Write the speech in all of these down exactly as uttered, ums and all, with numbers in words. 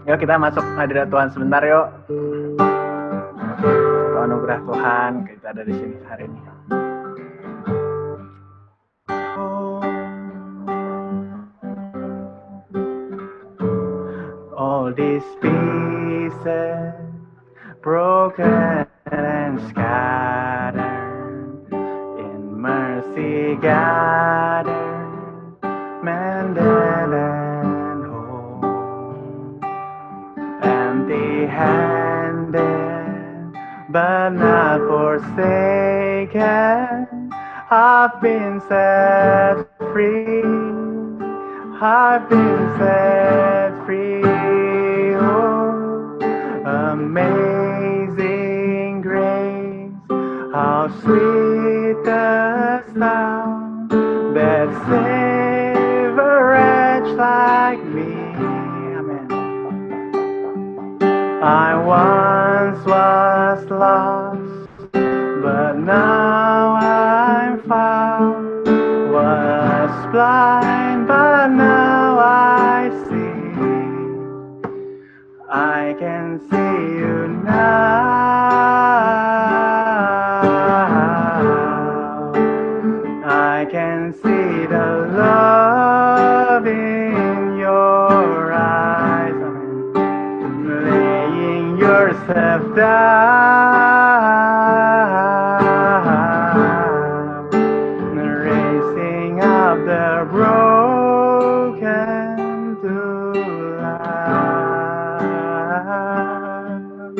Yuk kita masuk hadirat Tuhan sebentar yuk. Satu anugerah Tuhan kita ada di sini hari ini. All these pieces broken and scattered in mercy gathered, mended and whole, empty-handed but not forsaken. I've been set free. I've been set free. Oh, amazing grace, how sweet the sound that saved a wretch like me. Amen. I once was lost, but now I'm found. Was blind, but now I see. I can see you now. I can see the love in your eyes. Amen. Laying yourself down, raising up the broken to life.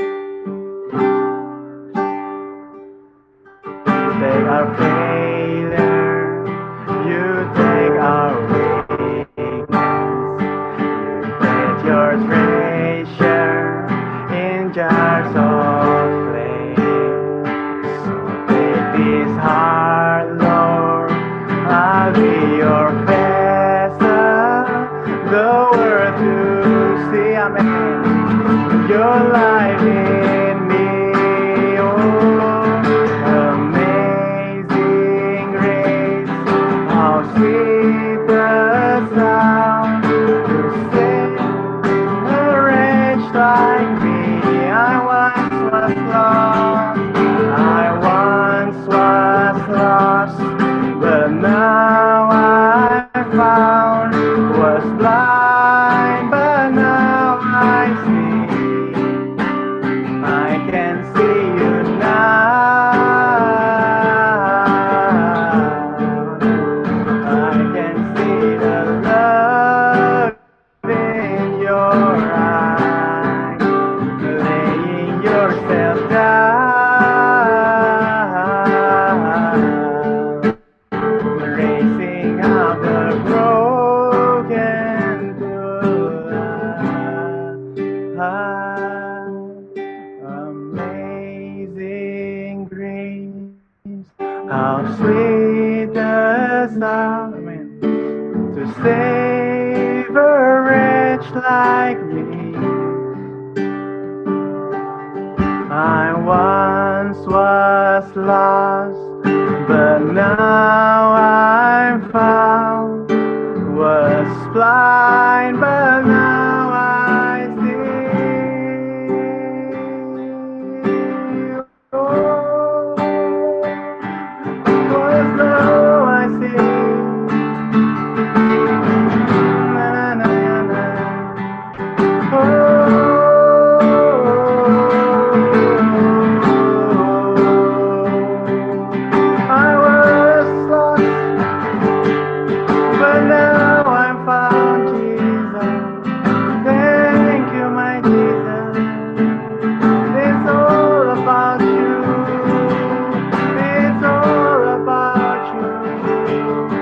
You take our failure, you take our weakness, you take your treasure in jars of clay. So take this heart, Lord, I'll be your vessel, the word to see. Amen. Your life in me, oh, amazing grace, how sweet the sound to save a wretch like me. I once was lost, I once was lost, but now I found. Was blind, but now I see. I can see you now. I can see the love in your eyes, laying yourself down, raising up the broken to life. Amazing grace, how sweet the sound, amen, to save a wretch like me. I once was lost, but now I'm found. Was blind, but now I see. Oh, was now I see. Na, na, na, na. Oh.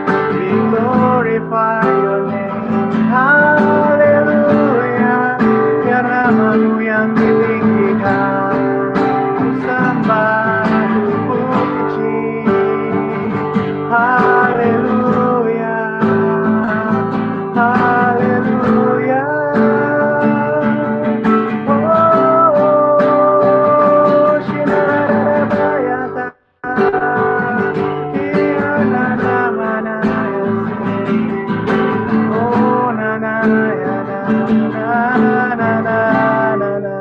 Glorify your name, hallelujah. na na na na.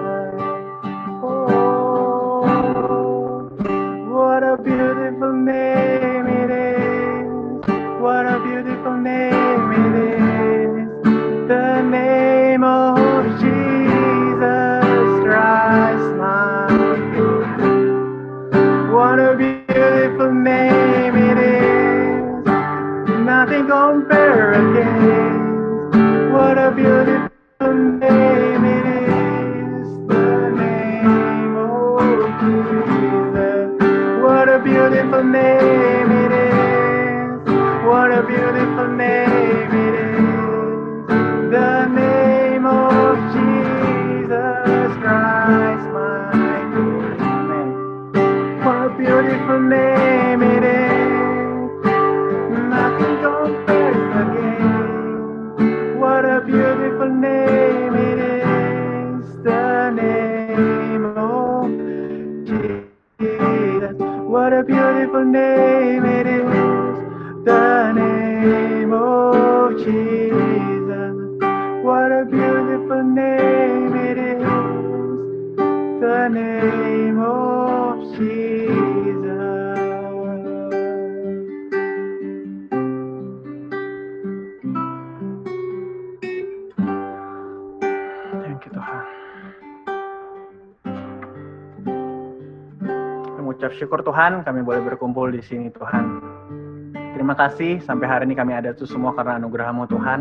Oh, what a beautiful name it is. What a beautiful name it is. The name of Jesus Christ, my Lord. What a beautiful name it is. Nothing compared against. What a beautiful name it is. The name of Jesus. What a beautiful name it is. What a beautiful name it is. The name of Jesus Christ, my Lord. What a beautiful name it is. Nothing compares again. What a beautiful name it is. The name of Jesus. What a beautiful name it is. The name of Jesus. What a beautiful name it is. The name of Jesus. Thank you Tuhan. Mengucap syukur Tuhan, kami boleh berkumpul di sini Tuhan. Terima kasih sampai hari ini kami ada itu semua karena anugerah-Mu Tuhan.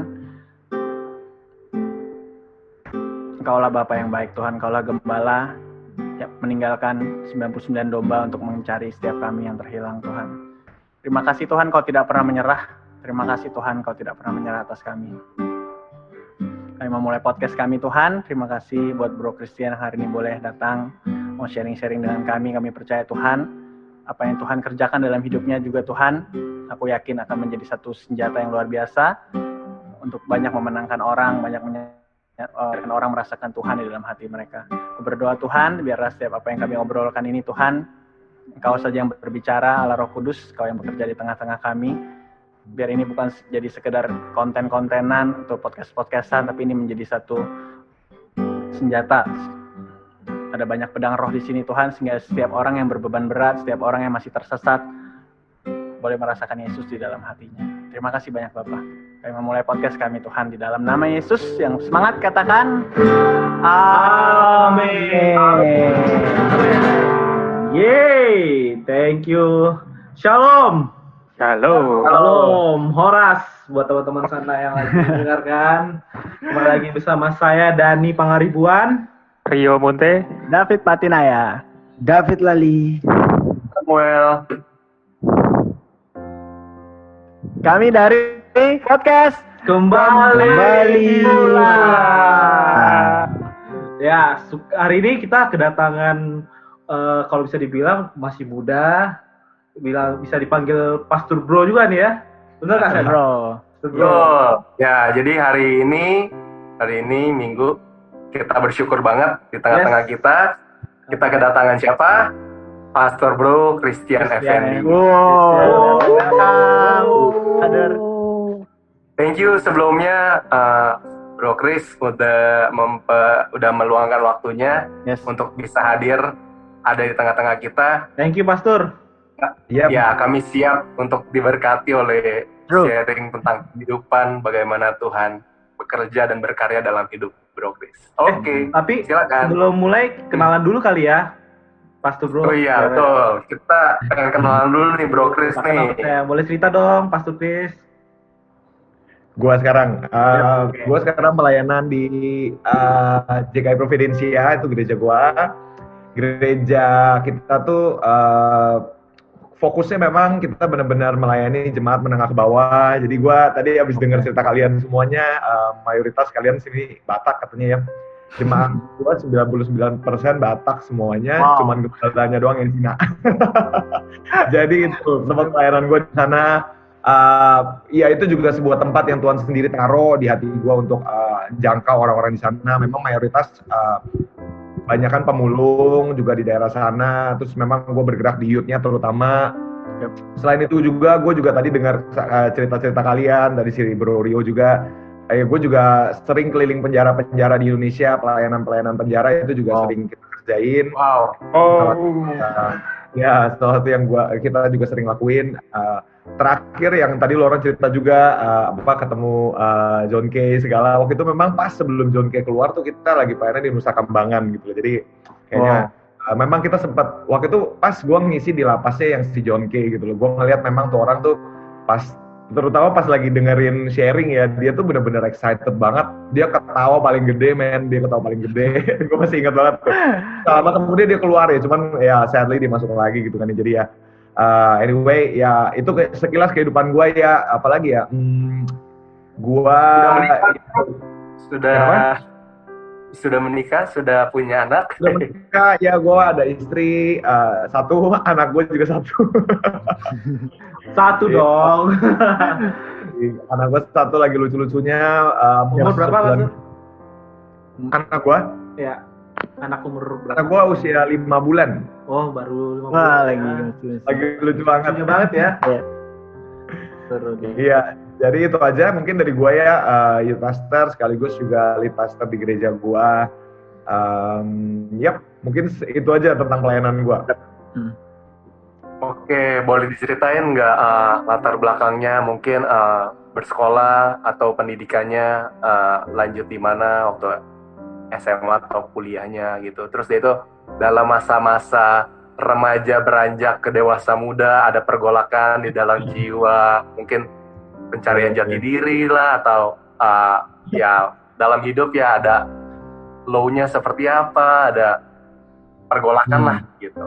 Engkaulah Bapa yang baik Tuhan, Engkaulah Gembala yang meninggalkan sembilan puluh sembilan domba untuk mencari setiap kami yang terhilang Tuhan. Terima kasih Tuhan Kau tidak pernah menyerah. Terima kasih Tuhan Kau tidak pernah menyerah atas kami. Kami memulai podcast kami Tuhan. Terima kasih buat Bro Christian hari ini boleh datang mau sharing-sharing dengan kami. Kami percaya Tuhan apa yang Tuhan kerjakan dalam hidupnya juga Tuhan, aku yakin akan menjadi satu senjata yang luar biasa untuk banyak memenangkan orang, banyak menyenangkan dan orang merasakan Tuhan di dalam hati mereka. Aku berdoa Tuhan, biarlah setiap apa yang kami obrolkan ini Tuhan, Engkau saja yang berbicara, Allah Roh Kudus, Kau yang bekerja di tengah-tengah kami. Biar ini bukan jadi sekedar konten-kontenan atau podcast-podcastan, tapi ini menjadi satu senjata. Ada banyak pedang roh di sini Tuhan, sehingga setiap orang yang berbeban berat, setiap orang yang masih tersesat, boleh merasakan Yesus di dalam hatinya. Terima kasih banyak Bapak. Kami memulai podcast kami Tuhan di dalam nama Yesus yang semangat katakan Amin. Yeay, thank you. Shalom. Shalom. Shalom. Horas buat teman-teman sana yang lagi mendengarkan. Kembali lagi bersama saya Dani Pangaribuan, Rio Monte, David Patinaya, David Lali, Samuel. Kami dari podcast kembali. Kembali. Ya, su- hari ini kita kedatangan uh, kalau bisa dibilang masih muda, bilang bisa dipanggil Pastor Bro juga nih ya. Benar nggak Sen? Bro. Pastor Bro. Yo, ya jadi hari ini, hari ini Minggu, kita bersyukur banget di tengah-tengah Yes. kita. Kita kedatangan siapa? Pastor Bro Christian Christian. Effendi. Wow. Kader. Thank you sebelumnya uh, Bro Chris udah mempe, udah meluangkan waktunya Yes. untuk bisa hadir ada di tengah-tengah kita. Thank you Pastor. Yep. Ya, kami siap untuk diberkati oleh True. sharing tentang kehidupan, bagaimana Tuhan bekerja dan berkarya dalam hidup Bro Chris. Oke, Tapi silakan. sebelum mulai kenalan dulu kali ya, Pastor Bro. Oh iya, betul. Kita pengen kenalan dulu nih Bro Chris nih. Ya, boleh cerita dong, Pastor Chris. Gua sekarang, uh, Oke. gua sekarang pelayanan di uh, J K I Providencia, itu gereja gua. Gereja kita tuh uh, fokusnya memang kita benar-benar melayani jemaat menengah ke bawah. Jadi gua tadi habis dengar cerita kalian semuanya, uh, mayoritas kalian sini Batak katanya ya. Jemaat gua sembilan puluh sembilan persen Batak semuanya, Wow. cuman gembalanya doang yang Cina. Jadi itu tempat pelayanan gua di sana. Uh, ya itu juga sebuah tempat yang Tuhan sendiri taruh di hati gue untuk uh, jangkau orang-orang di sana. Memang mayoritas uh, banyakan pemulung juga di daerah sana. Terus memang gue bergerak di youth-nya terutama. Selain itu juga gue juga tadi dengar uh, cerita-cerita kalian dari si Bro Rio juga. eh, gue juga sering keliling penjara-penjara di Indonesia, pelayanan-pelayanan penjara itu juga Wow. sering kita kerjain. Wow. Salah- uh, ya, salah satu yang gua kita juga sering lakuin. Uh, terakhir yang tadi Loren cerita juga uh, apa ketemu uh, John Kay segala. Waktu itu memang pas sebelum John Kay keluar tuh kita lagi pelayanan di Nusa Kambangan gitu loh. Jadi kayaknya uh, memang kita sempat waktu itu pas gua ngisi di lapasnya yang si John Kay gitu loh. Gua ngeliat memang tuh orang tuh pas terutama pas lagi dengerin sharing ya, dia tuh bener-bener excited banget. Dia ketawa paling gede, men. Dia ketawa paling gede. Gue masih ingat banget tuh. Lama kemudian dia keluar ya, cuman ya sadly dia masuk lagi gitu kan. Jadi ya, uh, anyway, ya itu ke- sekilas kehidupan gue ya. Apalagi ya, hmm, gue... Sudah menikah? Sudah Kenapa? sudah menikah, sudah punya anak. Sudah menikah, ya gue ada istri, uh, satu, anak gue juga satu. Satu Iya. dong. Anak gue satu lagi lucu-lucunya. Um, Umur berapa, Mas? Anak gue? Ya, anak umur Anak berapa? gue usia lima bulan. Oh, baru lima Wah, bulan. lagi ya. lucu. Lagi lucu banget. Lucu banget ya. Iya. Seru deh. Iya, jadi itu aja mungkin dari gue ya, uh, youth pastor sekaligus juga lead pastor di gereja gue. Um, yap, mungkin se- itu aja tentang pelayanan gue. Oke, boleh diceritain nggak uh, latar belakangnya, mungkin uh, bersekolah atau pendidikannya uh, lanjut di mana waktu S M A atau kuliahnya gitu. Terus dia itu dalam masa-masa remaja beranjak ke dewasa muda ada pergolakan di dalam jiwa, mungkin pencarian jati diri lah atau uh, ya dalam hidup ya ada low-nya seperti apa, ada pergolakan Hmm. lah gitu.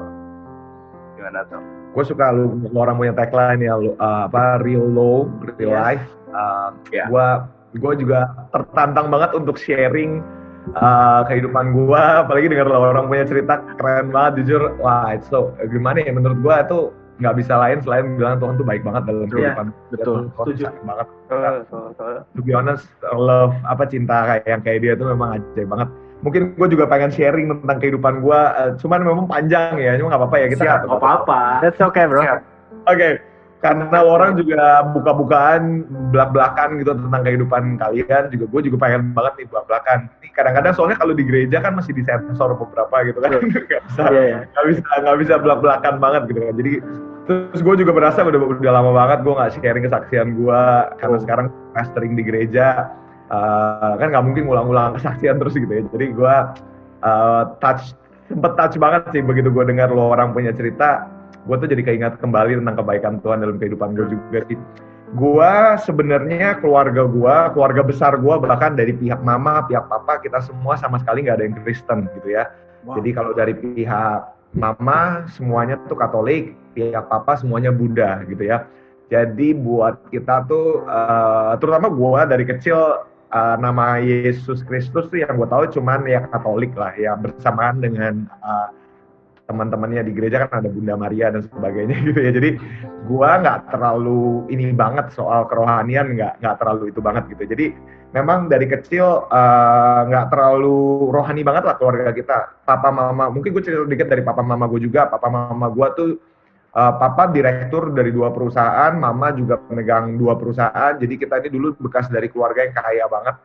Gimana tuh? Gue suka lu, lu orang punya tagline ya, lu, uh, apa real low, real Yes. life. Uh, Ya. Gue gue juga tertantang banget untuk sharing uh, kehidupan gue, apalagi dengar lo orang punya cerita keren banget jujur. Wah, it's so gimana ya, menurut gue tuh nggak bisa lain selain bilang Tuhan tuh baik banget dalam Iya, kehidupan. betul. Tuhan Setuju. sayang banget. Betul. To be honest, love apa cinta kayak yang kayak dia tuh memang ajaib banget. Mungkin gue juga pengen sharing tentang kehidupan gue, uh, cuman memang panjang ya, cuma nggak apa-apa ya kita Siap, nggak Nggak apa-apa. That's okay, bro. Siap. Oke, karena orang juga buka-bukaan, belak-belakan gitu tentang kehidupan kalian, juga gue juga pengen banget nih belak-belakan. Ini kadang-kadang soalnya kalau di gereja kan masih disensor beberapa gitu kan, nggak bisa, Iya, iya. nggak bisa, nggak bisa belak-belakan banget gitu kan. Jadi terus gue juga berasa udah udah lama banget gue nggak sharing kesaksian gue, karena Oh. sekarang pastoring di gereja, uh, kan nggak mungkin ngulang-ngulang kesaksian terus gitu ya. Jadi gue uh, touch, sempet touch banget sih begitu gue dengar lo orang punya cerita. Gue tuh jadi keingat kembali tentang kebaikan Tuhan dalam kehidupan gue juga sih. Gue sebenarnya keluarga gue, keluarga besar gue bahkan dari pihak mama, pihak papa, kita semua sama sekali nggak ada yang Kristen gitu ya. Wow. Jadi kalau dari pihak mama semuanya tuh Katolik, pihak papa semuanya Buddha gitu ya. Jadi buat kita tuh, uh, terutama gue dari kecil uh, nama Yesus Kristus tuh yang gue tahu cuman ya Katolik lah ya, bersamaan dengan uh, teman-temannya di gereja kan ada Bunda Maria dan sebagainya gitu ya. Jadi gua nggak terlalu ini banget soal kerohanian, nggak nggak terlalu itu banget gitu. Jadi memang dari kecil uh, nggak terlalu rohani banget lah keluarga kita. Papa mama, mungkin gue cerita sedikit dari papa mama gue juga. Papa mama gue tuh uh, papa direktur dari dua perusahaan, mama juga pemegang dua perusahaan. Jadi kita ini dulu bekas dari keluarga yang kaya banget.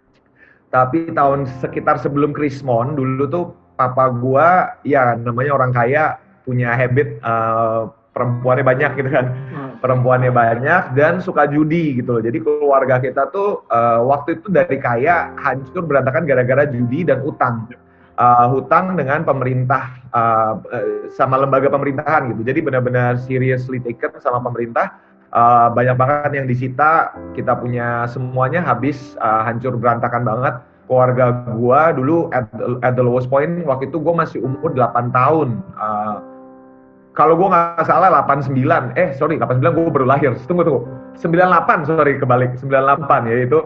Tapi tahun sekitar sebelum Krismon dulu tuh papa gua ya namanya orang kaya, punya habit uh, perempuannya banyak gitu kan. Perempuannya banyak dan suka judi gitu loh. Jadi keluarga kita tuh uh, waktu itu dari kaya hancur berantakan gara-gara judi dan utang. Uh, hutang dengan pemerintah uh, sama lembaga pemerintahan gitu. Jadi benar-benar seriously taken sama pemerintah. Uh, banyak banget yang disita, kita punya semuanya habis, uh, hancur berantakan banget. Keluarga gua dulu at, at the lowest point waktu itu gua masih umur delapan tahun. Uh, kalau gua nggak salah delapan puluh sembilan, eh sorry delapan puluh sembilan gua baru lahir. Tunggu tunggu. sembilan puluh delapan sorry kebalik sembilan puluh delapan yaitu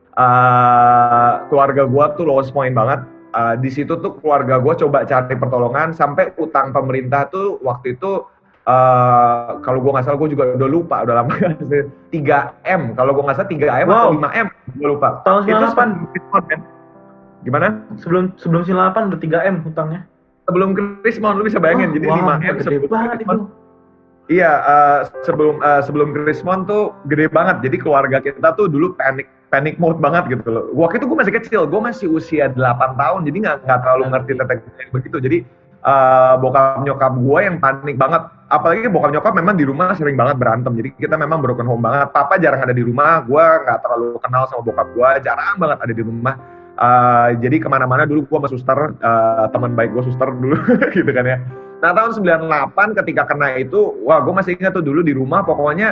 uh, keluarga gua tuh lowest point banget. Uh, di situ tuh keluarga gua coba cari pertolongan sampai utang pemerintah tuh waktu itu Uh, kalau gue nggak salah, gue juga udah lupa, udah lama tiga M, kalau gue nggak salah tiga M Wow. atau lima M, gue lupa. Tahun Itu sembilan puluh delapan. sebelum Krismon, kan? Gimana? Sebelum sebelum sembilan puluh delapan udah tiga M hutangnya. Sebelum Krismon, lu bisa bayangin, Wah, jadi wah, lima M gede sebelum banget Krismon. itu. Iya, uh, sebelum uh, sebelum Krismon tuh gede banget, jadi keluarga kita tuh dulu panik panic mode banget gitu loh. Waktu itu gue masih kecil, gue masih usia delapan tahun, jadi nggak nggak terlalu ngerti tentang begitu. Jadi uh, bokap nyokap gue yang panik banget. Apalagi bokap nyokap memang di rumah sering banget berantem. Jadi kita memang broken home banget. Papa jarang ada di rumah, gue nggak terlalu kenal sama bokap gue, jarang banget ada di rumah. Uh, jadi kemana-mana dulu gue sama suster, uh, teman baik gue suster dulu gitu kan ya. Nah tahun sembilan puluh delapan ketika kena itu, wah gue masih ingat tuh dulu di rumah pokoknya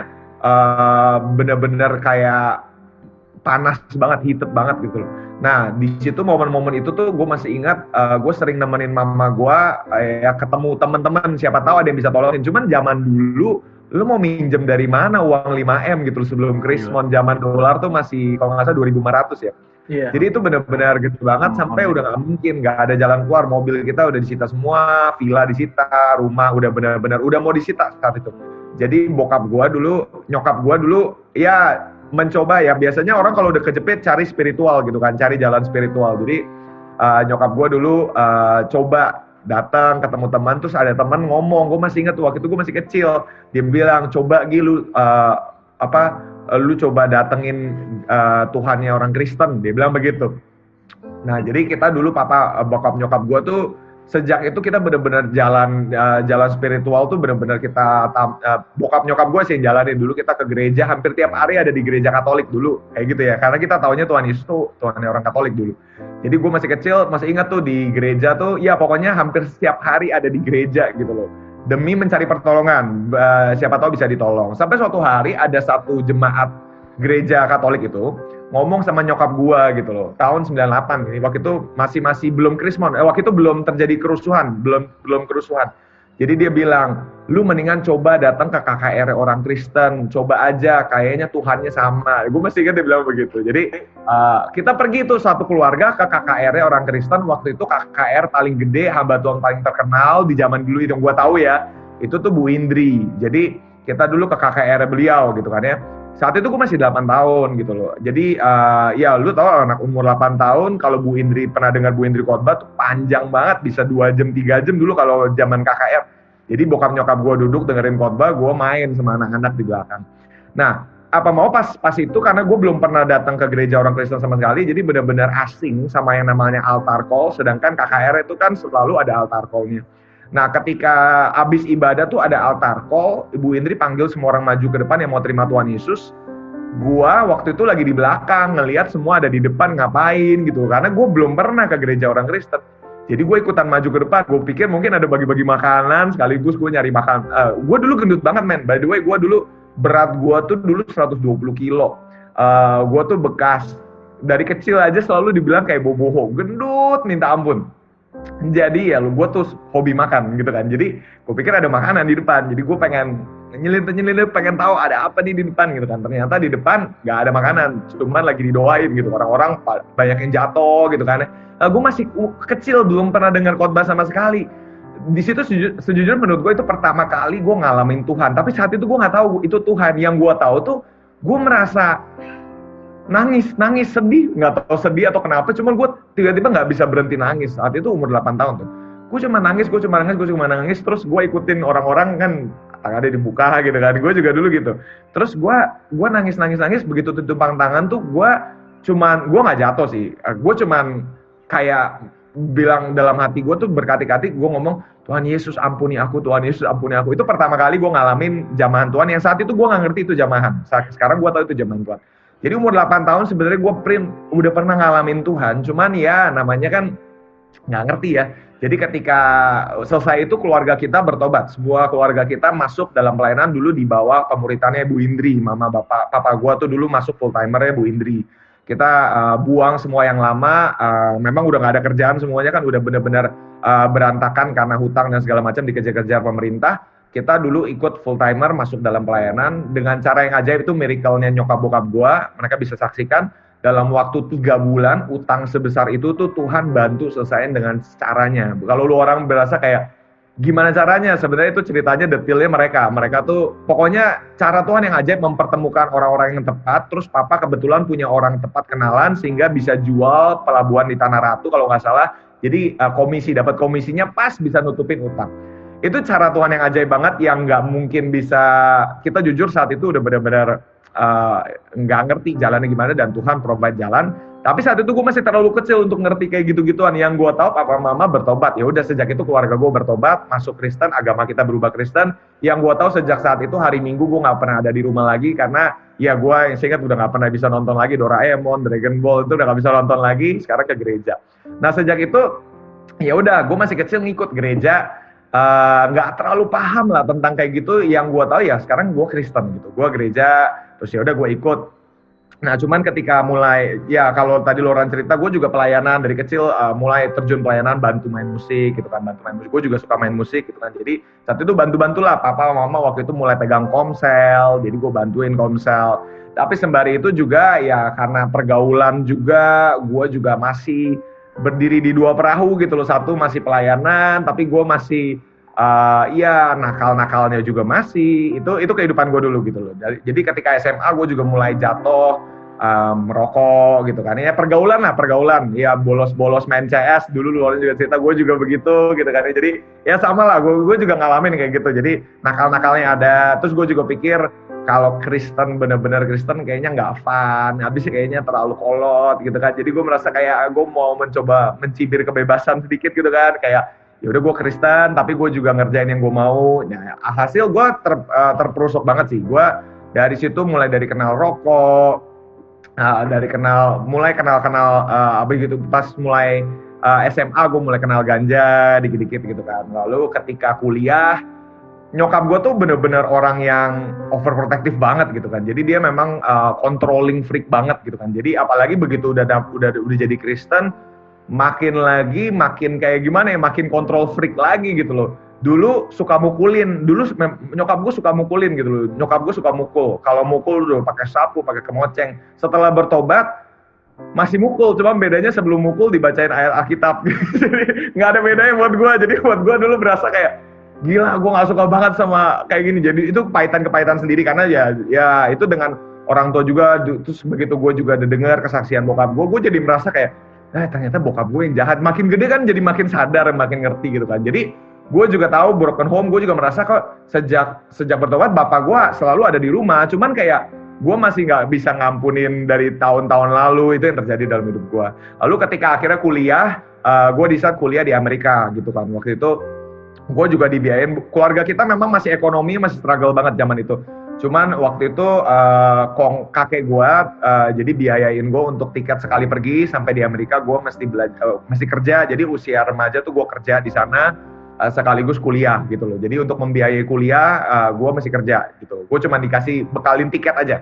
uh, bener-bener kayak panas banget, heated banget gitu loh. Nah di situ momen-momen itu tuh gue masih ingat, uh, gue sering nemenin mama gue uh, ya ketemu teman-teman, siapa tahu ada yang bisa tolongin. Cuman zaman dulu lu mau minjem dari mana uang lima M gitu sebelum Krismon, zaman dolar tuh masih kalau nggak salah dua ribu lima ratus ya. Iya. Jadi itu benar-benar gitu banget sampai udah nggak mungkin, nggak ada jalan keluar, mobil kita udah disita semua, villa disita, rumah udah benar-benar udah mau disita saat itu. Jadi bokap gua dulu, nyokap gua dulu ya mencoba ya, biasanya orang kalau udah kejepit cari spiritual gitu kan, cari jalan spiritual. Jadi uh, nyokap gua dulu uh, coba datang ketemu teman, terus ada teman ngomong, gua masih ingat waktu itu gua masih kecil, dia bilang coba Gilu uh, apa lu coba datengin uh, Tuhannya orang Kristen, dia bilang begitu. Nah jadi kita dulu papa bokap nyokap gua tuh sejak itu kita benar-benar jalan uh, jalan spiritual tuh benar-benar kita uh, bokap nyokap gue sih yang jalanin. Dulu kita ke gereja hampir tiap hari, ada di gereja Katolik dulu kayak gitu ya, karena kita taunya Tuhan Yesus tuh Tuhannya orang Katolik dulu. Jadi gue masih kecil masih ingat tuh di gereja tuh ya pokoknya hampir setiap hari ada di gereja gitu loh, demi mencari pertolongan, uh, siapa tahu bisa ditolong. Sampai suatu hari ada satu jemaat gereja Katolik itu ngomong sama nyokap gua gitu loh, tahun sembilan puluh delapan ini, waktu itu masih masih belum Krismon, eh, waktu itu belum terjadi kerusuhan, belum belum kerusuhan. Jadi dia bilang, lu mendingan coba datang ke K K R orang Kristen, coba aja, kayaknya Tuhannya sama. Gue masih ingat dia bilang begitu. Jadi uh, kita pergi tuh satu keluarga ke K K R orang Kristen. Waktu itu K K R paling gede, hamba Tuhan paling terkenal di zaman dulu yang gue tahu ya, itu tuh Bu Indri. Jadi kita dulu ke K K R beliau gitu kan ya. Saat itu gue masih delapan tahun gitu loh. Jadi uh, ya lu tau anak umur delapan tahun, kalau Bu Indri, pernah dengar Bu Indri khotbah tuh panjang banget, bisa dua jam, tiga jam dulu kalau zaman K K R. Jadi bokap nyokap gue duduk dengerin khotbah, gue main sama anak-anak di belakang. Nah, apa mau pas pas itu karena gue belum pernah datang ke gereja orang Kristen sama sekali, jadi benar-benar asing sama yang namanya altar call, sedangkan K K R itu kan selalu ada altar call-nya. Nah, ketika abis ibadah tuh ada altar call, Ibu Indri panggil semua orang maju ke depan yang mau terima Tuhan Yesus. Gua waktu itu lagi di belakang, ngelihat semua ada di depan ngapain gitu. Karena gue belum pernah ke gereja orang Kristen. Jadi gue ikutan maju ke depan. Gue pikir mungkin ada bagi-bagi makanan, sekaligus gue nyari makan. Uh, gue dulu gendut banget, men. By the way, gue dulu, berat gue tuh dulu seratus dua puluh kilo. Uh, gue tuh bekas. Dari kecil aja selalu dibilang kayak boboho. Gendut, minta ampun. Jadi ya lu gue tuh hobi makan gitu kan. Jadi gue pikir ada makanan di depan. Jadi gue pengen nyelintir-nyelintir, pengen tahu ada apa nih di depan gitu kan. Ternyata di depan nggak ada makanan, cuman lagi didoain gitu. Orang-orang banyak yang jatuh gitu kan. Nah, gue masih kecil, belum pernah dengar khotbah sama sekali. Di situ sejujur, sejujurnya menurut gue itu pertama kali gue ngalamin Tuhan. Tapi saat itu gue nggak tahu itu Tuhan. Yang gue tahu tuh gue merasa nangis, nangis, sedih, nggak tahu sedih atau kenapa, cuman gue tiba-tiba nggak bisa berhenti nangis. Saat itu umur delapan tahun tuh, gue cuma nangis, gue cuma nangis, gue cuma nangis, terus gue ikutin orang-orang kan, tangannya dibuka gitu kan, gue juga dulu gitu. Terus gue, gue nangis, nangis, nangis, begitu tumpang tangan tuh, gue cuman, gue nggak jatuh sih, gue cuman kayak bilang dalam hati gue tuh berkati-kati, gue ngomong, Tuhan Yesus ampuni aku, Tuhan Yesus ampuni aku. Itu pertama kali gue ngalamin jamahan Tuhan, yang saat itu gue nggak ngerti itu jamahan, sekarang gue tahu itu jamahan Tuhan. Jadi umur delapan tahun sebenarnya gue print udah pernah ngalamin Tuhan, cuman ya namanya kan nggak ngerti ya. Jadi ketika selesai itu keluarga kita bertobat, semua keluarga kita masuk dalam pelayanan dulu di bawah pemuritannya Bu Indri, mama bapak papa gue tuh dulu masuk full timernya Bu Indri. Kita uh, buang semua yang lama, uh, memang udah nggak ada kerjaan semuanya kan udah benar-benar uh, berantakan karena hutang dan segala macam dikejar-kejar pemerintah. Kita dulu ikut full timer masuk dalam pelayanan dengan cara yang ajaib, itu miracle-nya nyokap bokap gua, mereka bisa saksikan dalam waktu tiga bulan utang sebesar itu tuh Tuhan bantu selesaiin dengan caranya. Kalau lu orang berasa kayak gimana caranya, sebenarnya itu ceritanya detailnya mereka. Mereka tuh pokoknya cara Tuhan yang ajaib mempertemukan orang-orang yang tepat. Terus papa kebetulan punya orang tepat kenalan sehingga bisa jual pelabuhan di Tanah Ratu kalau nggak salah. Jadi uh, komisi, dapat komisinya pas bisa nutupin utang. Itu cara Tuhan yang ajaib banget yang nggak mungkin bisa, kita jujur saat itu udah benar-benar uh, nggak ngerti jalannya gimana dan Tuhan provide jalan. Tapi saat itu gue masih terlalu kecil untuk ngerti kayak gitu-gituan. Yang gue tahu papa mama bertobat. Ya udah sejak itu keluarga gue bertobat, masuk Kristen, agama kita berubah Kristen. Yang gue tahu sejak saat itu hari Minggu gue nggak pernah ada di rumah lagi karena ya gue yang saya ingat udah nggak pernah bisa nonton lagi Doraemon, Dragon Ball itu udah nggak bisa nonton lagi. Sekarang ke gereja. Nah sejak itu ya udah gue masih kecil ngikut gereja, nggak uh, terlalu paham lah tentang kayak gitu. Yang gue tahu ya sekarang gue Kristen gitu. Gue gereja terus ya udah gue ikut. Nah, cuman ketika mulai, ya kalau tadi Loran cerita, gue juga pelayanan dari kecil, uh, mulai terjun pelayanan, bantu main musik gitu kan, bantu main musik. Gue juga suka main musik gitu kan. Jadi saat itu bantu-bantu lah, papa mama waktu itu mulai pegang komsel, jadi gue bantuin komsel. Tapi sembari itu juga ya karena pergaulan juga, gue juga masih berdiri di dua perahu gitu loh. Satu masih pelayanan, tapi gue masih Uh, iya nakal-nakalnya juga masih itu itu kehidupan gue dulu gitu loh. Jadi ketika S M A gue juga mulai jatuh um, merokok gitu kan. Ya pergaulan lah pergaulan. Ya bolos-bolos main C S dulu lu juga cerita gue juga begitu gitu kan. Jadi ya sama lah gue gue juga ngalamin kayak gitu. Jadi nakal-nakalnya ada. Terus gue juga pikir kalau Kristen bener-bener Kristen kayaknya nggak fun. Habis kayaknya terlalu kolot gitu kan. Jadi gue merasa kayak gue mau mencoba mencibir kebebasan sedikit gitu kan. Kayak ya udah gue Kristen tapi gue juga ngerjain yang gue mau. Nah, hasil gue ter, uh, terperosok banget sih. Gue dari situ mulai dari kenal rokok, uh, dari kenal mulai kenal-kenal uh, apa gitu. Pas mulai uh, S M A gue mulai kenal ganja dikit-dikit gitu kan. Lalu ketika kuliah nyokap gue tuh bener-bener orang yang overprotective banget gitu kan. Jadi dia memang uh, controlling freak banget gitu kan. Jadi apalagi begitu udah udah udah jadi Kristen, makin lagi makin kayak gimana ya, makin kontrol freak lagi gitu loh. Dulu suka mukulin, dulu nyokap gue suka mukulin gitu loh. Nyokap gue suka mukul. Kalau mukul udah pakai sapu, pakai kemoceng. Setelah bertobat masih mukul, cuma bedanya sebelum mukul dibacain ayat Alkitab. Jadi nggak ada bedanya buat gue. Jadi buat gue dulu berasa kayak gila, gue nggak suka banget sama kayak gini. Jadi itu kepahitan-kepahitan sendiri karena ya ya itu dengan orang tua juga. Terus begitu gue juga ada dengar kesaksian bokap gue, gue jadi merasa kayak eh ternyata bokap gue yang jahat. Makin gede kan jadi makin sadar, makin ngerti gitu kan. Jadi gue juga tahu broken home, gue juga merasa kok sejak sejak bertobat bapak gue selalu ada di rumah. Cuman kayak gue masih nggak bisa ngampunin dari tahun-tahun lalu itu yang terjadi dalam hidup gue. Lalu ketika akhirnya kuliah, uh, gue di saat kuliah di Amerika gitu kan. Waktu itu gue juga dibiayain. Keluarga kita memang masih ekonomi masih struggle banget zaman itu. Cuman waktu itu uh, kong kakek gue uh, jadi biayain gue untuk tiket sekali pergi sampai di Amerika. Gue mesti belajar, uh, mesti kerja. Jadi usia remaja tuh gue kerja di sana uh, sekaligus kuliah gitu loh. Jadi untuk membiayai kuliah uh, gue mesti kerja gitu. Gue cuma dikasih bekalin tiket aja.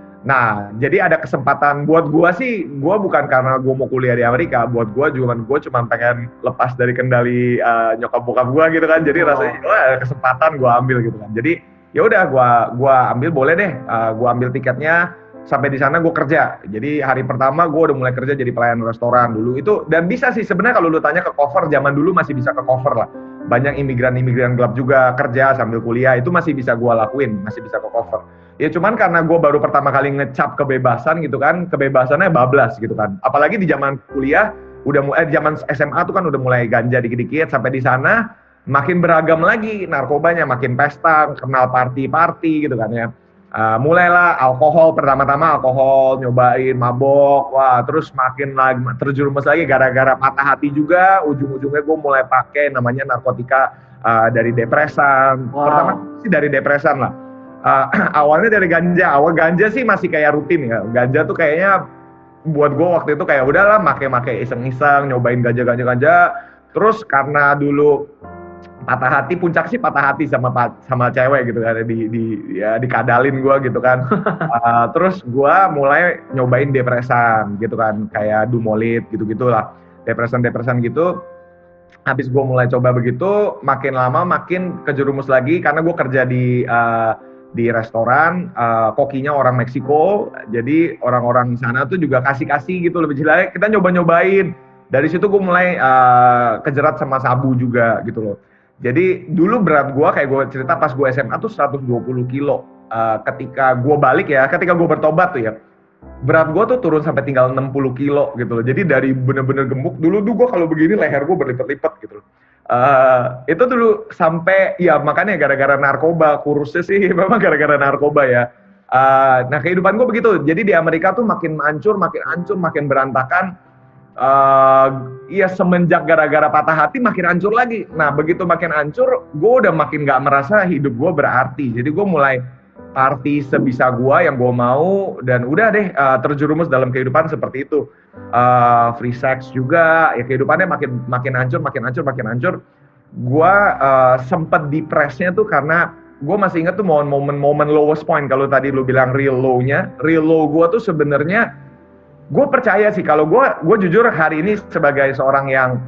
Nah jadi ada kesempatan buat gue sih. Gue bukan karena gue mau kuliah di Amerika. Buat gue juga gue cuma pengen lepas dari kendali uh, nyokap bokap gue gitu kan. Jadi oh. rasanya oh, ada kesempatan gue ambil gitu kan. Jadi ya udah gua gua ambil boleh deh, uh, gua ambil tiketnya sampai di sana gua kerja. Jadi hari pertama gua udah mulai kerja jadi pelayan restoran dulu itu. Dan bisa sih sebenarnya kalau lu tanya ke cover, zaman dulu masih bisa ke cover lah. Banyak imigran-imigran gelap juga kerja sambil kuliah, itu masih bisa gua lakuin, masih bisa ke cover. Ya cuman karena gua baru pertama kali ngecap kebebasan gitu kan, kebebasannya bablas gitu kan. Apalagi di zaman kuliah udah mulai eh, zaman S M A tuh kan udah mulai ganja dikit-dikit. Sampai di sana makin beragam lagi narkobanya, makin pesta, kenal party-party gitu kan ya. Uh, mulailah alkohol, pertama-tama alkohol, nyobain mabok, wah terus makin lagi terjerumus lagi gara-gara patah hati juga, ujung-ujungnya gue mulai pakai namanya narkotika uh, dari depresan. Wow. Pertama sih dari depresan lah. Uh, awalnya dari ganja, awal ganja sih masih kayak rutin ya. Ganja tuh kayaknya buat gue waktu itu kayak udahlah, make-make iseng-iseng, nyobain ganja-ganja-ganja. Terus karena dulu patah hati, puncak sih patah hati sama sama cewek gitu kan, di di ya dikadalin gue gitu kan. uh, terus gue mulai nyobain depresan gitu kan, kayak Dumolit gitu-gitulah, depresan-depresan gitu. Habis gue mulai coba begitu, makin lama makin kejerumus lagi karena gue kerja di uh, di restoran, uh, kokinya orang Meksiko. Jadi orang-orang sana tuh juga kasih-kasih gitu, lebih jelas kita nyoba-nyobain. Dari situ gue mulai uh, kejerat sama sabu juga gitu loh. Jadi dulu berat gue, kayak gue cerita pas gue S M A tuh seratus dua puluh kilo. Uh, ketika gue balik ya, ketika gue bertobat tuh ya, berat gue tuh turun sampai tinggal enam puluh kilo gitu loh. Jadi dari bener-bener gemuk, dulu tuh gue kalau begini leher gue berlipat-lipat gitu loh. Uh, itu dulu sampai, ya makanya gara-gara narkoba, kurusnya sih memang gara-gara narkoba ya. Uh, nah kehidupan gue begitu. Jadi di Amerika tuh makin hancur, makin hancur, makin berantakan. Uh, ya semenjak gara-gara patah hati makin hancur lagi. Nah begitu makin hancur, gue udah makin gak merasa hidup gue berarti. Jadi gue mulai party sebisa gue yang gue mau, dan udah deh uh, terjerumus dalam kehidupan seperti itu. Uh, free sex juga, ya kehidupannya makin makin hancur, makin hancur, makin hancur. Gue uh, sempet depresnya tuh karena gue masih ingat tuh momen-momen lowest point. Kalau tadi lu bilang real low-nya, real low gue tuh sebenarnya, gue percaya sih kalau gue, gue jujur hari ini sebagai seorang yang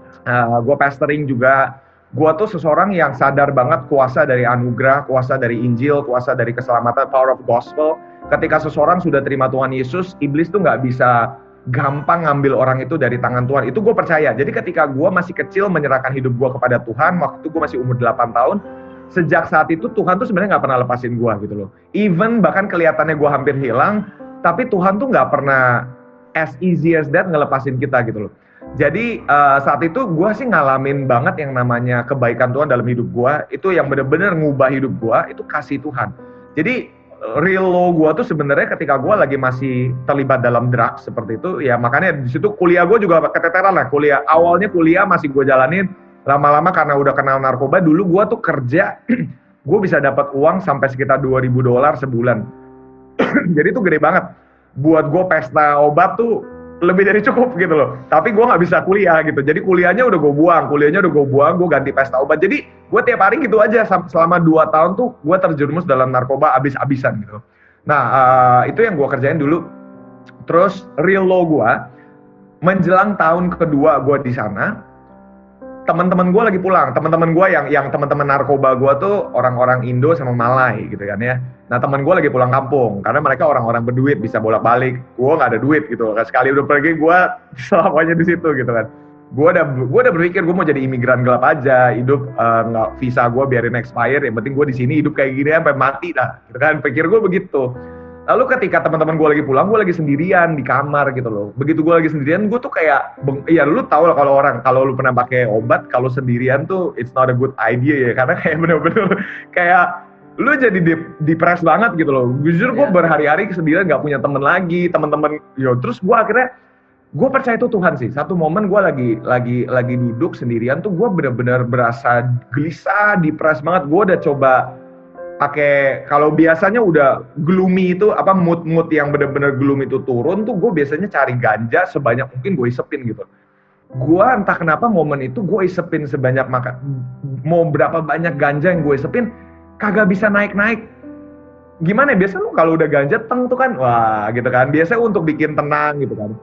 uh, gue pastoring juga, gue tuh seseorang yang sadar banget kuasa dari anugerah, kuasa dari Injil, kuasa dari keselamatan, power of gospel. Ketika seseorang sudah terima Tuhan Yesus, iblis tuh nggak bisa gampang ngambil orang itu dari tangan Tuhan. Itu gue percaya. Jadi ketika gue masih kecil menyerahkan hidup gue kepada Tuhan, waktu gue masih umur delapan tahun, sejak saat itu Tuhan tuh sebenarnya nggak pernah lepasin gue gitu loh. Even bahkan kelihatannya gue hampir hilang, tapi Tuhan tuh nggak pernah as easy as that ngelepasin kita gitu loh. Jadi uh, saat itu gue sih ngalamin banget yang namanya kebaikan Tuhan dalam hidup gue. Itu yang bener-bener ngubah hidup gue, itu kasih Tuhan. Jadi real low gue tuh sebenarnya ketika gue lagi masih terlibat dalam drugs seperti itu. Ya makanya di situ kuliah gue juga keteteran lah. Kuliah awalnya kuliah masih gue jalanin. Lama-lama karena udah kenal narkoba, dulu gue tuh kerja, gue bisa dapat uang sampai sekitar dua ribu dolar sebulan. Jadi itu gede banget. Buat gue pesta obat tuh lebih dari cukup gitu loh. Tapi gue nggak bisa kuliah gitu. Jadi kuliahnya udah gue buang, kuliahnya udah gue buang, gue ganti pesta obat. Jadi gue tiap hari gitu aja selama dua tahun tuh gue terjerumus dalam narkoba abis-abisan gitu. Nah uh, itu yang gue kerjain dulu. Terus real low gue, menjelang tahun kedua gue di sana, teman-teman gue lagi pulang, teman-teman gue yang yang teman-teman narkoba gue tuh orang-orang Indo sama Malay gitu kan ya. Nah teman gue lagi pulang kampung karena mereka orang-orang berduit, bisa bolak-balik. Gue nggak ada duit gitu. Sekali udah pergi gue selamanya di situ gitu kan. Gue udah gue udah berpikir gue mau jadi imigran gelap aja, hidup nggak uh, visa gue biarin expire. Yang penting gue di sini hidup kayak gini sampai mati dah. Gitu kan. Pikir gue begitu. Lalu ketika teman-teman gue lagi pulang, gue lagi sendirian di kamar gitu loh. Begitu gue lagi sendirian, gue tuh kayak, iya lu tau lah kalau orang, kalau lu pernah pakai obat, kalau sendirian tuh it's not a good idea ya. Karena kayak bener-bener kayak lu jadi depres banget gitu loh. Jujur gue yeah. berhari-hari sendirian gak punya temen lagi, teman-teman. Yo terus gue akhirnya, gue percaya itu Tuhan sih. Satu momen gue lagi lagi lagi duduk sendirian tuh gue bener-bener berasa gelisah, depres banget. Gue udah coba pakai, kalau biasanya udah gloomy itu apa mood-mood yang benar-benar gloomy itu turun tuh gue biasanya cari ganja sebanyak mungkin gue isepin gitu. Gue entah kenapa momen itu gue isepin sebanyak maka mau berapa banyak ganja yang gue isepin kagak bisa naik-naik. Gimana ya, biasa lu kalau udah ganja teng tuh kan wah gitu kan, biasanya untuk bikin tenang gitu kan.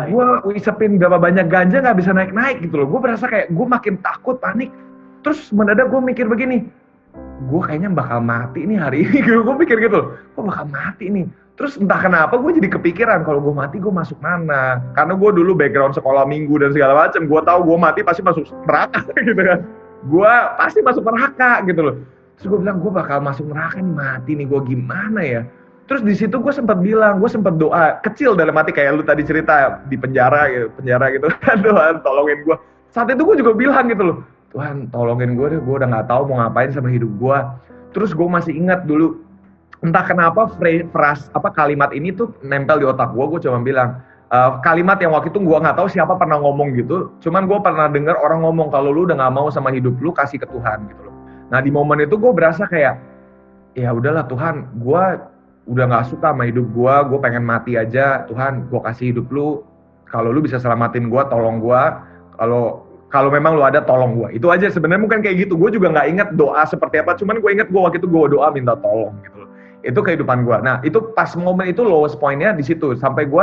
Gue isepin berapa banyak ganja nggak bisa naik-naik gitu loh. Gue berasa kayak gue makin takut, panik. Terus mendadak gue mikir begini, gue kayaknya bakal mati nih hari ini. Gue pikir gitu, gue bakal mati nih. Terus entah kenapa gue jadi kepikiran kalau gue mati gue masuk mana? Karena gue dulu background sekolah minggu dan segala macam. Gue tahu gue mati pasti masuk neraka gitu kan. Gue pasti masuk neraka gitu loh. Terus gue bilang gue bakal masuk neraka nih, mati nih gue gimana ya? Terus di situ gue sempat bilang, gue sempat doa kecil dalam hati kayak lu tadi cerita di penjara gitu, penjara gitu kan, Tuhan tolongin gue. Saat itu gue juga bilang gitu loh, Tuhan tolongin gue deh, gue udah nggak tahu mau ngapain sama hidup gue. Terus gue masih ingat dulu, entah kenapa phrase apa kalimat ini tuh nempel di otak gue. Gue cuma bilang uh, kalimat yang waktu itu gue nggak tahu siapa pernah ngomong gitu. Cuman gue pernah dengar orang ngomong kalau lu udah nggak mau sama hidup lu, kasih ke Tuhan gitu loh. Nah di momen itu gue berasa kayak ya udahlah Tuhan, gue udah nggak suka sama hidup gue, gue pengen mati aja. Tuhan, gue kasih hidup lu. Kalau lu bisa selamatin gue, tolong gue. Kalau Kalau memang lu ada, tolong gue. Itu aja sebenarnya, mungkin kayak gitu. Gue juga nggak inget doa seperti apa. Cuman gue inget gue waktu itu gue doa minta tolong gitu loh. Itu kehidupan gue. Nah itu pas momen itu lowest point-nya di situ. Sampai gue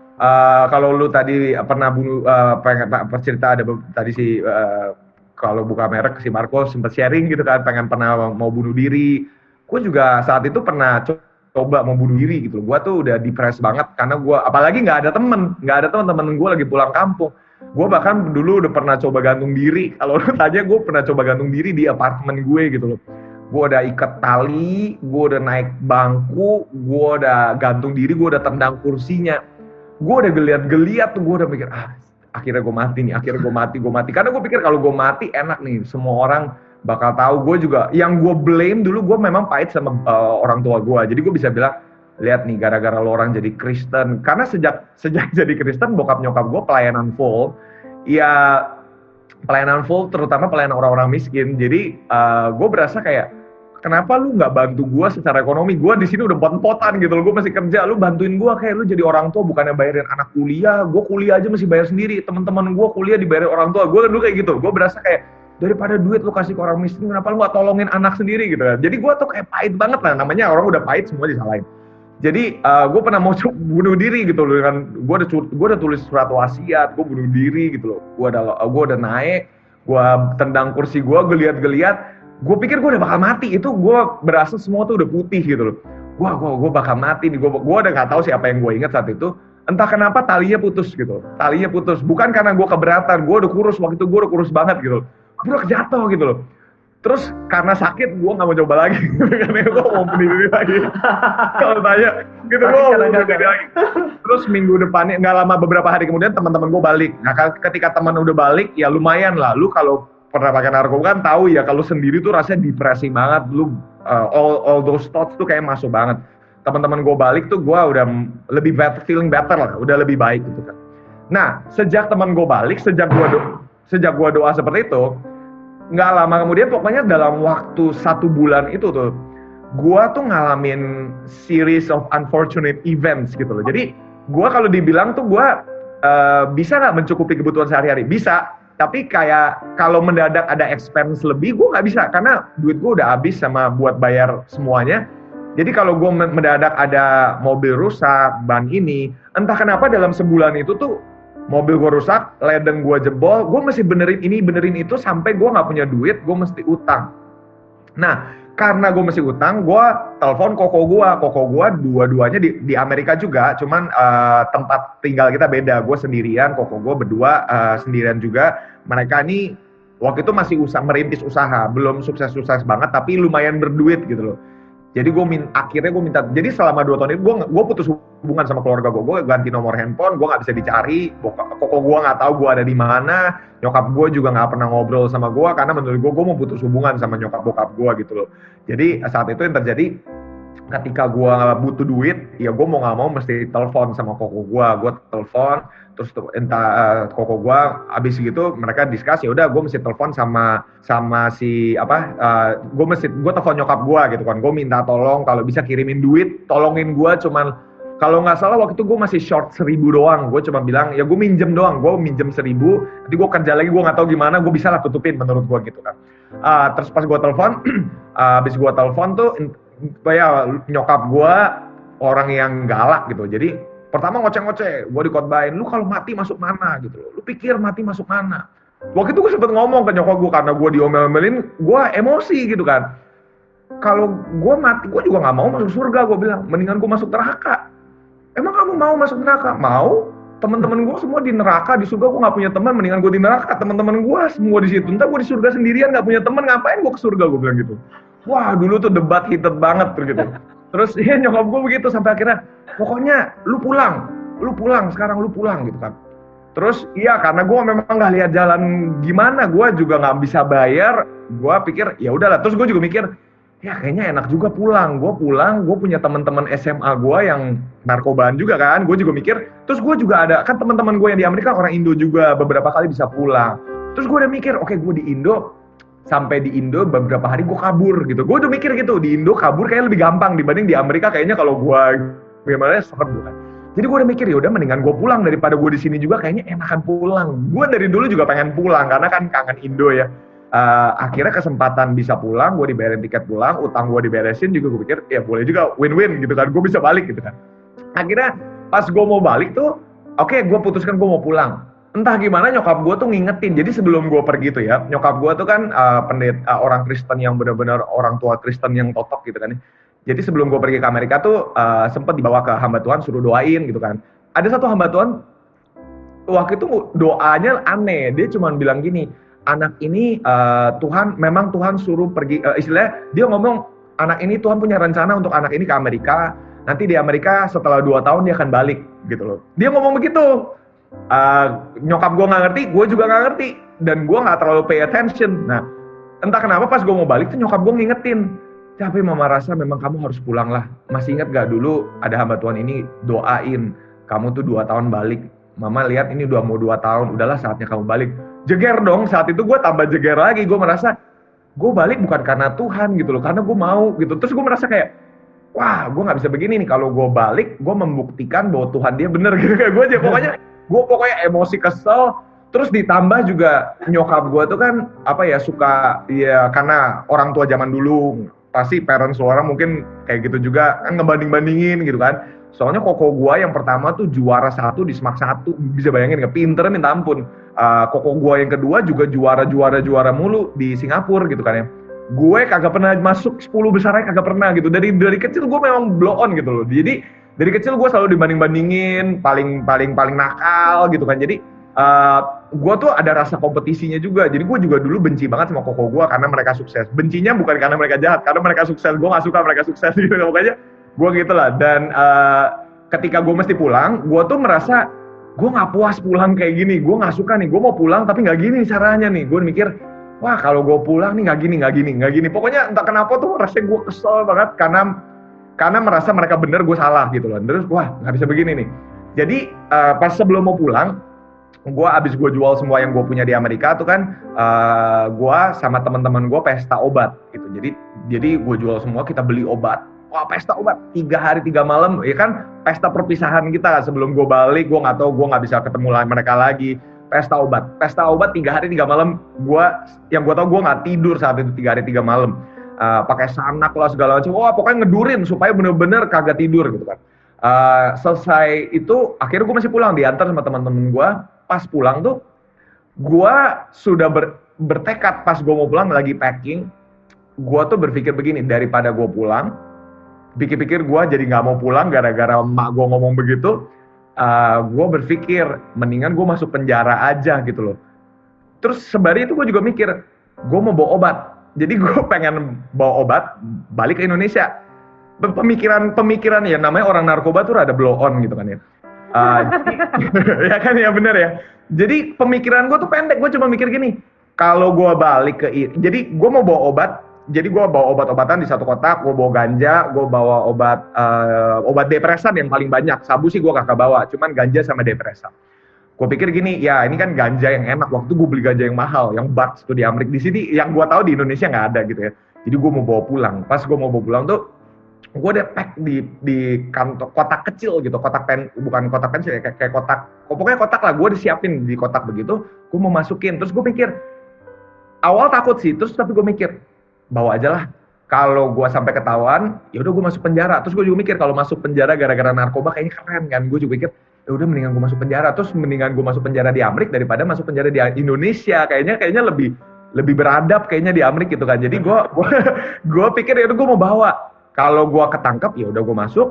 uh, kalau lu tadi pernah bunuh, uh, pengen cerita ada tadi si uh, kalau buka merek si Marco sempat sharing gitu kan, pengen pernah mau bunuh diri. Gue juga saat itu pernah coba mau bunuh diri gitu loh. Gue tuh udah depres banget karena gue apalagi nggak ada temen, nggak ada teman-teman gue lagi pulang kampung. Gue bahkan dulu udah pernah coba gantung diri. Kalau lu tanya, gue pernah coba gantung diri di apartemen gue gitu loh. Gue udah ikat tali, gue udah naik bangku, gue udah gantung diri, gue udah tendang kursinya. Gue udah geliat-geliat tuh, gue udah mikir, ah akhirnya gue mati nih, akhirnya gue mati, gue mati. Karena gue pikir kalau gue mati enak nih, semua orang bakal tahu. Gue juga, yang gue blame dulu, gue memang pahit sama uh, orang tua gue. Jadi gue bisa bilang, lihat nih, gara-gara lo orang jadi Kristen. Karena sejak sejak jadi Kristen, bokap nyokap gue pelayanan full. Ya, pelayanan full, terutama pelayanan orang-orang miskin. Jadi uh, gue berasa kayak, kenapa lu nggak bantu gue secara ekonomi? Gue di sini udah empot-empotan gitu loh, gue masih kerja, lu bantuin gue. Kayak lu jadi orang tua bukannya bayarin anak kuliah, gue kuliah aja masih bayar sendiri, teman-teman gue kuliah dibayarin orang tua. Gue dulu kayak gitu, gue berasa kayak daripada duit lu kasih ke orang miskin, kenapa lu nggak tolongin anak sendiri gitu kan? Jadi gue tuh kayak pahit banget lah, namanya orang udah pahit semua disalahin. Jadi uh, gue pernah mau bunuh diri gitu loh, kan? Gue udah gue udah tulis surat wasiat, gue bunuh diri gitu loh. Gue udah gue udah naik, gue tendang kursi gue, gue lihat-lihat. Gue pikir gue udah bakal mati, itu gue berasa semua tuh udah putih gitu loh. Wah, gue gue bakal mati nih, gue gue udah nggak tahu siapa yang gue ingat saat itu. Entah kenapa talinya putus gitu, talinya putus. Bukan karena gue keberatan, gue udah kurus waktu itu, gue udah kurus banget gitu loh. Gue udah jatuh gitu loh. Terus karena sakit, gue nggak mau coba lagi, karena gue mau bunuh diri lagi. Kalau tanya, gitu gue mau bunuh diri lagi. Terus minggu depannya, nggak lama beberapa hari kemudian teman-teman gue balik. Nah, ketika teman udah balik, ya lumayan lah. Lu kalau pernah pakai narkoba kan tahu ya, kalau sendiri tuh rasanya depresi banget, lu uh, all all those thoughts tuh kayak masuk banget. Teman-teman gue balik tuh gue udah lebih better, feeling better lah, udah lebih baik gitu kan. Nah, sejak teman gue balik, sejak gue do- sejak gue doa seperti itu, nggak lama kemudian pokoknya dalam waktu satu bulan itu tuh, gue tuh ngalamin series of unfortunate events gitu loh. Jadi gue kalau dibilang tuh gue uh, bisa nggak mencukupi kebutuhan sehari-hari, bisa. Tapi kayak kalau mendadak ada expense lebih, gue nggak bisa karena duit gue udah habis sama buat bayar semuanya. Jadi kalau gue mendadak ada mobil rusak, ban ini, entah kenapa dalam sebulan itu tuh mobil gue rusak, ledeng gue jebol, gue mesti benerin ini, benerin itu sampai gue nggak punya duit, gue mesti utang. Nah, karena gue mesti utang, gue telepon koko gue, koko gue dua-duanya di, di Amerika juga, cuman uh, tempat tinggal kita beda, gue sendirian, koko gue berdua uh, sendirian juga. Mereka ini waktu itu masih usaha, merintis usaha, belum sukses-sukses banget, tapi lumayan berduit gitu loh. Jadi gue min, akhirnya gue minta, jadi selama dua tahun itu gue gue putus hubungan sama keluarga gue, gue ganti nomor handphone, gue nggak bisa dicari, koko gue nggak tahu gue ada di mana, nyokap gue juga nggak pernah ngobrol sama gue karena menurut gue gue mau putus hubungan sama nyokap bokap gue gitu loh. Jadi saat itu yang terjadi, ketika gue butuh duit, ya gue mau nggak mau mesti telepon sama koko gue, gue telepon, terus entah uh, koko gue, abis gitu mereka diskus, ya udah gue mesti telepon sama sama si apa, uh, gue mesti gue telepon nyokap gue gitu kan, gue minta tolong kalau bisa kirimin duit, tolongin gue, cuman kalau nggak salah waktu itu gue masih short seribu doang, gue cuma bilang ya gue minjem doang, gue minjem seribu, nanti gue kerja lagi, gue nggak tahu gimana, gue bisa lah tutupin menurut gue gitu kan. Uh, terus pas gue telepon, uh, abis gue telepon tuh ya nyokap gue orang yang galak gitu, jadi pertama ngoceh-ngoceh, gue dikotbahin, lu kalau mati masuk mana gitu loh, lu pikir mati masuk mana. Waktu itu gue sempet ngomong ke nyokap gue karena gue diomel-omelin, gue emosi gitu kan. Kalau gue mati, gue juga nggak mau masuk surga, gue bilang, mendingan gue masuk neraka. Emang kamu mau masuk neraka? Mau? Teman-teman gue semua di neraka, di surga gue nggak punya teman, mendingan gue di neraka. Teman-teman gue semua di situ, ntar gue di surga sendirian nggak punya teman, ngapain gue ke surga, gue bilang gitu. Wah, dulu tuh debat heated banget tuh gitu. Terus ya nyokap gue begitu sampai akhirnya, pokoknya lu pulang, lu pulang sekarang, lu pulang gitu kan. Terus iya karena gue memang nggak lihat jalan gimana, gue juga nggak bisa bayar, gue pikir ya udahlah. Terus gue juga mikir, ya kayaknya enak juga pulang. Gue pulang, gue punya teman-teman S M A gue yang narkobaan juga kan. Gue juga mikir, terus gue juga ada kan teman-teman gue yang di Amerika orang Indo juga beberapa kali bisa pulang. Terus gue udah mikir, oke okay, gue di Indo. Sampai di Indo beberapa hari gue kabur gitu. Gue udah mikir gitu, di Indo kabur kayaknya lebih gampang dibanding di Amerika, kayaknya kalau gue gimana serem kan. Jadi gue udah mikir ya udah mendingan gue pulang daripada gue di sini juga, kayaknya enakan pulang. Gue dari dulu juga pengen pulang karena kan kangen Indo ya. Uh, akhirnya kesempatan bisa pulang, gue dibayarin tiket pulang, utang gue diberesin juga, gue pikir ya boleh juga win-win gitu kan, gue bisa balik gitu kan. Akhirnya pas gue mau balik tuh, oke okay, gue putuskan gue mau pulang. Entah gimana nyokap gue tuh ngingetin, jadi sebelum gue pergi tuh ya, nyokap gue tuh kan uh, pendeta, uh, orang Kristen yang benar-benar orang tua Kristen yang totok gitu kan. Jadi sebelum gue pergi ke Amerika tuh uh, sempat dibawa ke hamba Tuhan, suruh doain gitu kan. Ada satu hamba Tuhan, waktu itu doanya aneh, dia cuma bilang gini, anak ini uh, Tuhan, memang Tuhan suruh pergi, uh, istilahnya dia ngomong, anak ini Tuhan punya rencana untuk anak ini ke Amerika, nanti di Amerika setelah dua tahun dia akan balik gitu loh. Dia ngomong begitu. Uh, nyokap gue nggak ngerti, gue juga nggak ngerti, dan gue nggak terlalu pay attention. Nah, entah kenapa pas gue mau balik tuh nyokap gue ngingetin, tapi Mama rasa memang kamu harus pulang lah. Masih ingat gak dulu ada hamba Tuhan ini doain kamu tuh dua tahun balik. Mama lihat ini udah mau dua tahun, udahlah saatnya kamu balik. Jeger dong, saat itu gue tambah jeger lagi. Gue merasa gue balik bukan karena Tuhan gitu loh, karena gue mau gitu. Terus gue merasa kayak, wah gue gak bisa begini nih, kalau gue balik gue membuktikan bahwa Tuhan dia bener gitu. Kayak gue aja pokoknya, gue pokoknya emosi kesel. Terus ditambah juga nyokap gue tuh kan apa ya, suka ya karena orang tua zaman dulu pasti parents orang mungkin kayak gitu juga kan, ngebanding-bandingin gitu kan. Soalnya koko gue yang pertama tuh juara satu di Smack satu, bisa bayangin nggak, pinter minta ampun. Uh, koko gue yang kedua juga juara-juara-juara mulu di Singapura gitu kan ya. Gue kagak pernah masuk sepuluh besarnya, kagak pernah gitu. Dari dari kecil gue memang blow on gitu loh. Jadi dari kecil gue selalu dibanding-bandingin, paling paling paling nakal gitu kan. Jadi uh, gue tuh ada rasa kompetisinya juga. Jadi gue juga dulu benci banget sama koko gue karena mereka sukses. Bencinya bukan karena mereka jahat, karena mereka sukses. Gue nggak suka mereka sukses gitu. Pokoknya gue gitulah. Dan uh, ketika gue mesti pulang, gue tuh merasa gue nggak puas pulang kayak gini. Gue nggak suka nih. Gue mau pulang tapi nggak gini caranya nih. Gue mikir, wah kalau gue pulang nih nggak gini, nggak gini, nggak gini. Pokoknya entah kenapa tuh rasanya gue kesel banget karena karena merasa mereka bener, gue salah gitu loh. Terus wah nggak bisa begini nih. Jadi uh, pas sebelum mau pulang, gue abis gue jual semua yang gue punya di Amerika tuh kan, uh, gue sama teman-teman gue pesta obat gitu. Jadi jadi gue jual semua, kita beli obat. Wah pesta obat tiga hari tiga malam, ya kan pesta perpisahan kita sebelum gue balik. Gue nggak tahu, gue nggak bisa ketemu mereka lagi. Pesta obat, pesta obat tiga hari tiga malam. Gue yang gue tahu gue nggak tidur saat itu tiga hari tiga malam. Uh, pakai sanak lah segala macam. Wah pokoknya ngedurin supaya bener-bener kagak tidur gitu kan. Uh, selesai itu akhirnya gue masih pulang, diantar sama teman-teman gue. Pas pulang tuh gue sudah ber, bertekad pas gue mau pulang lagi packing. Gue tuh berpikir begini, daripada gue pulang, pikir-pikir gue jadi nggak mau pulang gara-gara emak gue ngomong begitu. Uh, gue berpikir mendingan gue masuk penjara aja gitu loh. Terus sembari itu gue juga mikir, gue mau bawa obat. Jadi gue pengen bawa obat balik ke Indonesia. Pemikiran pemikiran ya, namanya orang narkoba tuh ada blow on gitu kan ya. Uh, jadi, ya kan ya bener ya. Jadi pemikiran gue tuh pendek. Gue cuma mikir gini, kalau gue balik ke, jadi gue mau bawa obat. Jadi gue bawa obat-obatan di satu kotak. Gue bawa ganja, gue bawa obat uh, obat depresan yang paling banyak. Sabu sih gue kakak bawa, cuman ganja sama depresan. Gue pikir gini, ya ini kan ganja yang enak. Waktu gue beli ganja yang mahal, yang buds tuh di Amerika. Di sini yang gue tahu di Indonesia nggak ada gitu ya. Jadi gue mau bawa pulang. Pas gue mau bawa pulang tuh, gue udah pack di di kantor kotak kecil gitu, kotak pen, bukan kotak pensil ya, kayak, kayak kotak, pokoknya kotak lah. Gue disiapin di kotak begitu. Gue mau masukin. Terus gue pikir, awal takut sih. Terus tapi gue mikir, bawa aja lah. Kalau gue sampai ketahuan, ya udah gue masuk penjara. Terus gue juga mikir kalau masuk penjara gara-gara narkoba kayaknya keren kan. Gue juga pikir, ya udah mendingan gue masuk penjara. Terus mendingan gue masuk penjara di Amerika daripada masuk penjara di Indonesia. Kayaknya kayaknya lebih lebih beradab kayaknya di Amerika gitu kan. Jadi gue gue gue pikir ya udah gue mau bawa. Kalau gue ketangkep ya udah gue masuk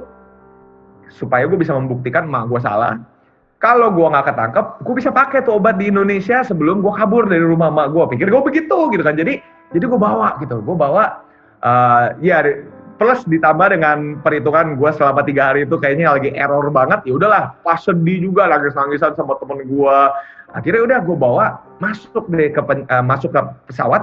supaya gue bisa membuktikan mak gue salah. Kalau gue nggak ketangkep, gue bisa pakai tuh obat di Indonesia sebelum gue kabur dari rumah mak gue. Pikir gue begitu gitu kan. Jadi jadi gue bawa gitu. Gue bawa. Uh, ya plus ditambah dengan perhitungan gue selama tiga hari itu kayaknya lagi error banget. Ya udahlah, pas sedih juga, nangis-nangisan sama temen gue. Akhirnya udah gue bawa masuk deh ke pen, uh, masuk ke pesawat.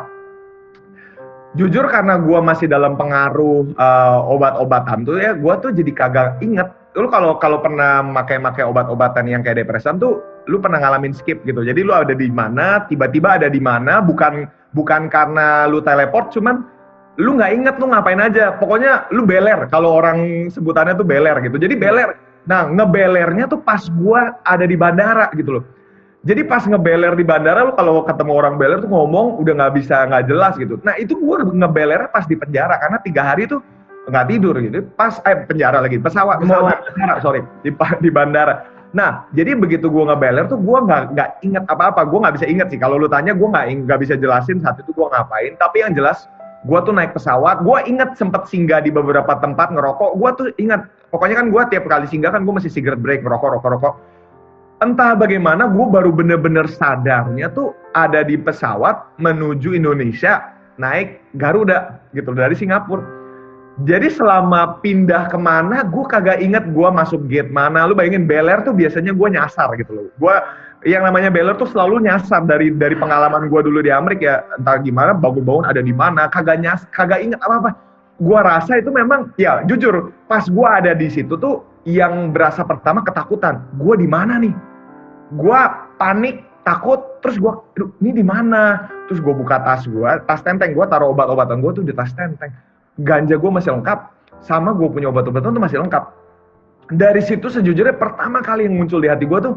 Jujur karena gue masih dalam pengaruh uh, obat-obatan tuh ya, gue tuh jadi kagak inget. Lu kalau kalau pernah makai-makai obat-obatan yang kayak depresan tuh, lu pernah ngalamin skip gitu. Jadi lu ada di mana, tiba-tiba ada di mana, bukan bukan karena lu teleport, cuman lu nggak inget lu ngapain aja. Pokoknya lu beler. Kalau orang sebutannya tuh beler gitu. Jadi beler. Nah ngebelernya tuh pas gue ada di bandara gitu loh. Jadi pas ngebeler di bandara, lu kalau ketemu orang beler tuh ngomong udah nggak bisa, nggak jelas gitu. Nah itu gue ngebelernya pas di penjara karena tiga hari tuh nggak tidur gitu. Pas eh penjara lagi pesawat, pesawat bandara, sorry di di bandara. Nah jadi begitu gue ngebeler tuh gue nggak nggak inget apa-apa. Gue nggak bisa inget sih. Kalau lu tanya gue nggak nggak bisa jelasin saat itu gue ngapain. Tapi yang jelas gue tuh naik pesawat. Gue inget sempet singgah di beberapa tempat ngerokok. Gue tuh inget. Pokoknya kan gue tiap kali singgah kan gue masih cigarette break, ngerokok, rokok, rokok. Entah bagaimana gue baru bener-bener sadarnya tuh ada di pesawat menuju Indonesia naik Garuda gitu dari Singapura. Jadi selama pindah kemana gue kagak inget gue masuk gate mana. Lu bayangin beler tuh biasanya gue nyasar gitu loh. Gue yang namanya Baylor tuh selalu nyasar dari dari pengalaman gue dulu di Amerika ya, entah gimana bangun-bangun ada di mana, kagak nyas, kagak inget apa-apa. Gue rasa itu memang ya jujur pas gue ada di situ tuh yang berasa pertama ketakutan. Gue di mana nih? Gue panik, takut, terus gue, ini di mana? Terus gue buka tas gue, tas tenteng gue taruh obat-obatan gue tuh di tas tenteng. Ganja gue masih lengkap, sama gue punya obat-obatan tuh masih lengkap. Dari situ sejujurnya pertama kali yang muncul di hati gue tuh,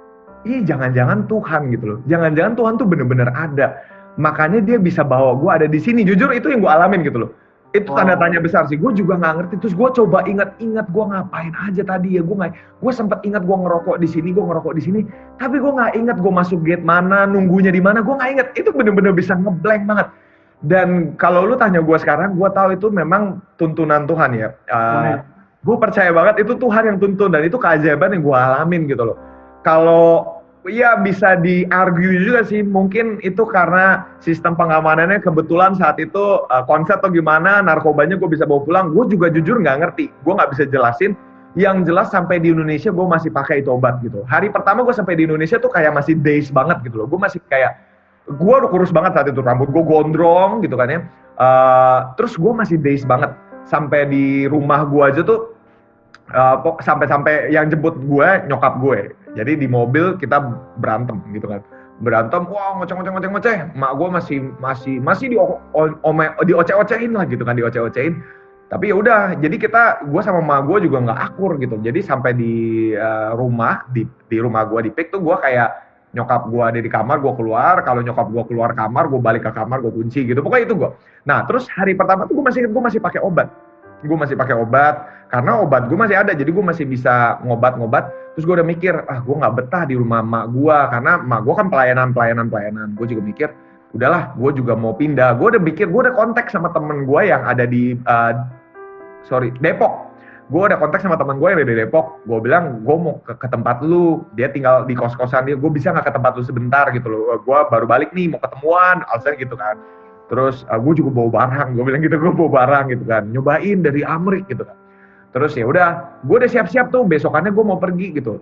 ih jangan-jangan Tuhan gitu loh. Jangan-jangan Tuhan tuh bener-bener ada. Makanya dia bisa bawa gue ada di sini. Jujur itu yang gue alamin gitu loh. Itu wow. Tanda tanya besar sih. Gue juga nggak ngerti. Terus gue coba ingat-ingat gue ngapain aja tadi ya. Gue nggak. Gue sempet ingat gue ngerokok di sini. Gue ngerokok di sini. Tapi gue nggak ingat gue masuk gate mana, nunggunya di mana. Gue nggak ingat. Itu bener-bener bisa ngeblank banget. Dan kalau lu tanya gue sekarang, gue tahu itu memang tuntunan Tuhan ya. Uh, gue percaya banget itu Tuhan yang tuntun dan itu keajaiban yang gue alamin gitu loh. Kalau ya bisa di-argue juga sih, mungkin itu karena sistem pengamanannya kebetulan saat itu uh, konsep atau gimana, narkobanya gue bisa bawa pulang, gue juga jujur nggak ngerti, gue nggak bisa jelasin. Yang jelas sampai di Indonesia gue masih pakai itu obat gitu. Hari pertama gue sampai di Indonesia tuh kayak masih daze banget gitu loh, gue masih kayak, gue udah kurus banget saat itu, rambut gue gondrong gitu kan ya, uh, terus gue masih daze banget, sampai di rumah gue aja tuh, Uh, sampai-sampai yang jemput gue nyokap gue. Jadi di mobil kita berantem gitu kan. Berantem, wah ngoceh-ngoceh-ngoceh-ngoceh. Mak gue masih masih masih di di oceh-ocehin lah gitu kan, di oceh-ocehin. Tapi ya udah, jadi kita gue sama mak gue juga nggak akur gitu. Jadi sampai di uh, rumah di di rumah gue di P I K tuh gue kayak nyokap gue ada di kamar, gue keluar. Kalau nyokap gue keluar kamar, gue balik ke kamar, gue kunci gitu. Pokoknya itu gue. Nah terus hari pertama tuh gue masih gue masih pakai obat. Gue masih pakai obat karena obat gue masih ada, jadi gue masih bisa ngobat-ngobat. Terus gue udah mikir, ah gue nggak betah di rumah mak gue karena mak gue kan pelayanan pelayanan pelayanan. Gue juga mikir, udahlah, gue juga mau pindah. Gue udah mikir, gue udah kontak sama temen gue yang ada di uh, sorry Depok. Gue udah kontak sama temen gue yang ada di Depok. Gue bilang, gue mau ke, ke tempat lu. Dia tinggal di kos-kosan dia. Gue bisa nggak ke tempat lu sebentar gitu loh. Gue baru balik nih, mau ketemuan, alasan gitu kan. Terus uh, gue juga bawa barang, gue bilang gitu, gue bawa barang gitu kan, nyobain dari Amerika gitu kan. Terus ya udah, gue udah siap-siap tuh, besokannya gue mau pergi gitu.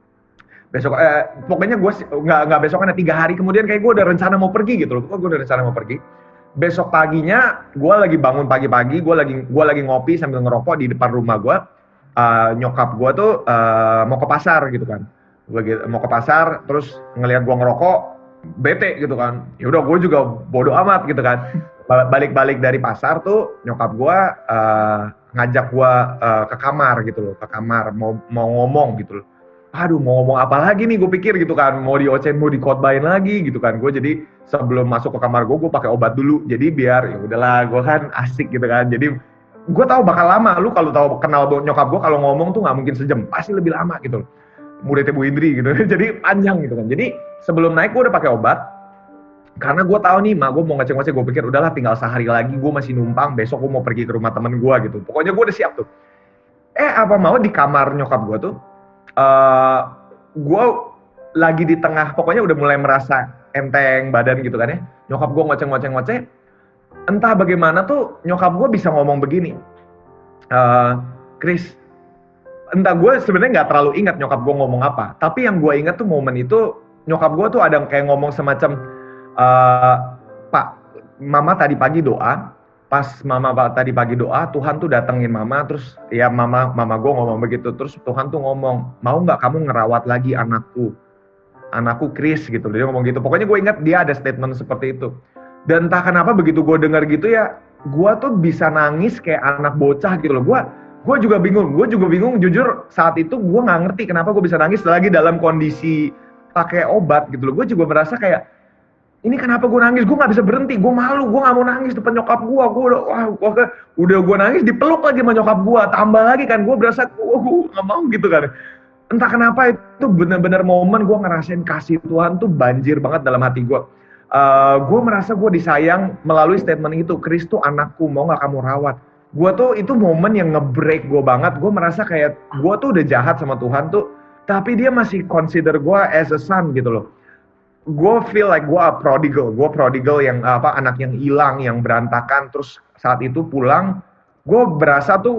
Besok, eh, pokoknya gue nggak nggak besokannya, tiga hari kemudian kayak gue udah rencana mau pergi gitu loh, gue udah rencana mau pergi. Besok paginya, gue lagi bangun pagi-pagi, gue lagi gue lagi ngopi sambil ngerokok di depan rumah gue. Uh, nyokap gue tuh uh, mau ke pasar gitu kan, gue mau ke pasar, terus ngelihat gue ngerokok. Bete gitu kan, ya udah gue juga bodo amat gitu kan. Balik-balik dari pasar tuh nyokap gue uh, ngajak gue uh, ke kamar gitu loh, ke kamar mau mau ngomong gitu loh. Aduh mau ngomong apa lagi nih gue pikir gitu kan, mau diocehin mau dikotbahin lagi gitu kan. Gue jadi sebelum masuk ke kamar gue gue pakai obat dulu, jadi biar ya udahlah gue kan asik gitu kan. Jadi gue tahu bakal lama, lu kalau tahu kenal nyokap gue kalau ngomong tuh nggak mungkin sejam, pasti lebih lama gitu loh. Muridnya Bu Indri gitu, jadi panjang gitu kan. Jadi sebelum naik gue udah pakai obat, karena gue tahu nih, mak gue mau ngecek-ngecek, gue pikir udahlah tinggal sehari lagi, gue masih numpang, besok gue mau pergi ke rumah temen gue gitu. Pokoknya gue udah siap tuh. Eh apa mau di kamar nyokap gue tuh, uh, gue lagi di tengah, pokoknya udah mulai merasa enteng badan gitu kan ya. Nyokap gue ngoceh-ngoceh-ngoceh, entah bagaimana tuh nyokap gue bisa ngomong begini, uh, Chris, entah gue sebenarnya nggak terlalu ingat nyokap gue ngomong apa, tapi yang gue ingat tuh momen itu nyokap gue tuh ada kayak ngomong semacam, uh, Pak, Mama tadi pagi doa, pas Mama tadi pagi doa, Tuhan tuh datengin Mama, terus ya Mama Mama gue ngomong begitu, terus Tuhan tuh ngomong, mau nggak kamu ngerawat lagi anakku, anakku Chris gitu, dia ngomong gitu. Pokoknya gue ingat dia ada statement seperti itu. Dan entah kenapa begitu gue dengar gitu ya, gue tuh bisa nangis kayak anak bocah gitu loh. Gue Gue juga bingung, gue juga bingung jujur saat itu gue nggak ngerti kenapa gue bisa nangis lagi dalam kondisi pakai obat gitu loh. Gue juga merasa kayak, ini kenapa gue nangis, gue nggak bisa berhenti, gue malu, gue nggak mau nangis depan nyokap gue, gue udah, wah, gue, udah gue nangis dipeluk lagi sama nyokap gue, tambah lagi kan, gue berasa, gue nggak mau gitu kan. Entah kenapa itu benar-benar momen gue ngerasain kasih Tuhan tuh banjir banget dalam hati gue. Uh, gue merasa gue disayang melalui statement itu, Chris tuh anakku, mau nggak kamu rawat. Gue tuh itu momen yang nge-break gue banget. Gue merasa kayak gue tuh udah jahat sama Tuhan tuh, tapi dia masih consider gue as a son gitu loh. Gue feel like gue a prodigal, gue prodigal yang apa, anak yang hilang, yang berantakan. Terus saat itu pulang, gue berasa tuh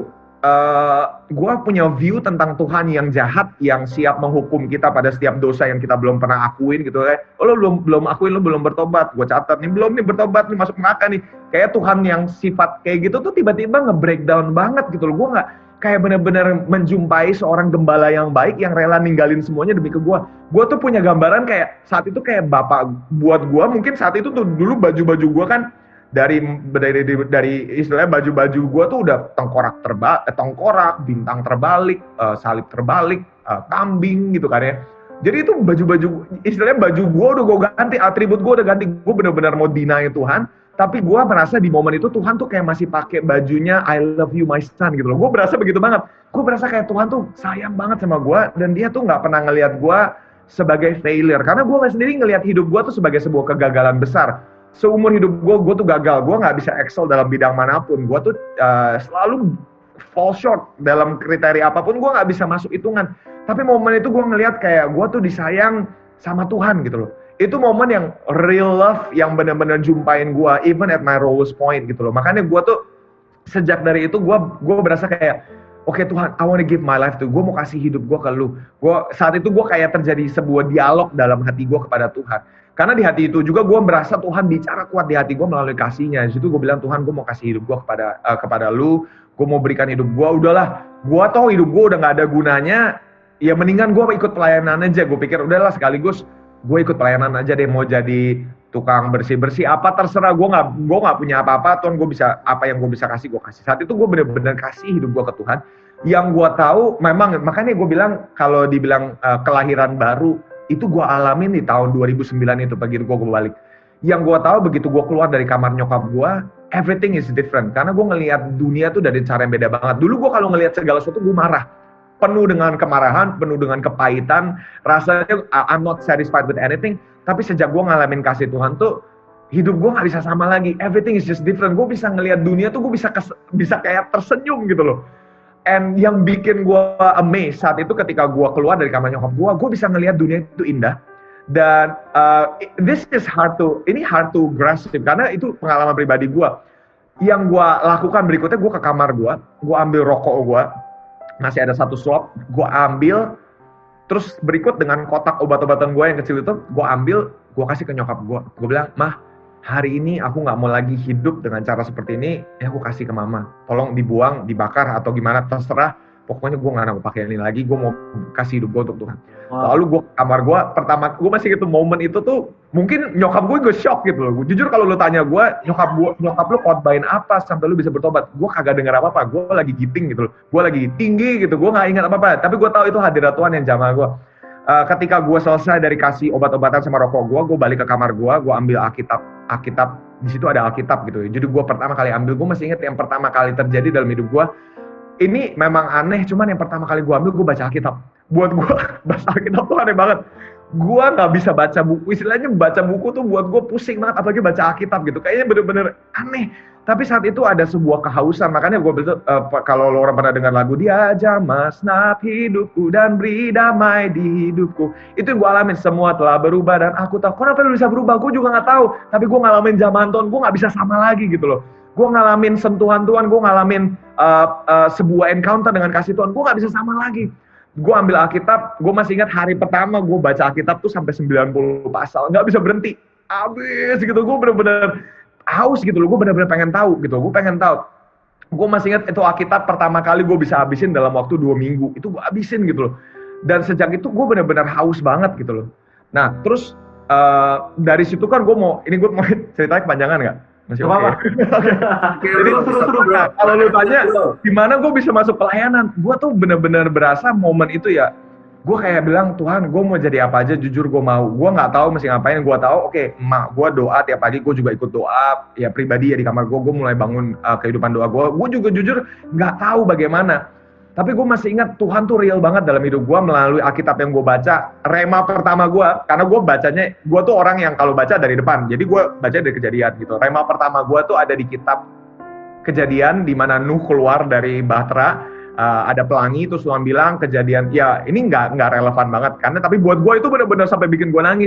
uh, gue punya view tentang Tuhan yang jahat, yang siap menghukum kita pada setiap dosa yang kita belum pernah akuin gitu kayak, oh lo belum belum akuin, lo belum bertobat, gue catat nih belum nih bertobat nih masuk neraka nih. Kayak Tuhan yang sifat kayak gitu tuh tiba-tiba nge-breakdown banget gitu loh. Gue nggak kayak bener-bener menjumpai seorang gembala yang baik yang rela ninggalin semuanya demi ke gue. Gue tuh punya gambaran kayak saat itu kayak bapak buat gue, mungkin saat itu tuh dulu baju-baju gue kan dari dari dari, dari istilahnya baju-baju gue tuh udah tengkorak terbalik, tengkorak, bintang terbalik, uh, salib terbalik, uh, kambing gitu kan ya. Jadi itu baju-baju, istilahnya baju gue udah gue ganti, atribut gue udah ganti, gue benar-benar mau deny Tuhan, tapi gue merasa di momen itu Tuhan tuh kayak masih pakai bajunya I love you my son gitu loh. Gue berasa begitu banget, gue berasa kayak Tuhan tuh sayang banget sama gue, dan dia tuh nggak pernah ngelihat gue sebagai failure, karena gue sendiri ngelihat hidup gue tuh sebagai sebuah kegagalan besar. Seumur hidup gue, gue tuh gagal, gue nggak bisa excel dalam bidang manapun, gue tuh uh, selalu fall short dalam kriteria apapun, gue nggak bisa masuk hitungan. Tapi momen itu gue ngelihat kayak gue tuh disayang sama Tuhan gitu loh. Itu momen yang real love yang benar-benar jumpain gue, even at my lowest point gitu loh. Makanya gue tuh sejak dari itu gue gue berasa kayak, oke okay, Tuhan, I want to give my life to, gue mau kasih hidup gue ke lu. Gue saat itu gue kayak terjadi sebuah dialog dalam hati gue kepada Tuhan. Karena di hati itu juga gue merasa Tuhan bicara kuat di hati gue melalui kasihnya. Di situ gue bilang, Tuhan, gue mau kasih hidup gue kepada uh, kepada lu. Gue mau berikan hidup gue. Udahlah, gue tau hidup gue udah gak ada gunanya. Ya mendingan gue ikut pelayanan aja. Gue pikir udahlah sekaligus gue ikut pelayanan aja deh. Mau jadi tukang bersih-bersih apa terserah. Gue gak, gue gak punya apa-apa. Tuhan, gue bisa, apa yang gue bisa kasih gue kasih. Saat itu gue bener-bener kasih hidup gue ke Tuhan. Yang gue tahu memang, makanya gue bilang kalau dibilang uh, kelahiran baru, itu gue alamin di tahun dua ribu sembilan itu begitu gue balik. Yang gue tahu begitu gue keluar dari kamar nyokap gue, everything is different. Karena gue ngelihat dunia tuh dari cara yang beda banget. Dulu gue kalau ngelihat segala sesuatu gue marah. Penuh dengan kemarahan, penuh dengan kepahitan. Rasanya I'm not satisfied with anything. Tapi sejak gue ngalamin kasih Tuhan tuh, hidup gue gak bisa sama lagi. Everything is just different. Gue bisa ngelihat dunia tuh gue bisa kes, bisa kayak tersenyum gitu loh. And yang bikin gue amazed saat itu ketika gue keluar dari kamar nyokap gue, gue bisa ngelihat dunia itu indah. Dan uh, this is hard to, ini hard to grasp karena itu pengalaman pribadi gue. Yang gue lakukan berikutnya, gue ke kamar gue, gue ambil rokok gue, masih ada satu slot, gue ambil, terus berikut dengan kotak obat-obatan gue yang kecil itu, gue ambil, gue kasih ke nyokap gue. Gue bilang, Mah, hari ini aku gak mau lagi hidup dengan cara seperti ini, ya aku kasih ke mama. Tolong dibuang, dibakar, atau gimana, terserah. Pokoknya gue gak mau pakai ini lagi, gue mau kasih hidup gue untuk Tuhan. Wow. Lalu gue ke kamar gue, pertama, gue masih gitu, momen itu tuh, mungkin nyokap gue gue shock gitu loh. Jujur kalau lu tanya gue, nyokap gue, nyokap lu khotbahin apa sampai lu bisa bertobat? Gue kagak denger apa-apa, gue lagi giting gitu loh. Gue lagi tinggi gitu, gue gak ingat apa-apa. Tapi gue tahu itu hadirat Tuhan yang jamah gue. Uh, ketika gue selesai dari kasih obat-obatan sama rokok gue, gue balik ke kamar gue, gue ambil Alkitab, Alkitab, di situ ada Alkitab gitu. Jadi gue pertama kali ambil, gue masih ingat yang pertama kali terjadi dalam hidup gue. Ini memang aneh, cuman yang pertama kali gue ambil, gue baca Alkitab. Buat gue, baca Alkitab tuh aneh banget. Gue gak bisa baca buku, istilahnya baca buku tuh buat gue pusing banget, apalagi baca Alkitab gitu. Kayaknya bener-bener aneh. Tapi saat itu ada sebuah kehausan, makanya gue betul uh, kalau lo orang pernah dengar lagu dia jamah senap hidupku dan beri damai di hidupku, itu yang gue alamin. Semua telah berubah dan aku tahu kenapa lu bisa berubah, gue juga nggak tahu, tapi gue ngalamin zaman Tuhan, gue nggak bisa sama lagi gitu loh. Gue ngalamin sentuhan Tuhan, gue ngalamin uh, uh, sebuah encounter dengan kasih Tuhan, gue nggak bisa sama lagi. Gue ambil Alkitab, gue masih ingat hari pertama gue baca Alkitab tuh sampai sembilan puluh pasal, nggak bisa berhenti, abis gitu. Gue bener-bener haus gitu loh, gue benar-benar pengen tahu gitu, gue pengen tahu. Gue masih ingat itu Alkitab pertama kali gue bisa habisin dalam waktu dua minggu, itu gue habisin gitu loh. Dan sejak itu gue benar-benar haus banget gitu loh. Nah terus uh, dari situ kan gue mau, ini gue mau ceritanya kepanjangan nggak? Masih oke? Okay. Okay. Jadi nah, kalau lu tanya, gimana gue bisa masuk pelayanan? Gue tuh benar-benar berasa momen itu ya, gue kayak bilang, Tuhan, gue mau jadi apa aja, jujur gue mau. Gue nggak tahu mesti ngapain. Gue tahu, oke, okay, emak gue doa tiap pagi, gue juga ikut doa. Ya pribadi ya di kamar gue, gue mulai bangun uh, kehidupan doa gue. Gue juga jujur nggak tahu bagaimana. Tapi gue masih ingat Tuhan tuh real banget dalam hidup gue melalui Alkitab yang gue baca. Rema pertama gue, karena gue bacanya, gue tuh orang yang kalau baca dari depan. Jadi gue baca dari Kejadian gitu. Rema pertama gue tuh ada di kitab Kejadian, di mana Nuh keluar dari bahtera. Uh, ada pelangi, terus Tuhan bilang Kejadian, ya ini nggak nggak relevan banget karena tapi buat gue itu benar-benar sampai bikin gue nangis.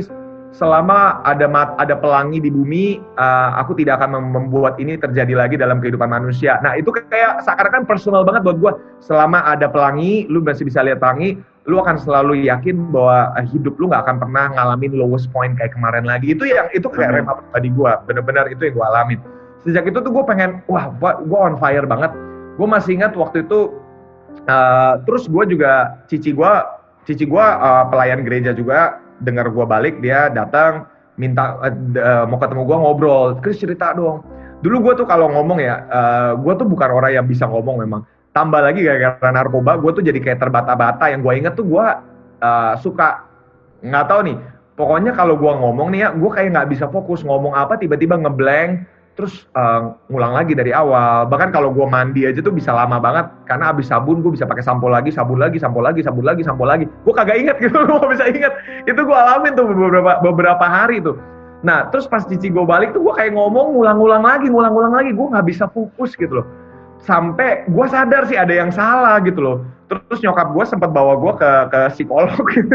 selama ada mat, ada pelangi di bumi, uh, aku tidak akan membuat ini terjadi lagi dalam kehidupan manusia. Nah itu kayak seakan-akan personal banget buat gue. Selama ada pelangi, lu masih bisa lihat pelangi, lu akan selalu yakin bahwa hidup lu nggak akan pernah ngalamin lowest point kayak kemarin lagi. Itu yang itu kayak rema pribadi gue, bener-bener itu yang gue alamin. Sejak itu tuh gue pengen, wah gue on fire banget. Gue masih ingat waktu itu, uh, terus gue juga cici gue, cici gue uh, pelayan gereja juga. Dengar gue balik, dia datang minta uh, mau ketemu gue ngobrol. Chris cerita dong. Dulu gue tuh kalau ngomong ya, uh, gue tuh bukan orang yang bisa ngomong memang. Tambah lagi gara-gara narkoba, gue tuh jadi kayak terbata-bata. Yang gue inget tuh gue uh, suka nggak tahu nih. Pokoknya kalau gue ngomong nih ya, gue kayak nggak bisa fokus ngomong apa, tiba-tiba ngeblank. Terus uh, ngulang lagi dari awal. Bahkan kalau gue mandi aja tuh bisa lama banget. Karena abis sabun gue bisa pakai sampo lagi, sabun lagi, sampo lagi, sabun lagi, sampo lagi. Gue kagak inget gitu, gue gak bisa inget. Itu gue alamin tuh beberapa beberapa hari tuh. Nah terus pas cici gue balik tuh gue kayak ngomong ngulang-ngulang lagi, ngulang-ngulang lagi. Gue gak bisa fokus gitu loh. Sampai gue sadar sih ada yang salah gitu loh. Terus nyokap gue sempat bawa gue ke ke psikolog gitu.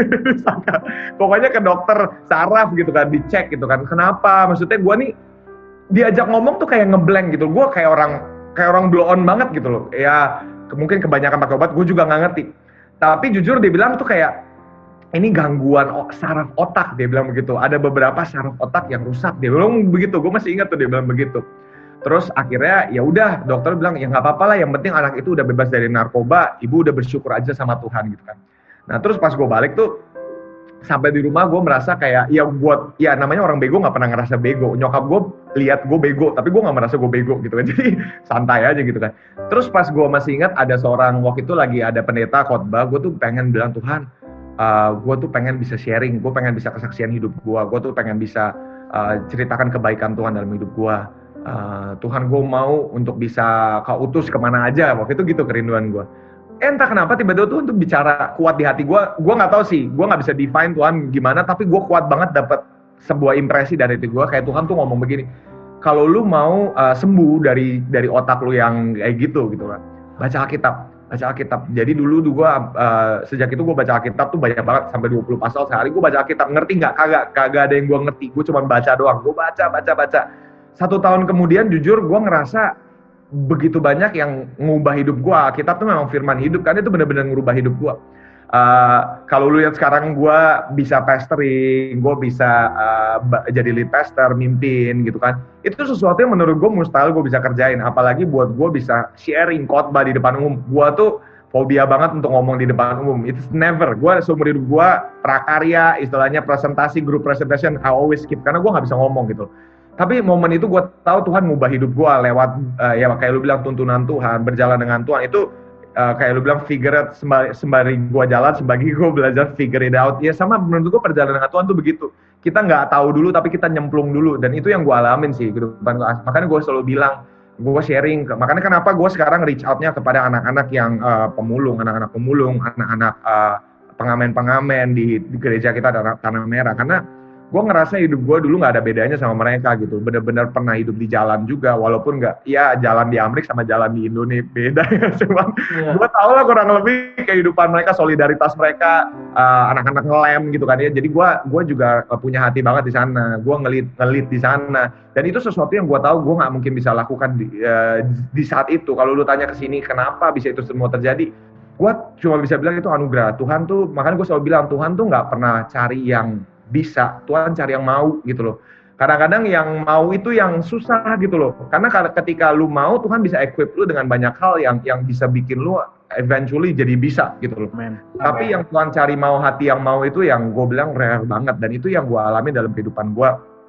Pokoknya ke dokter saraf gitu kan, dicek gitu kan. Kenapa? Maksudnya gue nih diajak ngomong tuh kayak ngeblank gitu. Gue kayak orang kayak orang blow on banget gitu loh. Ya mungkin kebanyakan pakai obat, gue juga nggak ngerti. Tapi jujur dia bilang tuh kayak ini gangguan saraf otak, dia bilang begitu. Ada beberapa saraf otak yang rusak, dia bilang begitu. Gue masih ingat tuh dia bilang begitu. Terus akhirnya ya udah dokter bilang ya nggak apa-apa lah, yang penting anak itu udah bebas dari narkoba, ibu udah bersyukur aja sama Tuhan gitu kan. Nah terus pas gue balik tuh sampai di rumah gue merasa kayak ya buat ya namanya orang bego nggak pernah ngerasa bego. Nyokap gue lihat gue bego tapi gue nggak merasa gue bego gitu kan. Jadi santai aja gitu kan. Terus pas gue masih ingat ada seorang waktu itu lagi ada pendeta khotbah, gue tuh pengen bilang Tuhan, uh, gue tuh pengen bisa sharing, gue pengen bisa kesaksian hidup gue, gue tuh pengen bisa uh, ceritakan kebaikan Tuhan dalam hidup gue. Uh, Tuhan gue mau untuk bisa kau utus kemana aja, waktu itu gitu kerinduan gue. Eh, entah kenapa tiba-tiba tuh untuk bicara kuat di hati gue, gue nggak tahu sih, gue nggak bisa define Tuhan gimana, tapi gue kuat banget dapat sebuah impresi dari hati gue, kayak Tuhan tuh ngomong begini, kalau lu mau uh, sembuh dari dari otak lu yang kayak gitu gitu kan, baca Alkitab, baca Alkitab. Jadi dulu gue uh, sejak itu gue baca Alkitab tuh banyak banget sampai dua puluh pasal sehari gue baca Alkitab, ngerti nggak? Kagak, kagak ada yang gue ngerti, gue cuma baca doang, gue baca, baca, baca. Satu tahun kemudian jujur gue ngerasa begitu banyak yang ngubah hidup gue. Kita tuh memang firman hidup kan, itu benar-benar ngubah hidup gue. Uh, kalau lu lihat sekarang gue bisa pastoring, gue bisa uh, jadi lead pastor, mimpin gitu kan. Itu sesuatu yang menurut gue mustahil gue bisa kerjain. Apalagi buat gue bisa sharing khotbah di depan umum. Gue tuh fobia banget untuk ngomong di depan umum. It's never. Gue seumur hidup gue prakarya, istilahnya presentasi, group presentation, I always skip karena gue nggak bisa ngomong gitu. Tapi momen itu gue tahu Tuhan ngubah hidup gue lewat uh, ya kayak lu bilang tuntunan Tuhan, berjalan dengan Tuhan itu uh, kayak lu bilang figure it sembari, sembari gue jalan, sembari gue belajar figure it out. Ya sama menurut gue perjalanan dengan Tuhan tuh begitu. Kita nggak tahu dulu tapi kita nyemplung dulu, dan itu yang gue alamin sih kehidupan gue. Makanya gue selalu bilang, gue sharing. Makanya kenapa gue sekarang reach out-nya kepada anak-anak yang uh, pemulung, anak-anak pemulung, anak-anak uh, pengamen-pengamen di, di gereja kita Tanah Merah, karena gue ngerasa hidup gue dulu nggak ada bedanya sama mereka gitu, bener-bener pernah hidup di jalan juga, walaupun nggak, ya jalan di Amerika sama jalan di Indonesia beda ya, cuman yeah. Gue tau lah kurang lebih kehidupan mereka, solidaritas mereka, uh, anak-anak ngelem gitu kan ya, jadi gue gue juga punya hati banget di sana, gue ngelit ngelit di sana, dan itu sesuatu yang gue tahu gue nggak mungkin bisa lakukan di, uh, di saat itu. Kalau lu tanya ke sini kenapa bisa itu semua terjadi, gue cuma bisa bilang itu anugerah Tuhan tuh. Makanya gue selalu bilang Tuhan tuh nggak pernah cari yang bisa, Tuhan cari yang mau gitu loh. Kadang-kadang yang mau itu yang susah gitu loh. Karena ketika lu mau, Tuhan bisa equip lu dengan banyak hal yang yang bisa bikin lu eventually jadi bisa gitu loh. Amen. Tapi Amen. Yang Tuhan cari mau, hati yang mau itu yang gue bilang rare banget, dan itu yang gue alami dalam kehidupan gue.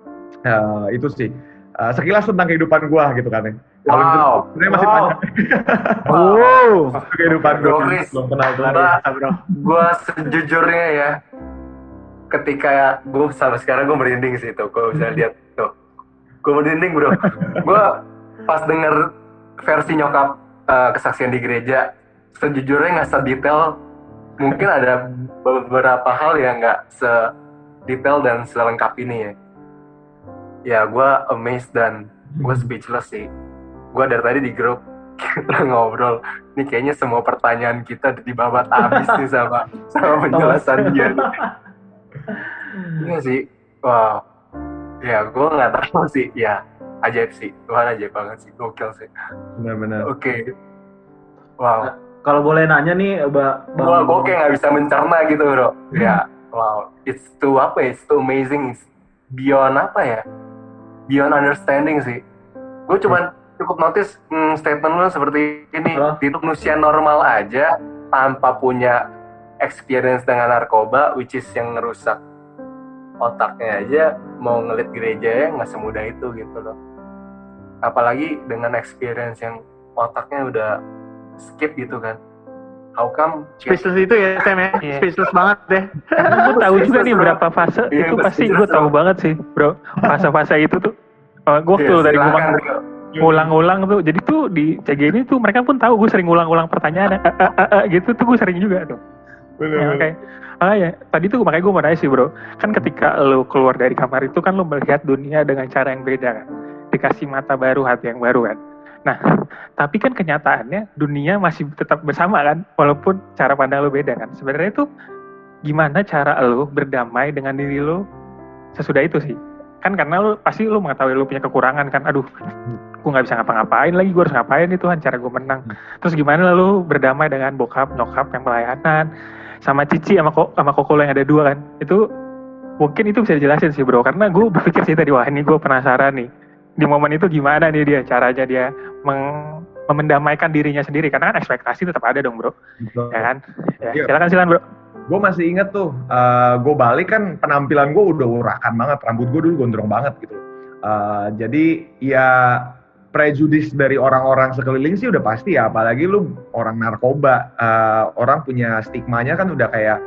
Uh, itu sih uh, sekilas tentang kehidupan gue gitu kan ya. Kalau wow. Itu sebenarnya masih wow. Banyak. Wow. Kehidupan gue belum kenal Tuhan. Gue sejujurnya ya, ketika gue sampai sekarang gue merinding sih tuh, gue bisa lihat tuh, gue merinding bro. Gue pas denger versi nyokap uh, kesaksian di gereja, sejujurnya nggak sedetail, mungkin ada beberapa hal yang nggak sedetail dan selengkap ini ya. Ya gue amazed dan gue speechless sih. Gue dari tadi di grup kita ngobrol, ini kayaknya semua pertanyaan kita dibabat habis nih sama sama penjelasan dia. Iya sih, Wow, ya gue nggak tahu sih, ya ajaib sih, Tuhan ajaib banget sih, gokil sih. Benar-benar. Oke, wow. Kalau boleh nanya nih, Mbak, Gue gue kayak nggak bisa mencerna gitu bro. Ya, wow, it's too apa ya, it's too amazing, it's beyond apa ya, beyond understanding sih. Gue cuman cukup notice hmm, statement lu seperti ini, Halo? hidup manusia normal aja tanpa punya experience dengan narkoba, which is yang ngerusak otaknya aja, mau ngelit gereja ya nggak semudah itu gitu loh. Apalagi dengan experience yang otaknya udah skip gitu kan. How come? Speechless itu ya, Sam ya? Iya. Speechless banget deh. Gue tahu juga nih berapa fase, Iya, itu gue pasti speechless, gue tahu bro. banget sih bro, fase-fase itu tuh. Uh, gue Iya, tuh dari gue silakan, bro. ngulang-ulang tuh, jadi tuh di C G ini tuh mereka pun tahu gue sering ngulang-ulang pertanyaan, eh, eh, eh, eh, gitu tuh gue sering juga tuh. Ya, kayak, ah ya, tadi tuh makanya gue mau nanya sih bro, kan ketika lo keluar dari kamar itu kan lo melihat dunia dengan cara yang beda kan, dikasih mata baru, hati yang baru kan. Nah, tapi kan kenyataannya dunia masih tetap bersama kan, walaupun cara pandang lo beda kan. Sebenarnya itu gimana cara lo berdamai dengan diri lo sesudah itu sih? Kan karena lo pasti lo mengetahui lo punya kekurangan kan, aduh, gue nggak bisa ngapa-ngapain lagi, gue harus ngapain itu kan cara gue menang. Terus gimana lo berdamai dengan bokap, nyokap yang pelayanan, sama Cici sama kok sama Koko yang ada dua kan? Itu mungkin itu bisa dijelasin sih bro, karena gue berpikir sih tadi, wah ini gue penasaran nih. Di momen itu gimana nih dia caranya dia meng, mendamaikan dirinya sendiri, karena kan ekspektasi tetap ada dong bro, Betul. ya kan? Ya, Iya. silakan silakan bro. Gue masih inget tuh, uh, gue balik kan penampilan gue udah urakan banget, rambut gue dulu gondrong banget gitu. Uh, jadi ya prejudis dari orang-orang sekeliling sih udah pasti ya, apalagi lu orang narkoba, uh, orang punya stigmanya kan udah kayak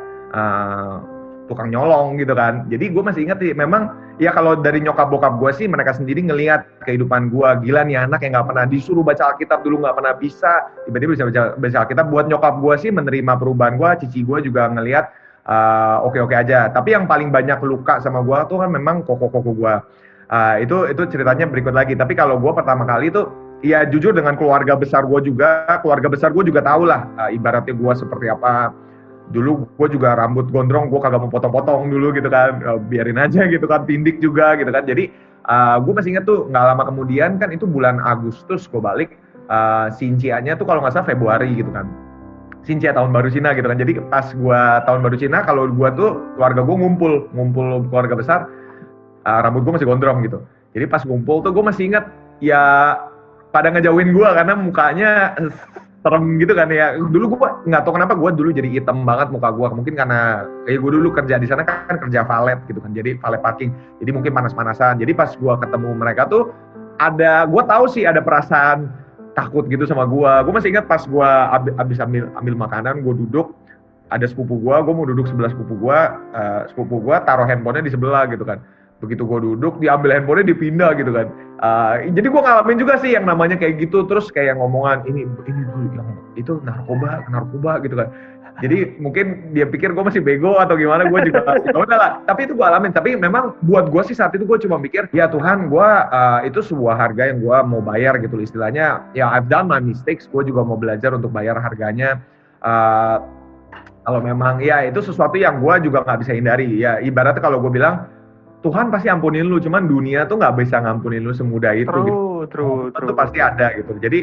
uh, tukang nyolong gitu kan. Jadi gue masih inget sih, memang ya kalau dari nyokap bokap gue sih mereka sendiri ngelihat kehidupan gue, gila nih anak yang nggak pernah disuruh baca Alkitab dulu, nggak pernah bisa, tiba-tiba bisa baca, baca Alkitab. Buat nyokap gue sih menerima perubahan gue, cici gue juga ngelihat uh, oke-oke aja. Tapi yang paling banyak luka sama gue tuh kan memang koko-koko gue. Uh, itu itu ceritanya berikut lagi. Tapi kalau gue pertama kali tuh, ya jujur dengan keluarga besar gue juga, keluarga besar gue juga tahu lah uh, ibaratnya gue seperti apa. Dulu gue juga rambut gondrong, gue kagak mau potong-potong dulu gitu kan, uh, biarin aja gitu kan, tindik juga gitu kan. Jadi uh, gue masih inget tuh, nggak lama kemudian kan itu bulan Agustus gue balik, uh, Sincianya tuh kalau nggak salah Februari gitu kan. Sincia tahun baru Cina gitu kan. Jadi pas gue tahun baru Cina, kalau gue tuh keluarga gue ngumpul, ngumpul keluarga besar, uh, rambut gue masih gondrong gitu. Jadi pas ngumpul tuh gue masih inget, ya pada ngejauhin gue karena mukanya serem gitu kan ya. Dulu gue nggak tahu kenapa gue dulu jadi hitam banget muka gue. Mungkin karena kayak gue dulu kerja di sana kan kerja valet gitu kan. Jadi valet parking. Jadi mungkin panas-panasan. Jadi pas gue ketemu mereka tuh ada, gue tahu sih ada perasaan takut gitu sama gue. Gue masih ingat pas gue ab- abis ambil ambil makanan, gue duduk, ada sepupu gue, gue mau duduk sebelah sepupu gue, uh, sepupu gue taruh handphonenya di sebelah gitu kan. Begitu gue duduk, diambil handphonenya, dipindah gitu kan. Uh, jadi gue ngalamin juga sih yang namanya kayak gitu, terus kayak ngomongan ini ini yang itu narkoba, narkoba gitu kan. Jadi mungkin dia pikir gue masih bego atau gimana, gue juga ya udah lah. Tapi itu gue alamin. Tapi memang buat gue sih saat itu gue cuma mikir, ya Tuhan, gue uh, itu sebuah harga yang gue mau bayar gitu istilahnya. Ya I've done my mistakes, gue juga mau belajar untuk bayar harganya. Uh, kalau memang ya itu sesuatu yang gue juga nggak bisa hindari. Ya ibaratnya kalau gue bilang, Tuhan pasti ampunin lu, cuman dunia tuh nggak bisa ngampunin lu semudah itu. True, gitu. true, Itu true. pasti ada gitu. Jadi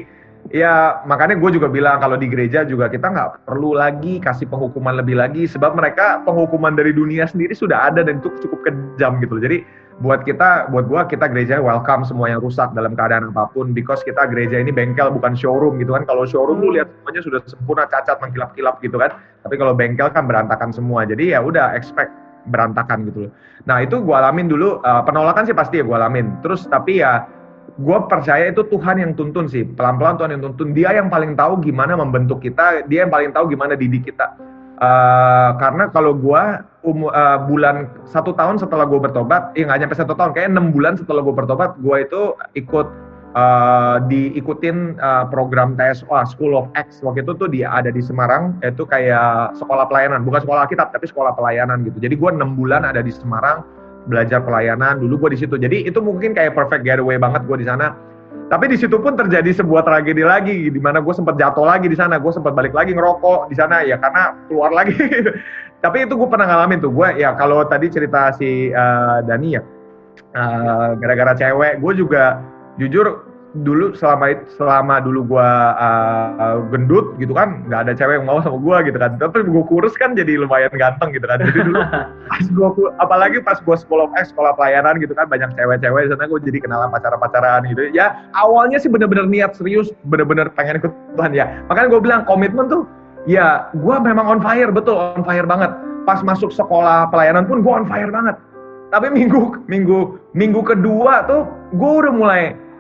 ya makanya gue juga bilang kalau di gereja juga kita nggak perlu lagi kasih penghukuman lebih lagi, sebab mereka penghukuman dari dunia sendiri sudah ada dan itu cukup kejam gitu. Jadi buat kita, buat gue, kita gereja welcome semua yang rusak dalam keadaan apapun, because kita gereja ini bengkel bukan showroom gitu kan. Kalau showroom lu lihat semuanya sudah sempurna, cacat, mengkilap-kilap gitu kan. Tapi kalau bengkel kan berantakan semua. Jadi ya udah expect berantakan gitu loh. Nah itu gue alamin dulu, uh, penolakan sih pasti ya gue alamin. Terus tapi ya gue percaya itu Tuhan yang tuntun sih, pelan-pelan Tuhan yang tuntun. Dia yang paling tahu gimana membentuk kita, dia yang paling tahu gimana didik kita. Uh, karena kalau gue um, uh, bulan satu tahun setelah gue bertobat, ya nggak nyampe satu tahun, kayak enam bulan setelah gue bertobat, gue itu ikut Uh, diikutin uh, program T S O School of Acts. Waktu itu tuh dia ada di Semarang, itu kayak sekolah pelayanan, bukan sekolah Alkitab tapi sekolah pelayanan gitu. Jadi gue enam bulan ada di Semarang belajar pelayanan. Dulu gue di situ. Jadi itu mungkin kayak perfect getaway banget gue di sana. Tapi di situ pun terjadi sebuah tragedi lagi, di mana gue sempat jatuh lagi di sana, gue sempat balik lagi ngerokok di sana ya karena keluar lagi. Tapi itu gue pernah ngalamin tuh, gue ya kalau tadi cerita si uh, Dani ya, uh, gara-gara cewek, gue juga jujur dulu selama selama dulu gue uh, gendut gitu kan, nggak ada cewek yang mau sama gue gitu kan. Tapi gue kurus kan jadi lumayan ganteng gitu kan. Jadi dulu pas gue, apalagi pas gue sekolah eh, sekolah pelayanan gitu kan, banyak cewek-cewek di sana, gue jadi kenalan pacaran-pacaran gitu. Ya awalnya sih bener-bener niat serius, bener-bener pengen ikut Tuhan ya. Makanya gue bilang komitmen tuh, ya gue memang on fire, betul on fire banget. Pas masuk sekolah pelayanan pun gue on fire banget. Tapi minggu minggu minggu kedua tuh gue udah mulai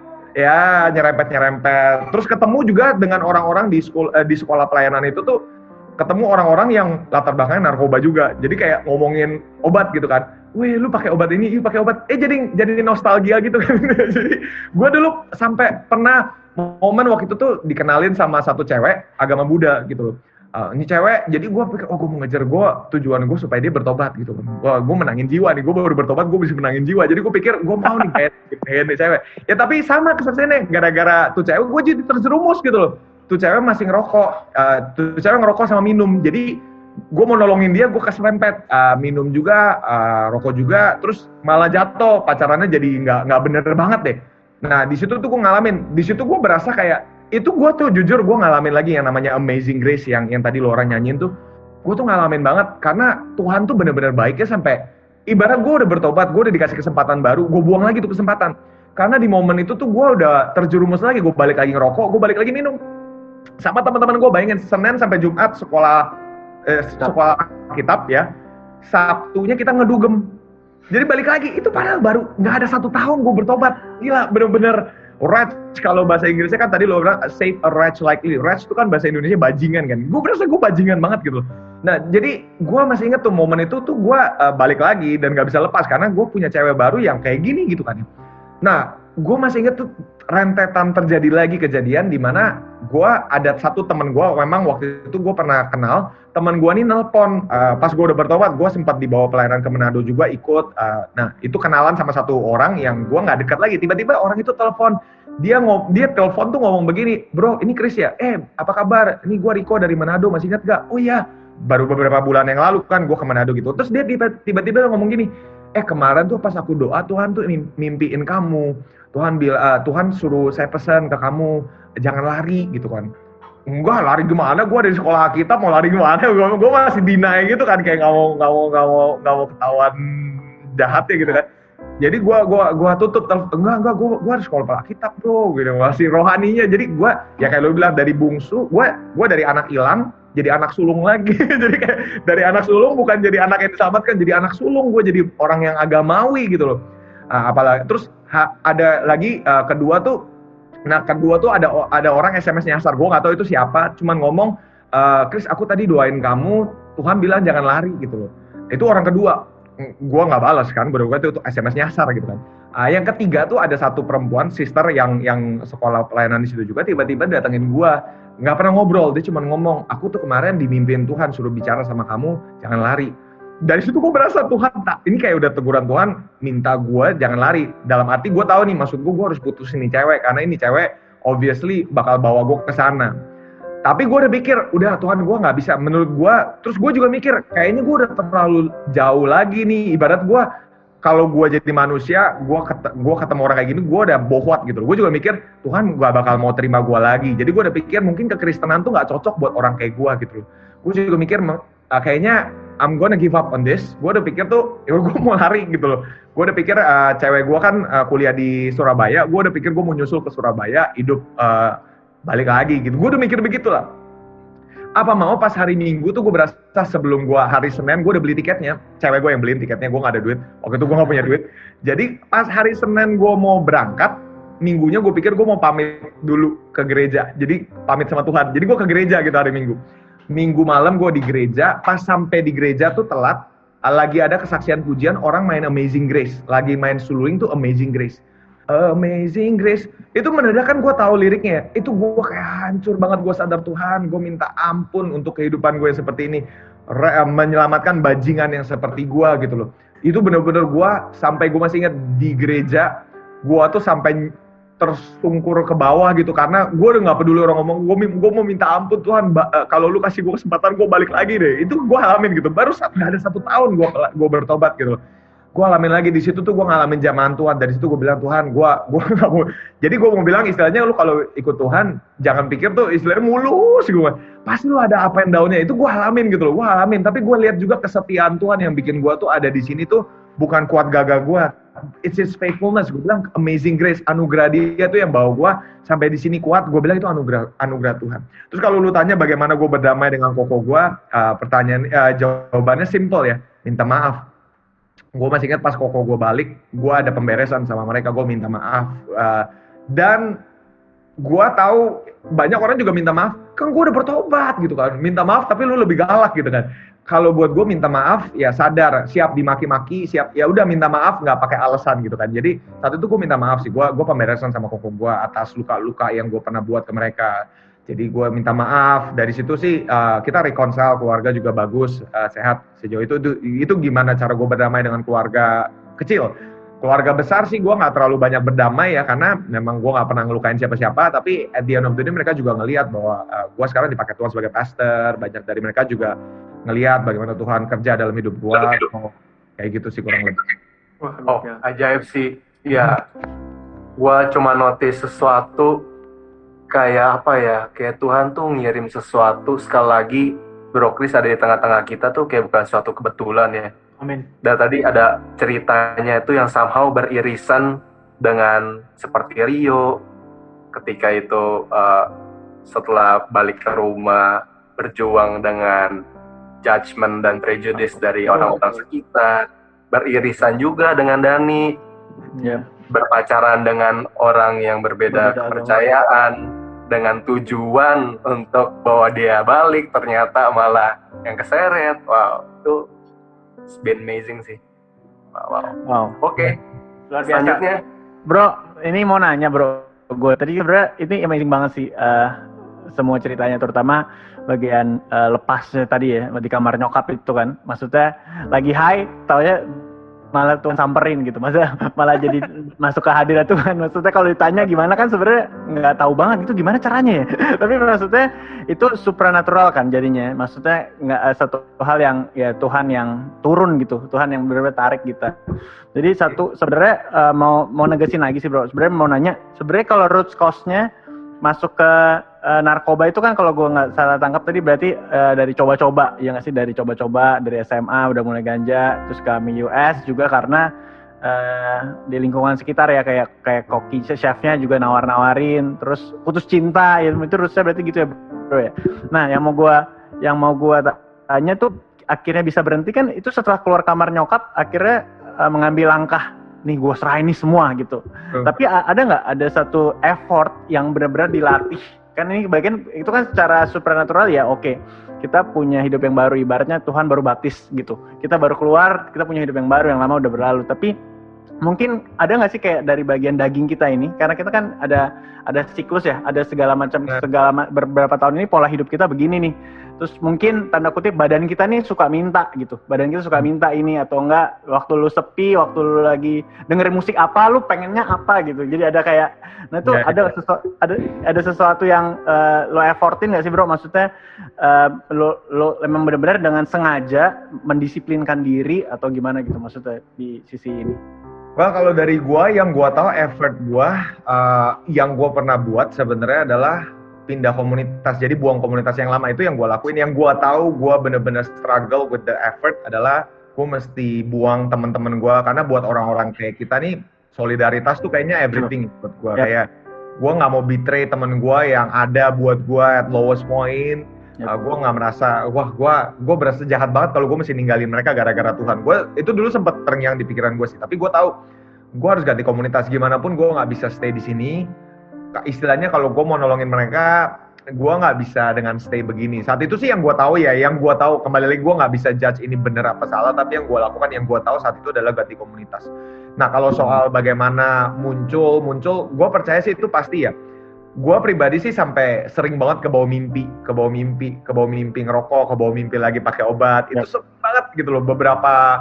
ya nyerempet-nyerempet. Terus ketemu juga dengan orang-orang di sekolah eh, di sekolah pelayanan itu tuh, ketemu orang-orang yang latar belakangnya narkoba juga. Jadi kayak ngomongin obat gitu kan. Weh, lu pakai obat ini, lu pakai obat. Eh jadi jadi nostalgia gitu kan. Jadi gue dulu sampai pernah momen waktu itu tuh dikenalin sama satu cewek agama Buddha gitu loh. Uh, ini cewek, jadi gue pikir, oh gue mau ngejar gue, tujuan gue supaya dia bertobat gitu kan. Wah, gue menangin jiwa nih, gue baru bertobat, gue bisa menangin jiwa. Jadi gue pikir, gue mau nih kayak, kayak nih cewek. Ya tapi sama keselesaiannya, gara-gara tuh cewek, gue jadi terjerumus gitu loh. Tuh cewek masih ngerokok, uh, tuh cewek ngerokok sama minum. Jadi gue mau nolongin dia, gue keserempet. Uh, minum juga, uh, rokok juga, terus malah jatuh, pacarannya jadi nggak nggak bener banget deh. Nah di situ tuh gue ngalamin, di situ gue berasa kayak, itu gue tuh jujur gue ngalamin lagi yang namanya Amazing Grace yang yang tadi lo orang nyanyiin tuh, gue tuh ngalamin banget karena Tuhan tuh bener-bener baiknya sampai ibarat gue udah bertobat, gue udah dikasih kesempatan baru, gue buang lagi tuh kesempatan karena di momen itu tuh gue udah terjerumus lagi, gue balik lagi ngerokok, gue balik lagi minum sama teman-teman gue. Bayangin Senin sampai Jumat sekolah eh, sekolah kitab ya, Sabtunya kita ngedugem, jadi balik lagi. Itu padahal baru nggak ada satu tahun gue bertobat, gila bener-bener. Wretch, kalau bahasa Inggrisnya kan tadi lo bilang save a wretch like you. Wretch itu kan bahasa Indonesia bajingan kan. Gue berasa gue bajingan banget gitu. Nah jadi gue masih inget tuh momen itu tuh gue uh, balik lagi dan gak bisa lepas karena gue punya cewek baru yang kayak gini gitu kan. Nah gue masih inget tuh rentetan terjadi lagi kejadian di mana gue ada satu teman gue, memang waktu itu gue pernah kenal teman gue nih nelpon uh, pas gue udah bertobat. Gue sempat dibawa pelayanan ke Manado juga ikut. Uh, nah itu kenalan sama satu orang yang gue nggak dekat lagi. Tiba-tiba orang itu telepon, dia ngom dia telepon tuh ngomong begini, bro ini Chris ya, eh apa kabar? Ini gue Rico dari Manado, masih ingat gak? Oh iya, baru beberapa bulan yang lalu kan gue ke Manado gitu. Terus dia tiba-tiba ngomong gini, eh kemarin tuh pas aku doa Tuhan tuh mimpiin kamu. Tuhan bil, uh, Tuhan suruh saya pesan ke kamu jangan lari gitu kan. Enggak, lari gimana? Gue dari sekolah kita mau lari gimana? Gue masih deny gitu kan, kayak nggak mau nggak mau nggak mau nggak mau ketahuan jahatnya gitu kan. Jadi gue gua gua tutup telepon, enggak enggak gue gue harus sekolah Alkitab bro, gitu masih rohaninya. Jadi gue ya kayak lo bilang dari bungsu, gue gue dari anak hilang jadi anak sulung lagi. Jadi kayak dari anak sulung bukan jadi anak yang diselamatkan, jadi anak sulung. Gue jadi orang yang agamawi gitu loh. Nah, apalagi terus ha, ada lagi uh, kedua tuh. Nah kedua tuh ada ada orang S M S nyasar, gue nggak tahu itu siapa, cuman ngomong, e, Chris aku tadi doain kamu, Tuhan bilang jangan lari gitu loh. Itu orang kedua, gue nggak balas kan, berarti itu, itu S M S nyasar gitu kan. Nah, yang ketiga tuh ada satu perempuan sister yang yang sekolah pelayanan di situ juga, tiba-tiba datengin gue, nggak pernah ngobrol, dia cuma ngomong, aku tuh kemarin dimimpiin Tuhan suruh bicara sama kamu, jangan lari. Dari situ gue berasa Tuhan, tak, ini kayak udah teguran Tuhan, minta gue jangan lari. Dalam arti gue tahu nih, maksud gue, gue harus putusin nih cewek, karena ini cewek obviously bakal bawa gue ke sana. Tapi gue udah pikir, udah Tuhan gue nggak bisa, menurut gue. Terus gue juga mikir, kayaknya gue udah terlalu jauh lagi nih. Ibarat gue, kalau gue jadi manusia, gue ket, gue ketemu orang kayak gini, gue udah bohwat gitu. Gue juga mikir, Tuhan gak bakal mau terima gue lagi. Jadi gue udah pikir, mungkin kekristenan tuh nggak cocok buat orang kayak gue gitu. Gue juga mikir, uh, kayaknya I'm gonna give up on this. Gue udah pikir tuh, ya gue mau lari gitu loh. Gue udah pikir uh, cewek gue kan uh, kuliah di Surabaya. Gue udah pikir gue mau nyusul ke Surabaya, hidup uh, balik lagi gitu. Gue udah mikir begitu lah. Apa mau pas hari Minggu tuh gue berasa sebelum gue hari Senin gue udah beli tiketnya. Cewek gue yang beliin tiketnya, gue gak ada duit. Waktu itu gue gak punya duit. Jadi pas hari Senin gue mau berangkat, Minggunya gue pikir gue mau pamit dulu ke gereja. Jadi pamit sama Tuhan. Jadi gue ke gereja gitu hari Minggu. Minggu malam gue di gereja, pas sampai di gereja tuh telat, lagi ada kesaksian pujian, orang main Amazing Grace, lagi main suluing tuh Amazing Grace, Amazing Grace, itu mendadak kan gue tahu liriknya, itu gue kayak hancur banget, gue sadar Tuhan, gue minta ampun untuk kehidupan gue yang seperti ini, Re, menyelamatkan bajingan yang seperti gue gitu loh, itu bener-bener gue, sampai gue masih ingat di gereja, gue tuh sampai tersungkur ke bawah gitu karena gue udah nggak peduli orang ngomong, gue gue mau minta ampun Tuhan, ba- uh, kalau lu kasih gue kesempatan gue balik lagi deh. Itu gue alamin gitu, baru nggak ada satu tahun gue gue bertobat gitu. Gue alamin lagi di situ tuh, gue ngalamin zaman Tuhan. Dari situ gue bilang, Tuhan, gue gue nggak mau. Jadi gue mau bilang istilahnya, lu kalau ikut Tuhan jangan pikir tuh istilahnya mulus gue. Pasti lu ada up and down-nya, itu gue alamin gitu loh, gue alamin. Tapi gue lihat juga kesetiaan Tuhan yang bikin gue tuh ada di sini tuh bukan kuat gagah gue. It's His faithfulness. Gue bilang amazing grace, anugerah Dia tuh yang bawa gue sampai di sini kuat. Gue bilang itu anugerah anugerah Tuhan. Terus kalau lu tanya bagaimana gue berdamai dengan koko gue, uh, pertanyaan uh, jawabannya simple ya, minta maaf. Gue masih ingat pas koko gue balik, gue ada pemberesan sama mereka, gue minta maaf. Uh, dan gue tahu banyak orang juga minta maaf, kan gue udah bertobat gitu kan, minta maaf tapi lu lebih galak gitu kan. Kalau buat gue minta maaf ya sadar, siap dimaki-maki, siap ya udah minta maaf nggak pakai alasan gitu kan. Jadi saat itu gue minta maaf sih, gue gue pemberesan sama koko gue atas luka-luka yang gue pernah buat ke mereka. Jadi gue minta maaf. Dari situ sih uh, kita reconcile, keluarga juga bagus, uh, sehat sejauh itu, itu. Itu gimana cara gue berdamai dengan keluarga kecil. Keluarga besar sih gue nggak terlalu banyak berdamai ya, karena memang gue nggak pernah ngelukain siapa-siapa. Tapi at the end of the day mereka juga ngelihat bahwa uh, gue sekarang dipakai Tuhan sebagai pastor. Banyak dari mereka juga ngelihat bagaimana Tuhan kerja dalam hidup gue. Oh, kayak gitu sih kurang lebih. Oh, ajaib sih. Ya, gue cuma notice sesuatu kayak apa ya, kayak Tuhan tuh ngirim sesuatu. Sekali lagi Bro Chris ada di tengah-tengah kita tuh kayak bukan suatu kebetulan ya. Amin. Dan tadi ada ceritanya itu yang somehow beririsan dengan seperti Rio ketika itu uh, setelah balik ke rumah berjuang dengan judgment dan prejudice dari orang-orang sekitar, beririsan juga dengan Dani, yeah. berpacaran dengan orang yang berbeda, berbeda kepercayaan dong. Dengan tujuan untuk bawa dia balik, ternyata malah yang keseret. Wow, itu it's been amazing sih. Wow. wow. wow. Oke. Okay. Selanjutnya, Bro, ini mau nanya Bro, gue tadi sebenarnya ini amazing banget sih uh, semua ceritanya, terutama bagian uh, lepasnya tadi ya di kamar nyokap itu kan. Maksudnya lagi high, taunya malah Tuhan samperin gitu, masa malah jadi masuk ke hadirat Tuhan. Maksudnya kalau ditanya gimana kan sebenarnya nggak tahu banget itu gimana caranya ya. Tapi maksudnya itu supranatural kan jadinya. Maksudnya nggak satu hal yang ya Tuhan yang turun gitu, Tuhan yang benar-benar tarik kita. Jadi satu sebenarnya uh, mau mau negesin lagi sih Bro. Sebenarnya mau nanya, sebenarnya kalau root cause-nya masuk ke uh, narkoba itu kan kalau gue nggak salah tangkap tadi berarti uh, dari coba-coba, ya nggak sih, dari coba-coba dari S M A udah mulai ganja, terus ke M U S juga karena uh, di lingkungan sekitar ya kayak kayak koki chefnya juga nawar-nawarin, terus putus cinta ya itu terusnya berarti gitu ya Bro ya. Nah yang mau gue yang mau gue tanya tuh akhirnya bisa berhenti kan itu setelah keluar kamar nyokap akhirnya uh, mengambil langkah nih gue serahin nih semua gitu. Hmm. Tapi ada nggak ada satu effort yang benar-benar dilatih? Kan ini bagian itu kan secara supernatural ya oke. Okay. Kita punya hidup yang baru, ibaratnya Tuhan baru baptis gitu. Kita baru keluar, kita punya hidup yang baru, yang lama udah berlalu. Tapi mungkin ada nggak sih kayak dari bagian daging kita ini? Karena kita kan ada ada siklus ya, ada segala macam segala beberapa tahun ini pola hidup kita begini nih. Terus mungkin tanda kutip badan kita nih suka minta gitu. Badan kita suka minta ini atau enggak waktu lu sepi, waktu lu lagi dengerin musik apa, lu pengennya apa gitu. Jadi ada kayak nah itu ya, ada ya. Sesuatu, ada ada sesuatu yang uh, lo effortin enggak sih Bro? Maksudnya uh, lo lo memang benar-benar dengan sengaja mendisiplinkan diri atau gimana gitu maksudnya di sisi ini? Well, kalau dari gua yang gua tahu effort gua uh, yang gua pernah buat sebenarnya adalah pindah komunitas. Jadi buang komunitas yang lama itu yang gue lakuin. Yang gue tahu gue bener-bener struggle with the effort adalah gue mesti buang teman-teman gue, karena buat orang-orang kayak kita nih solidaritas tuh kayaknya everything buat gue. Yep. Kayak gue nggak mau betray temen gue yang ada buat gue at lowest point. Yep. Uh, gue nggak merasa wah gue gue berasa jahat banget kalau gue mesti ninggalin mereka gara-gara Tuhan. Gue itu dulu sempat terngiang di pikiran gue sih. Tapi gue tahu gue harus ganti komunitas, gimana pun gue nggak bisa stay di sini. Istilahnya kalau gue mau nolongin mereka, gue nggak bisa dengan stay begini. Saat itu sih yang gue tahu ya, yang gue tahu kembali lagi gue nggak bisa judge ini bener apa salah, tapi yang gue lakukan, yang gue tahu saat itu adalah ganti komunitas. Nah kalau soal bagaimana muncul, muncul, gue percaya sih itu pasti ya. Gue pribadi sih sampai sering banget ke bawah mimpi, ke bawah mimpi, ke bawah mimpi ngerokok, ke bawah mimpi lagi pakai obat. Itu sering banget gitu loh. Beberapa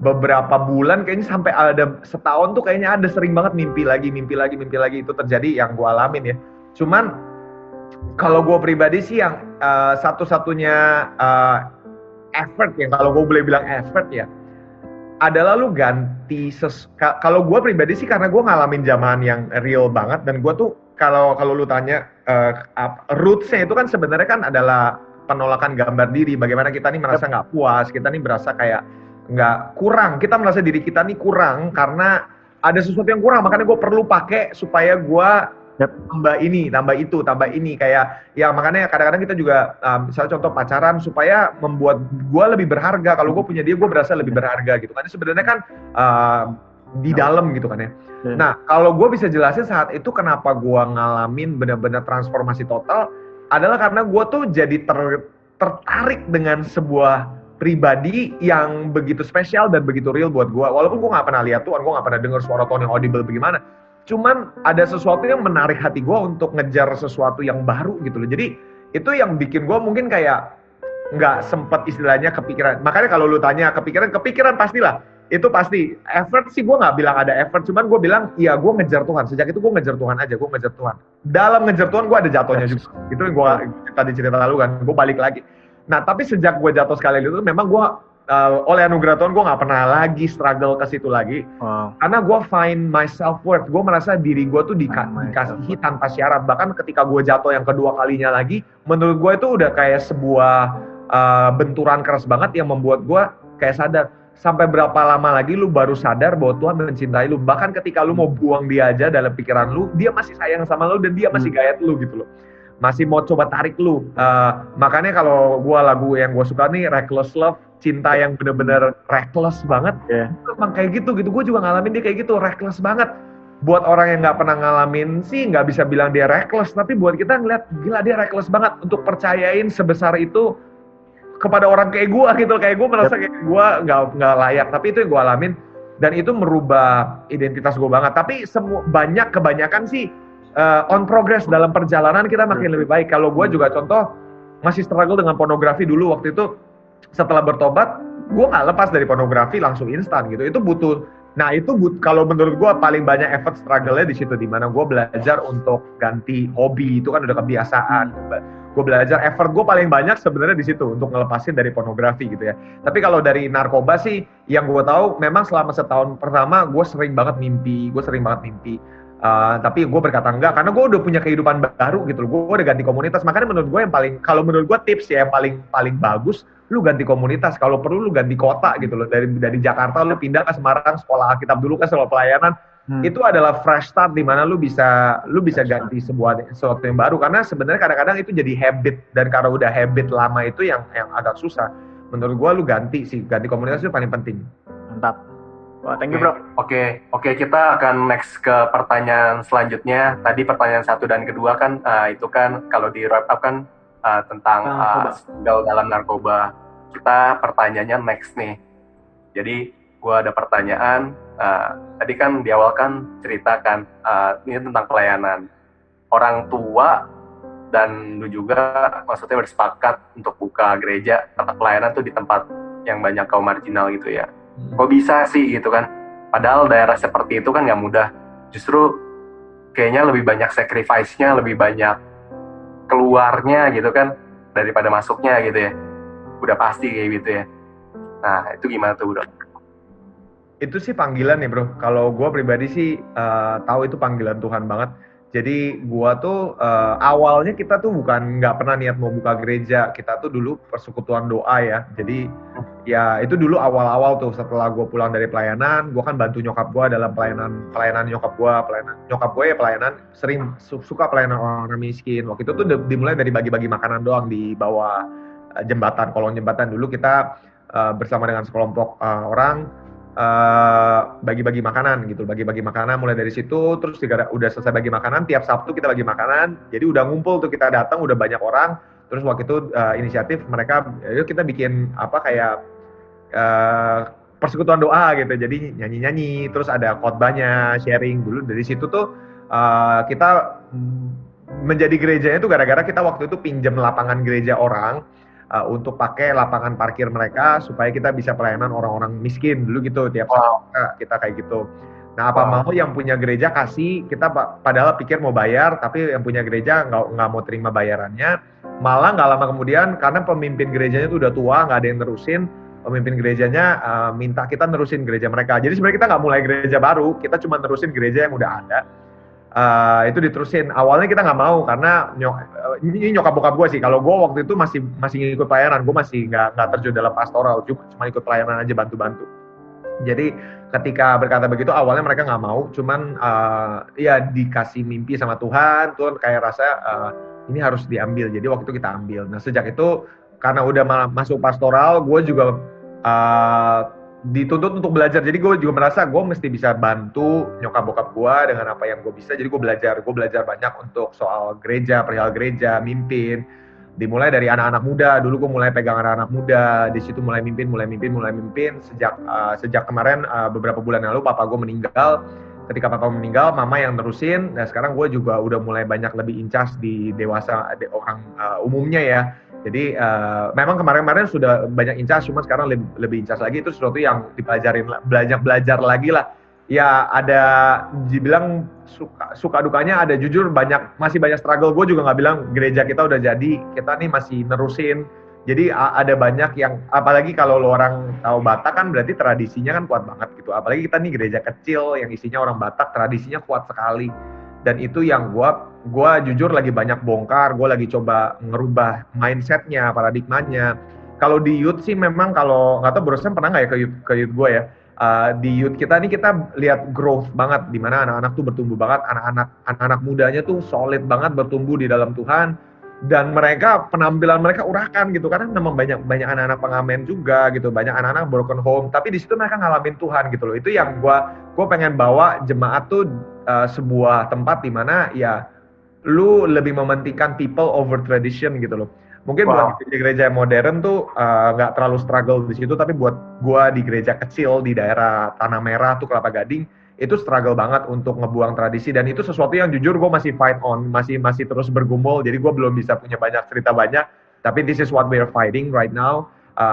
beberapa bulan kayaknya sampai ada setahun tuh kayaknya ada sering banget mimpi lagi, mimpi lagi, mimpi lagi itu terjadi yang gue alamin ya. Cuman kalau gue pribadi sih yang uh, satu-satunya uh, effort ya, kalau gue boleh bilang effort ya, adalah lu ganti ses. Kalau gue pribadi sih karena gue ngalamin zaman yang real banget dan gue tuh kalau kalau lu tanya uh, roots-nya itu kan sebenarnya kan adalah penolakan gambar diri. Bagaimana kita nih merasa nggak puas, kita nih merasa kayak nggak kurang, kita merasa diri kita nih kurang karena ada sesuatu yang kurang, makanya gue perlu pakai supaya gue yep. tambah ini, tambah itu, tambah ini, kayak ya makanya kadang-kadang kita juga um, misalnya contoh pacaran supaya membuat gue lebih berharga, kalau gue punya dia gue berasa lebih berharga gitu kan, sebenarnya kan uh, di dalam gitu kan ya. Hmm. Nah kalau gue bisa jelasin saat itu kenapa gue ngalamin benar-benar transformasi total adalah karena gue tuh jadi ter, tertarik dengan sebuah pribadi yang begitu spesial dan begitu real buat gue. Walaupun gue gak pernah lihat Tuhan, gue gak pernah dengar suara Tuhan yang audible bagaimana. Cuman ada sesuatu yang menarik hati gue untuk ngejar sesuatu yang baru gitu loh. Jadi itu yang bikin gue mungkin kayak gak sempet istilahnya kepikiran. Makanya kalau lu tanya kepikiran, kepikiran pastilah. Itu pasti. Effort sih gue gak bilang ada effort. Cuman gue bilang, iya gue ngejar Tuhan. Sejak itu gue ngejar Tuhan aja, gue ngejar Tuhan. Dalam ngejar Tuhan gue ada jatuhnya juga. Itu yang gue tadi cerita lalu kan, gue balik lagi. Nah, tapi sejak gue jatuh sekali itu, memang gue, uh, oleh anugerah Tuhan, gue gak pernah lagi struggle ke situ lagi. Wow. Karena gue find my self-worth. Gue merasa diri gue tuh dika- dikasihi tanpa syarat. Bahkan ketika gue jatuh yang kedua kalinya lagi, menurut gue itu udah kayak sebuah uh, benturan keras banget yang membuat gue kayak sadar. Sampai berapa lama lagi lu baru sadar bahwa Tuhan mencintai lu. Bahkan ketika lu mau buang dia aja dalam pikiran lu, dia masih sayang sama lu dan dia masih gayat lu gitu loh. Masih mau coba tarik lu. Uh, makanya kalau gue lagu yang gue suka nih, Reckless Love, cinta yang bener-bener reckless banget. Yeah. Emang kayak gitu, gitu. Gue juga ngalamin dia kayak gitu, reckless banget. Buat orang yang gak pernah ngalamin sih gak bisa bilang dia reckless. Tapi buat kita ngeliat, gila dia reckless banget. Untuk percayain sebesar itu kepada orang kayak gue gitu. Kayak gue merasa kayak gue gak, gak layak. Tapi itu yang gue alamin. Dan itu merubah identitas gue banget. Tapi semua banyak, kebanyakan sih Uh, on progress dalam perjalanan kita makin lebih baik. Kalau gue juga contoh masih struggle dengan pornografi dulu waktu itu. Setelah bertobat, gue nggak lepas dari pornografi langsung instan gitu. Itu butuh. Nah itu but, kalau menurut gue paling banyak effort struggle-nya di situ, di mana gue belajar untuk ganti hobi. Itu kan udah kebiasaan. Gue belajar, effort gue paling banyak sebenarnya di situ untuk ngelepasin dari pornografi gitu ya. Tapi kalau dari narkoba sih, yang gue tahu memang selama setahun pertama gue sering banget mimpi, gue sering banget mimpi. Uh, tapi gue berkata enggak karena gue udah punya kehidupan baru gitu loh. Gue udah ganti komunitas. Makanya menurut gue yang paling, kalau menurut gue tips ya yang paling paling bagus, lu ganti komunitas. Kalau perlu lu ganti kota gitu loh. Dari dari Jakarta lu pindah ke Semarang, sekolah Alkitab dulu kan, sekolah pelayanan. Hmm. Itu adalah fresh start di mana lu bisa lu bisa ganti sebuah sesuatu yang baru. Karena sebenarnya kadang-kadang itu jadi habit, dan karena udah habit lama itu yang yang agak susah. Menurut gue lu ganti sih, ganti komunitas itu paling penting. Mantap. Wah, thank you bro. Oke, okay. oke okay, kita akan next ke pertanyaan selanjutnya. Tadi pertanyaan satu dan kedua kan uh, itu kan kalau di wrap up kan uh, tentang uh, struggle dalam narkoba. Kita pertanyaannya next nih. Jadi gue ada pertanyaan. Uh, tadi kan di awal kan ceritakan uh, ini tentang pelayanan. Orang tua dan lu juga maksudnya bersepakat untuk buka gereja atau pelayanan tuh di tempat yang banyak kaum marginal gitu ya. Kok bisa sih gitu kan, padahal daerah seperti itu kan gak mudah. Justru kayaknya lebih banyak sacrifice-nya, lebih banyak keluarnya gitu kan daripada masuknya gitu ya. Udah pasti kayak gitu ya. Nah itu gimana tuh bro? Itu sih panggilan nih bro. Kalau gue pribadi sih uh, tahu itu panggilan Tuhan banget. Jadi gua tuh uh, awalnya kita tuh bukan nggak pernah niat mau buka gereja, kita tuh dulu persekutuan doa ya. Jadi ya itu dulu awal-awal tuh setelah gua pulang dari pelayanan, gua kan bantu nyokap gua dalam pelayanan pelayanan nyokap gua, pelayanan nyokap gua ya pelayanan sering su- suka pelayanan orang miskin. Waktu itu tuh dimulai dari bagi-bagi makanan doang di bawah uh, jembatan, kolong jembatan dulu kita uh, bersama dengan sekelompok uh, orang. Uh, bagi-bagi makanan gitu, bagi-bagi makanan mulai dari situ, terus juga udah selesai bagi makanan, tiap Sabtu kita bagi makanan, jadi udah ngumpul tuh kita datang, udah banyak orang, terus waktu itu uh, inisiatif mereka, yuk kita bikin apa kayak uh, persekutuan doa gitu, jadi nyanyi-nyanyi, terus ada khotbahnya, sharing dulu dari situ tuh uh, kita menjadi gerejanya tuh gara-gara kita waktu itu pinjam lapangan gereja orang. uh, untuk pakai lapangan parkir mereka supaya kita bisa pelayanan orang-orang miskin dulu gitu tiap Wow. saat kita kayak gitu. Nah apa Wow. mau yang punya gereja kasih, kita pa- padahal pikir mau bayar, tapi yang punya gereja nggak nggak mau terima bayarannya, malah nggak lama kemudian karena pemimpin gerejanya tuh udah tua, nggak ada yang nerusin, pemimpin gerejanya uh, minta kita nerusin gereja mereka. Jadi sebenarnya kita nggak mulai gereja baru, kita cuma nerusin gereja yang udah ada. Uh, itu diterusin. Awalnya kita nggak mau karena nyok, uh, ini nyokap bokap gue sih. Kalau gue waktu itu masih masih ikut pelayanan, gue masih nggak nggak terjun dalam pastoral, cuma cuma ikut pelayanan aja bantu-bantu. Jadi ketika berkata begitu awalnya mereka nggak mau, cuman uh, ya dikasih mimpi sama Tuhan, Tuhan kayak rasa uh, ini harus diambil. Jadi waktu itu kita ambil. Nah sejak itu karena udah ma- masuk pastoral, gue juga uh, dituntut untuk belajar. Jadi gue juga merasa gue mesti bisa bantu nyokap bokap gue dengan apa yang gue bisa. Jadi gue belajar, gue belajar banyak untuk soal gereja, perihal gereja, mimpin. Dimulai dari anak-anak muda. Dulu gue mulai pegang anak-anak muda. Di situ mulai mimpin, mulai mimpin, mulai mimpin. Sejak uh, sejak kemarin uh, beberapa bulan lalu papa gue meninggal. Ketika papa meninggal, mama yang nerusin. Nah sekarang gue juga udah mulai banyak lebih incas di dewasa de, orang uh, umumnya ya. Jadi uh, memang kemarin-kemarin sudah banyak incas, cuma sekarang lebih, lebih incas lagi. Itu sesuatu yang dipelajarin, belajar belajar lagi lah. Ya ada dibilang suka, suka dukanya, ada jujur banyak, masih banyak struggle. Gue juga nggak bilang gereja kita udah jadi, kita nih masih nerusin. Jadi a- ada banyak yang, apalagi kalau lo orang tahu Batak kan berarti tradisinya kan kuat banget gitu. Apalagi kita nih gereja kecil yang isinya orang Batak, tradisinya kuat sekali. Dan itu yang gue, gue jujur lagi banyak bongkar, gue lagi coba ngerubah mindsetnya, paradigmanya. Kalau di youth sih memang kalau nggak tahu Bro Sam pernah nggak ya ke youth, ke youth gue ya. Uh, di youth kita nih kita lihat growth banget, di mana anak-anak tuh bertumbuh banget, anak-anak anak-anak mudanya tuh solid banget bertumbuh di dalam Tuhan. Dan mereka penampilan mereka urakan gitu karena memang banyak banyak anak-anak pengamen juga gitu, banyak anak-anak broken home, tapi di situ mereka ngalamin Tuhan gitu loh. Itu yang gue gue pengen bawa jemaat tuh uh, sebuah tempat di mana ya lu lebih mementingkan people over tradition gitu loh. Mungkin Wow. buat gereja yang modern tuh nggak uh, terlalu struggle di situ, tapi buat gue di gereja kecil di daerah Tanah Merah tuh Kelapa Gading itu struggle banget untuk ngebuang tradisi, dan itu sesuatu yang jujur gue masih fight on, masih masih terus bergumul. Jadi gue belum bisa punya banyak cerita banyak, tapi this is what we're fighting right now.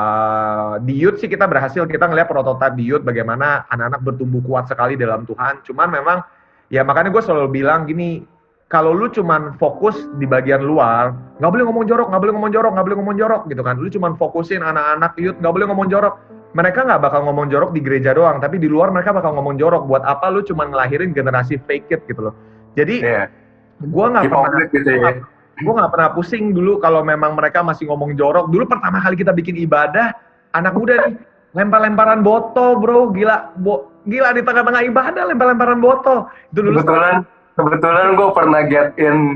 Uh, di youth sih kita berhasil, kita ngeliat prototipe di youth bagaimana anak-anak bertumbuh kuat sekali dalam Tuhan. Cuman memang ya makanya gue selalu bilang gini, kalau lu cuman fokus di bagian luar, nggak boleh ngomong jorok, nggak boleh ngomong jorok, nggak boleh ngomong jorok gitu kan. Lu cuman fokusin anak-anak youth, nggak boleh ngomong jorok. Mereka nggak bakal ngomong jorok di gereja doang, tapi di luar mereka bakal ngomong jorok. Buat apa lu cuman ngelahirin generasi fake it gitu loh. Jadi Yeah. gue nggak pernah, Hipokrit gitu ya. gue nggak pernah pusing dulu kalau memang mereka masih ngomong jorok. Dulu pertama kali kita bikin ibadah, anak muda nih lempar-lemparan botol, bro, gila, bo, gila di tengah-tengah ibadah lempar-lemparan botol. Itu dulu Kebetulan kebetulan gue pernah get in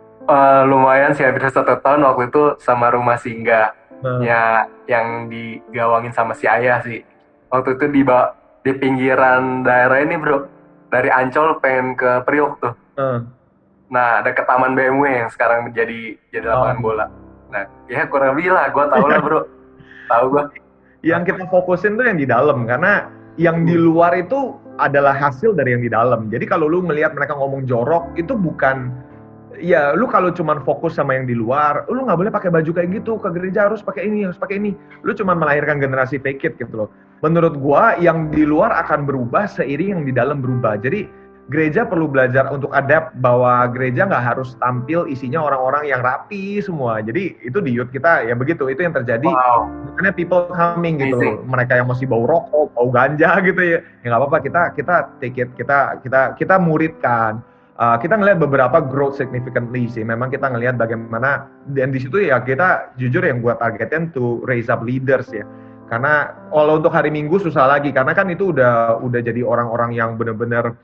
uh, lumayan sih hampir satu tahun waktu itu sama rumah singgah. Hmm. Ya yang digawangin sama si ayah sih. Waktu itu di ba- di pinggiran daerah ini bro, dari Ancol pengen ke Priok tuh. Hmm. Nah ada ke Taman B M W yang sekarang menjadi jadi lapangan Oh. bola. Nah ya kurang lebih lah, gue tau lah bro, tahu gue. Yang kita fokusin tuh yang di dalam, karena yang di luar itu adalah hasil dari yang di dalam. Jadi kalau lu melihat mereka ngomong jorok, itu bukan, ya lu kalau cuman fokus sama yang di luar, lu nggak boleh pakai baju kayak gitu, ke gereja harus pakai ini, harus pakai ini. Lu cuman melahirkan generasi fake it gitu loh. Menurut gua yang di luar akan berubah seiring yang di dalam berubah. Jadi gereja perlu belajar untuk adapt bahwa gereja nggak harus tampil isinya orang-orang yang rapi semua. Jadi itu di youth kita ya begitu, itu yang terjadi. Wow. Makanya people coming gitu loh. Mereka yang masih bau rokok, bau ganja gitu ya. Ya nggak apa-apa, kita kita take it, kita kita kita muridkan. Uh, kita ngelihat beberapa growth significantly sih. Memang kita ngelihat bagaimana, dan di situ ya kita jujur yang gue targetin to raise up leaders ya. Karena kalau untuk hari Minggu susah lagi, karena kan itu udah udah jadi orang-orang yang benar-benar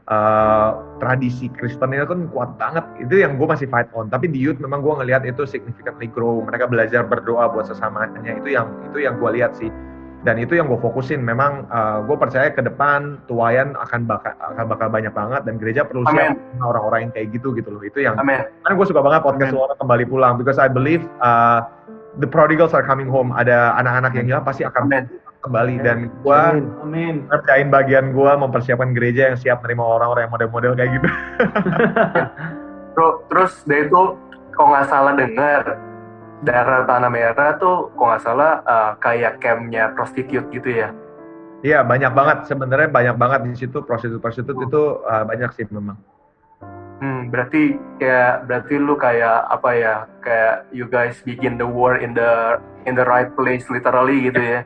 uh, tradisi Kristennya kan kuat banget. Itu yang gue masih fight on. Tapi di youth memang gue ngelihat itu significantly grow. Mereka belajar berdoa buat sesamanya. Itu yang itu yang gue lihat sih. Dan itu yang gue fokusin. Memang uh, gue percaya ke depan tuayan akan bakal akan bakal banyak banget, dan gereja perlu siap sama orang-orang yang kayak gitu gitu loh. Itu yang. Amin. Karena gue suka banget podcast lo kembali pulang, because I believe uh, the prodigals are coming home. Ada anak-anak yang hilang pasti akan Amin. kembali, dan gue Amin. ngerjain bagian gue mempersiapkan gereja yang siap menerima orang-orang yang model-model kayak gitu. Bro, terus dia itu kalau nggak salah dengar daerah Tanah Merah tuh kok nggak salah uh, kayak campnya prostitute gitu ya. Iya, banyak banget sebenarnya, banyak banget di situ prostitut-prostitut itu uh, banyak sih memang. Hmm, berarti kayak berarti lu kayak apa ya? Kayak you guys begin the war in the in the right place literally gitu ya.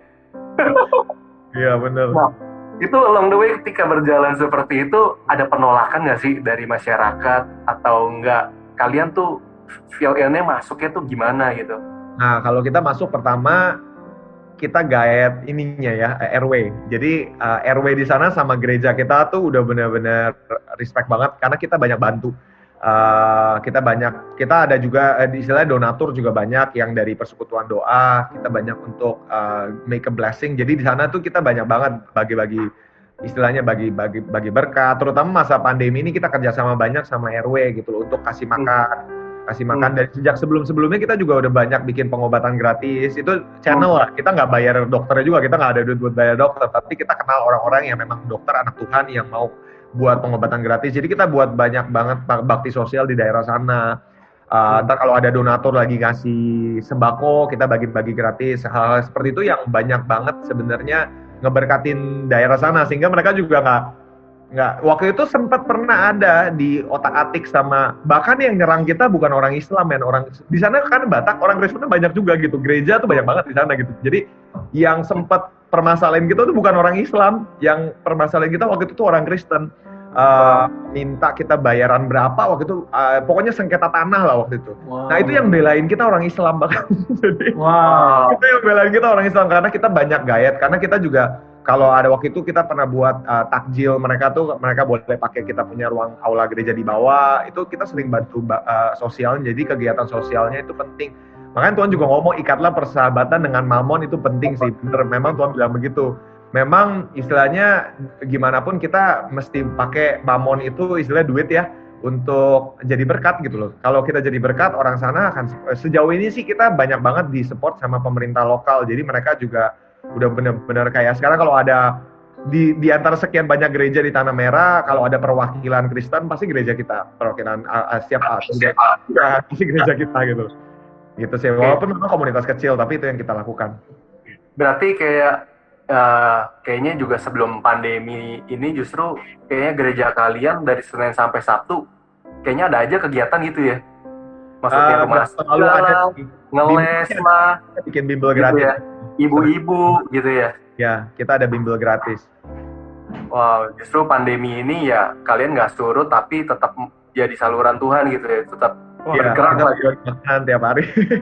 Iya, benar. Nah, itu along the way ketika berjalan seperti itu ada penolakan nggak sih dari masyarakat atau enggak? Kalian tuh feel in-nya masuknya tuh gimana gitu? Nah, kalau kita masuk pertama kita gaet ininya ya, R W. Jadi uh, R W di sana sama gereja kita tuh udah benar-benar respect banget karena kita banyak bantu. Uh, kita banyak, kita ada juga uh, istilahnya donatur juga banyak yang dari persekutuan doa. Kita banyak untuk uh, make a blessing. Jadi di sana tuh kita banyak banget bagi-bagi istilahnya bagi-bagi bagi berkat. Terutama masa pandemi ini kita kerjasama banyak sama R W gitu loh untuk kasih makan. Hmm. kasih makan dari sejak sebelum-sebelumnya kita juga udah banyak bikin pengobatan gratis. Itu channel lah, kita nggak bayar dokternya juga, kita nggak ada duit buat bayar dokter, tapi kita kenal orang-orang yang memang dokter anak Tuhan yang mau buat pengobatan gratis. Jadi kita buat banyak banget bakti sosial di daerah sana. Uh, ntar kalau ada donatur lagi ngasih sembako, kita bagi-bagi gratis. Hal-hal seperti itu yang banyak banget sebenarnya ngeberkatin daerah sana, sehingga mereka juga nggak Nggak, waktu itu sempat pernah ada di otak-atik sama, bahkan yang nyerang kita bukan orang Islam, men, orang di sana kan Batak, orang Kristennya banyak juga gitu, gereja tuh banyak banget di sana gitu. Jadi yang sempat permasalahan kita tuh bukan orang Islam, yang permasalahan kita waktu itu tuh orang Kristen. Uh, minta kita bayaran berapa waktu itu, uh, pokoknya sengketa tanah lah waktu itu. Wow. Nah itu yang belain kita orang Islam bahkan. Jadi wow. Itu yang belain kita orang Islam karena kita banyak gayet, karena kita juga kalau ada waktu itu kita pernah buat uh, takjil mereka tuh, mereka boleh pakai kita punya ruang aula gereja di bawah, itu kita sering bantu uh, sosialnya, jadi kegiatan sosialnya itu penting. Makanya Tuhan juga ngomong ikatlah persahabatan dengan mamon, itu penting sih, bener, memang Tuhan bilang begitu. Memang istilahnya gimana pun kita mesti pakai mamon itu istilahnya duit ya, untuk jadi berkat gitu loh. Kalau kita jadi berkat, orang sana akan, sejauh ini sih kita banyak banget di support sama pemerintah lokal, jadi mereka juga udah benar-benar kayak sekarang kalau ada di di antara sekian banyak gereja di Tanah Merah, kalau ada perwakilan Kristen pasti gereja kita, perwakilan uh, siap uh, ya, pasti gereja kita gitu. Gitu sih. Walaupun memang komunitas kecil, tapi itu yang kita lakukan. Berarti kayak uh, kayaknya juga sebelum pandemi ini justru kayaknya gereja kalian dari Senin sampai Sabtu kayaknya ada aja kegiatan gitu ya. Maksudnya uh, rumah segala, ngeles lah, bikin bimbel gitu gratis. Ya. Ibu-ibu gitu ya? Ya, kita ada bimbel gratis. Wow, justru pandemi ini ya kalian nggak surut tapi tetap jadi saluran Tuhan gitu ya, tetap oh, bergerak lagi makan tiap hari.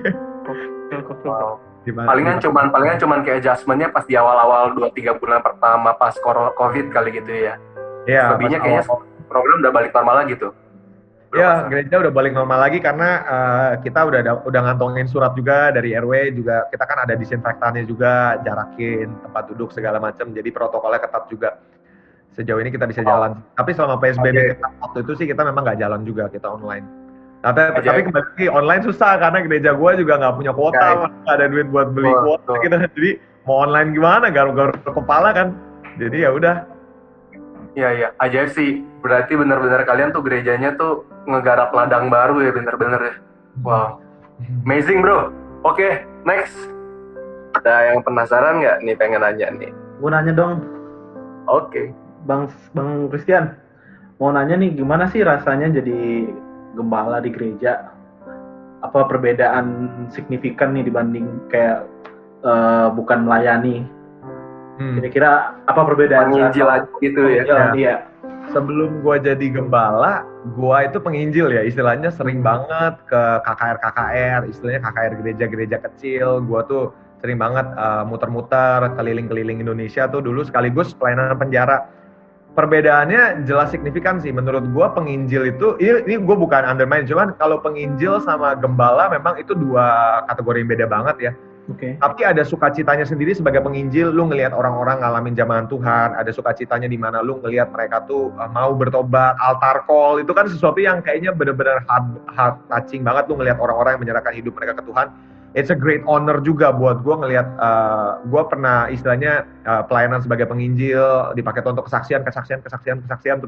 Wow. Palingan cuman palingan cuman kayak adjustment-nya pas di awal-awal dua tiga bulan pertama pas Covid kali gitu ya. Iya. Lebihnya kayaknya program udah balik normal lagi tuh. Ya, gereja udah balik normal lagi karena uh, kita udah ada, udah ngantongin surat juga dari R W juga. Kita kan ada disinfektannya juga, jarakin tempat duduk segala macam. Jadi protokolnya ketat juga. Sejauh ini kita bisa oh. jalan. Tapi selama P S B B okay. ketat waktu itu sih kita memang nggak jalan juga, kita online. Tapi, tapi kembali lagi online susah karena gereja gua juga nggak punya kuota, nggak ada duit buat beli oh, kuota. Gitu. Jadi mau online gimana? Garuk-garuk kepala kan. Jadi ya udah. Iya iya, ajaib sih. Berarti benar-benar kalian tuh gerejanya tuh ngegarap ladang baru ya, bener-bener ya. Wow, amazing bro. Oke, okay, next. Ada yang penasaran nggak nih, pengen nanya nih? Gue nanya dong. Oke. Okay. Bang Bang Christian, mau nanya nih, gimana sih rasanya jadi gembala di gereja? Apa perbedaan signifikan nih dibanding kayak uh, bukan melayani? Hmm. Kira-kira apa perbedaan? Penginjil aja gitu ya. Ya. Iya. Sebelum gua jadi gembala, gua itu penginjil ya, istilahnya sering banget ke K K R K K R, istilahnya K K R gereja-gereja kecil. Gua tuh sering banget uh, muter-muter keliling-keliling Indonesia tuh dulu, sekaligus pelayanan penjara. Perbedaannya jelas signifikan sih menurut gua. Penginjil itu, ini, ini gua bukan undermine, cuman kalau penginjil sama gembala memang itu dua kategori yang beda banget ya. Okay. Tapi ada sukacitanya sendiri sebagai penginjil, lu ngelihat orang-orang ngalamin jamahan Tuhan, ada sukacitanya di mana lu ngelihat mereka tuh uh, mau bertobat, altar call, itu kan sesuatu yang kayaknya benar-benar hard, hard touching banget, lu ngelihat orang-orang yang menyerahkan hidup mereka ke Tuhan. It's a great honor juga buat gue ngelihat, uh, gue pernah istilahnya uh, pelayanan sebagai penginjil, dipakai untuk kesaksian, kesaksian, kesaksian, kesaksian, terus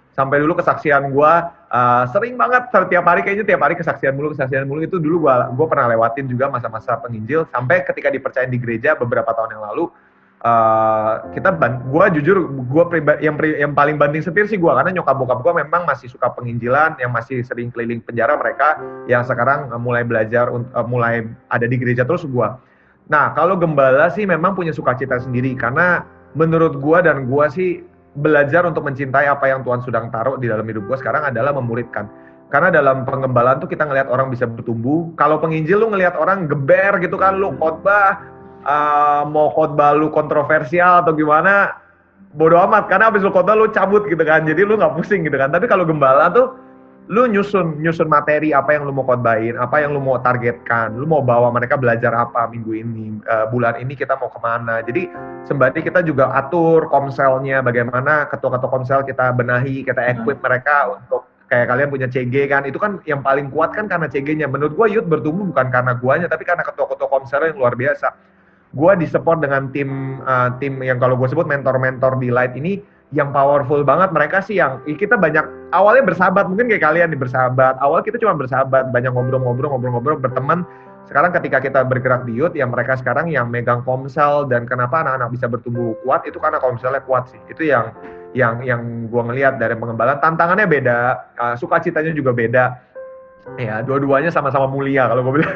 Sampai dulu kesaksian gue uh, sering banget setiap hari, kayaknya tiap hari kesaksian mulu kesaksian mulu. Itu dulu gue gue pernah lewatin juga masa-masa penginjil sampai ketika dipercayain di gereja beberapa tahun yang lalu. Uh, kita gue jujur gue yang yang paling banding setir sih gue, karena nyokap bokap gue memang masih suka penginjilan, yang masih sering keliling penjara, mereka yang sekarang uh, mulai belajar uh, mulai ada di gereja terus gue. Nah kalau gembala sih memang punya sukacita sendiri, karena menurut gue dan gue sih belajar untuk mencintai apa yang Tuhan sedang taruh di dalam hidup gue sekarang adalah memuridkan. Karena dalam penggembalaan tuh kita ngelihat orang bisa bertumbuh. Kalau penginjil lu ngelihat orang geber gitu kan, lu khotbah Uh, mau khotbah lu kontroversial atau gimana, bodo amat, karena abis lu khotbah lu cabut gitu kan, jadi lu nggak pusing gitu kan. Tapi kalau gembala tuh lu nyusun nyusun materi apa yang lu mau khotbahin, apa yang lu mau targetkan, lu mau bawa mereka belajar apa minggu ini, uh, bulan ini kita mau kemana. Jadi sembari kita juga atur komselnya, bagaimana ketua-ketua komsel kita benahi, kita equip hmm. mereka untuk kayak kalian punya C G kan, itu kan yang paling kuat kan karena C G-nya. Menurut gua youth bertumbuh bukan karena guanya, tapi karena ketua-ketua komsel yang luar biasa. Gue disupport dengan tim uh, tim yang kalau gue sebut mentor-mentor di Light ini yang powerful banget. Mereka sih yang kita banyak awalnya bersahabat, mungkin kayak kalian nih bersahabat. Awal kita cuma bersahabat, banyak ngobrol-ngobrol, ngobrol-ngobrol, berteman. Sekarang ketika kita bergerak di youth, yang mereka sekarang yang megang komsel, dan kenapa anak-anak bisa bertumbuh kuat itu karena komselnya kuat sih. Itu yang yang yang gue ngelihat dari pengembalaan. Tantangannya beda, uh, sukacitanya juga beda. Ya, dua-duanya sama-sama mulia kalau gue bilang.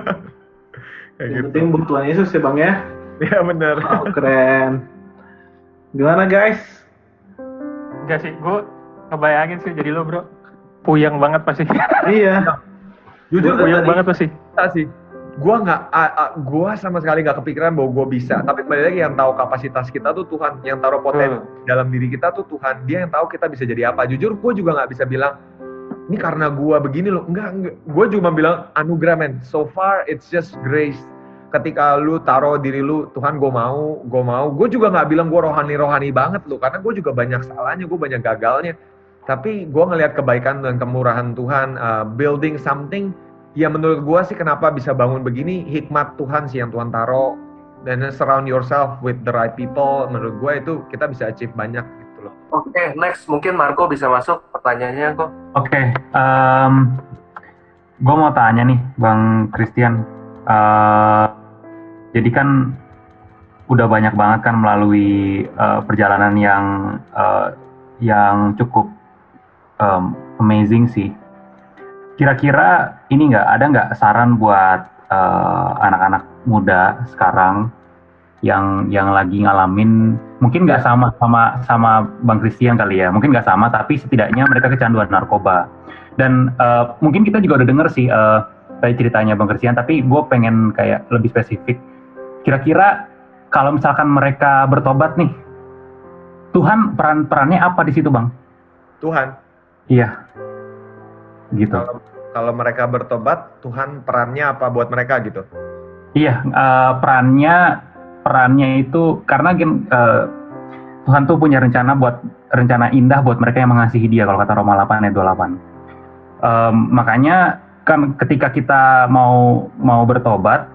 Yang penting gitu. Tuhan Yesus ya bang ya. Iya benar. Oh, keren. Gimana guys? Enggak sih, gue ngebayangin sih jadi lo bro. Puyeng banget pasti. Iya. Jujur puyeng banget pasti. Bisa sih. Gue nggak, gue sama sekali nggak kepikiran bahwa gue bisa. Tapi kembali lagi yang tahu kapasitas kita tuh Tuhan, yang taruh potensi hmm. dalam diri kita tuh Tuhan. Dia yang tahu kita bisa jadi apa. Jujur gue juga nggak bisa bilang ini karena gue begini loh, enggak, enggak. Gue cuma bilang anugerah men, so far it's just grace. Ketika lu taruh diri lu, Tuhan gue mau, gue mau. Gue juga gak bilang gue rohani-rohani banget loh, karena gue juga banyak salahnya, gue banyak gagalnya. Tapi gue ngelihat kebaikan dan kemurahan Tuhan, uh, building something, ya menurut gue sih kenapa bisa bangun begini, hikmat Tuhan sih yang Tuhan taruh. Dan surround yourself with the right people, menurut gue itu kita bisa achieve banyak. Oke, okay, next mungkin Marco bisa masuk pertanyaannya kok. Oke, okay, um, gue mau tanya nih, Bang Christian. Uh, jadi kan udah banyak banget kan melalui uh, perjalanan yang uh, yang cukup um, amazing sih. Kira-kira ini nggak ada nggak saran buat uh, anak-anak muda sekarang yang yang lagi ngalamin, mungkin nggak sama sama sama Bang Christian kali ya, mungkin nggak sama tapi setidaknya mereka kecanduan narkoba. Dan uh, mungkin kita juga udah denger sih uh, tadi ceritanya Bang Christian, tapi gue pengen kayak lebih spesifik. Kira-kira kalau misalkan mereka bertobat nih, Tuhan peran-perannya apa di situ Bang? Tuhan. Iya. Gitu. Kalau, kalau mereka bertobat, Tuhan perannya apa buat mereka gitu? Iya, uh, perannya perannya itu karena uh, Tuhan tuh punya rencana buat rencana indah buat mereka yang mengasihi Dia, kalau kata Roma delapan ayat dua puluh delapan. Um, makanya kan ketika kita mau mau bertobat,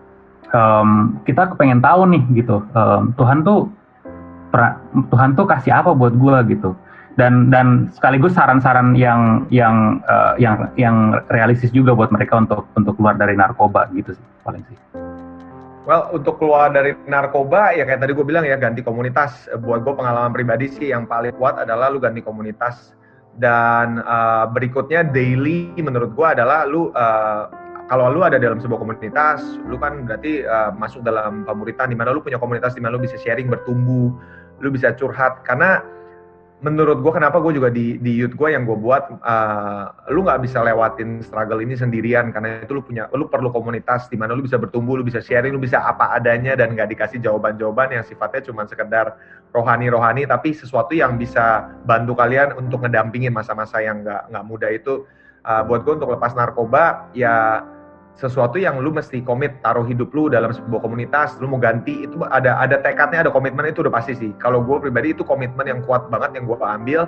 um, kita kepengen tahu nih gitu, um, Tuhan tuh pra, Tuhan tuh kasih apa buat gue gitu. Dan dan sekaligus saran-saran yang yang uh, yang yang realistis juga buat mereka untuk untuk keluar dari narkoba gitu sih paling sih. Well, untuk keluar dari narkoba, ya kayak tadi gue bilang ya, ganti komunitas. Buat gue pengalaman pribadi sih yang paling kuat adalah lu ganti komunitas. Dan uh, berikutnya daily menurut gue adalah lu, uh, kalau lu ada dalam sebuah komunitas, lu kan berarti uh, masuk dalam pemuritan, di mana lu punya komunitas, di mana lu bisa sharing, bertumbuh, lu bisa curhat. Karena menurut gue kenapa gue juga di di youth gue yang gue buat, uh, lu nggak bisa lewatin struggle ini sendirian, karena itu lu punya lu perlu komunitas di mana lu bisa bertumbuh, lu bisa sharing, lu bisa apa adanya dan nggak dikasih jawaban-jawaban yang sifatnya cuma sekedar rohani-rohani, tapi sesuatu yang bisa bantu kalian untuk ngedampingin masa-masa yang nggak nggak mudah itu. Uh, buat gue untuk lepas narkoba ya sesuatu yang lu mesti komit, taruh hidup lu dalam sebuah komunitas, lu mau ganti, itu ada ada tekadnya, ada komitmen, itu udah pasti sih. Kalau gue pribadi itu komitmen yang kuat banget yang gue ambil.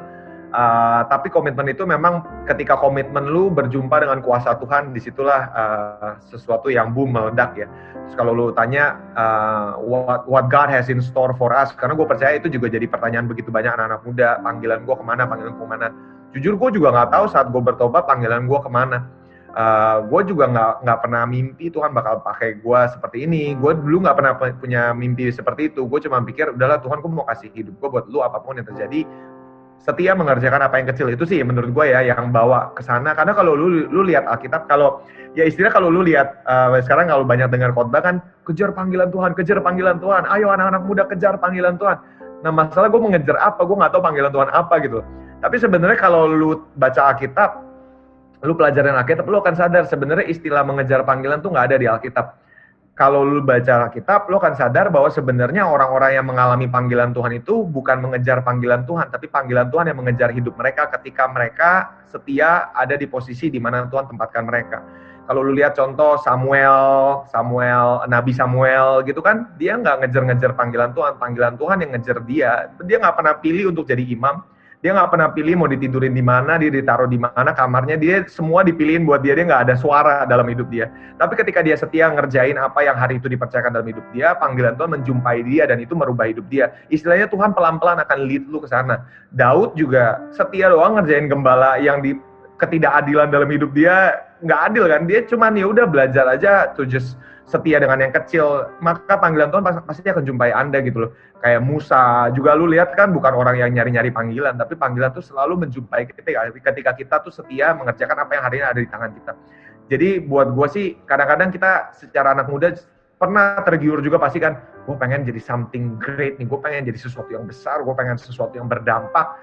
Uh, tapi komitmen itu memang ketika komitmen lu berjumpa dengan kuasa Tuhan, disitulah uh, sesuatu yang boom meledak ya. Terus kalau lu tanya uh, what, what God has in store for us, karena gue percaya itu juga jadi pertanyaan begitu banyak anak-anak muda, panggilan gue kemana, panggilan gue kemana. Jujur gue juga nggak tahu saat gue bertobat panggilan gue kemana. Uh, gue juga nggak nggak pernah mimpi Tuhan bakal pakai gue seperti ini. Gue dulu nggak pernah punya mimpi seperti itu. Gue cuma pikir udahlah Tuhan, gue mau kasih hidup gue buat lu apapun yang terjadi. Setia mengerjakan apa yang kecil itu sih menurut gue ya yang bawa ke sana. Karena kalau lu lu lihat Alkitab, kalau ya istilah kalau lu lihat uh, sekarang kalau banyak dengar khotbah kan, kejar panggilan Tuhan, kejar panggilan Tuhan. Ayo anak-anak muda kejar panggilan Tuhan. Nah masalah gue mengejar apa? Gue nggak tahu panggilan Tuhan apa gitu. Tapi sebenarnya kalau lu baca Alkitab, lu pelajaran Alkitab, lu akan sadar sebenarnya istilah mengejar panggilan tuh nggak ada di Alkitab. Kalau lu baca Alkitab, lu akan sadar bahwa sebenarnya orang-orang yang mengalami panggilan Tuhan itu bukan mengejar panggilan Tuhan, tapi panggilan Tuhan yang mengejar hidup mereka ketika mereka setia ada di posisi di mana Tuhan tempatkan mereka. Kalau lu lihat contoh Samuel, Samuel, Nabi Samuel gitu kan, dia nggak ngejar-ngejar panggilan Tuhan, panggilan Tuhan yang ngejar dia. Dia nggak pernah pilih untuk jadi imam. Dia nggak pernah pilih mau ditidurin di mana, dia ditaruh di mana kamarnya, dia semua dipilihin buat dia, dia nggak ada suara dalam hidup dia. Tapi ketika dia setia ngerjain apa yang hari itu dipercayakan dalam hidup dia, panggilan Tuhan menjumpai dia dan itu merubah hidup dia. Istilahnya Tuhan pelan-pelan akan lead lu ke sana. Daud juga setia doang ngerjain gembala yang di ketidakadilan dalam hidup dia, nggak adil kan, dia cuman ya udah belajar aja to just setia dengan yang kecil, maka panggilan Tuhan pasti akan jumpai Anda gitu loh. Kayak Musa, juga lu lihat kan bukan orang yang nyari-nyari panggilan, tapi panggilan tuh selalu menjumpai ketika, ketika kita tuh setia mengerjakan apa yang hari ini ada di tangan kita. Jadi buat gue sih, kadang-kadang kita secara anak muda pernah tergiur juga pasti kan, gue pengen jadi something great nih, gue pengen jadi sesuatu yang besar, gue pengen sesuatu yang berdampak,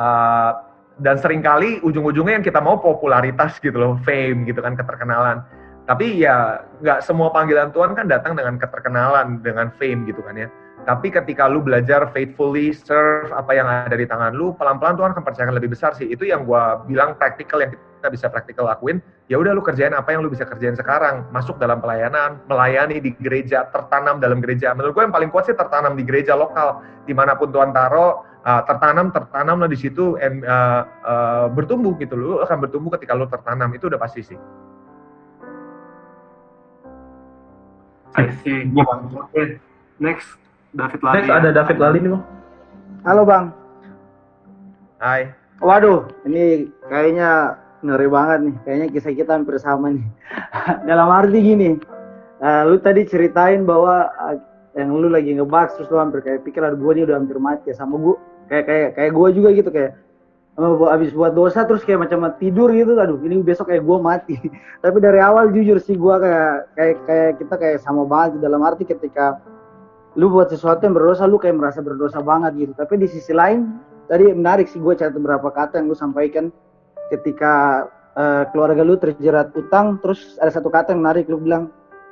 uh, dan seringkali ujung-ujungnya yang kita mau popularitas gitu loh, fame gitu kan, keterkenalan. Tapi ya nggak semua panggilan Tuhan kan datang dengan keterkenalan, dengan fame gitu kan ya. Tapi ketika lu belajar faithfully serve apa yang ada di tangan lu, pelan-pelan Tuhan akan percayakan lebih besar sih. Itu yang gua bilang praktikal, yang kita bisa praktikal lakuin. Ya udah lu kerjain apa yang lu bisa kerjain sekarang. Masuk dalam pelayanan, melayani di gereja, tertanam dalam gereja. Menurut gua yang paling kuat sih tertanam di gereja lokal. Dimanapun Tuhan taruh, uh, tertanam, tertanam lah di situ, and uh, uh, bertumbuh gitu. Lu akan bertumbuh ketika lu tertanam. Itu udah pasti sih. I see. Oke, okay. Next. David Lali. Next ada David Lali nih bang. Halo bang. Hai. Waduh, ini kayaknya ngeri banget nih. Kayaknya kisah kita hampir sama nih. Dalam arti gini, uh, lu tadi ceritain bahwa uh, yang lu lagi ngebaks terus lu hampir kayak pikir aduh gue nih udah hampir mati ya sama gue. Kayak kayak kayak gue juga gitu kayak uh, abis buat dosa terus kayak macam tidur gitu. Aduh ini besok kayak gue mati. Tapi dari awal jujur sih gue kayak kayak kayak kita kayak sama banget dalam arti ketika lu buat sesuatu yang berdosa, lu kayak merasa berdosa banget gitu. Tapi di sisi lain, tadi menarik sih gue catat beberapa kata yang lu sampaikan ketika uh, keluarga lu terjerat utang, terus ada satu kata yang menarik, lu bilang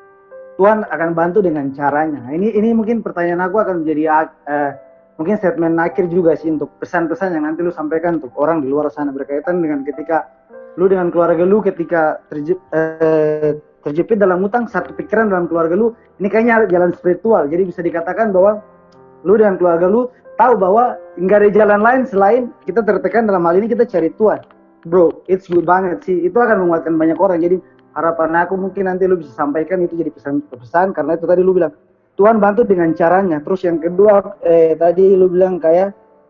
Tuhan akan bantu dengan caranya. Nah, ini ini mungkin pertanyaan aku akan menjadi uh, mungkin statement akhir juga sih untuk pesan-pesan yang nanti lu sampaikan untuk orang di luar sana berkaitan dengan ketika lu dengan keluarga lu ketika terje, uh, terjepit dalam utang, satu pikiran dalam keluarga lu, ini kayaknya jalan spiritual. Jadi bisa dikatakan bahwa lu dan keluarga lu tahu bahwa nggak ada jalan lain selain kita tertekan dalam hal ini kita cari Tuhan. Bro, it's good banget sih. Itu akan menguatkan banyak orang. Jadi harapan aku mungkin nanti lu bisa sampaikan itu jadi pesan-pesan, karena itu tadi lu bilang Tuhan bantu dengan caranya. Terus yang kedua, eh, tadi lu bilang kayak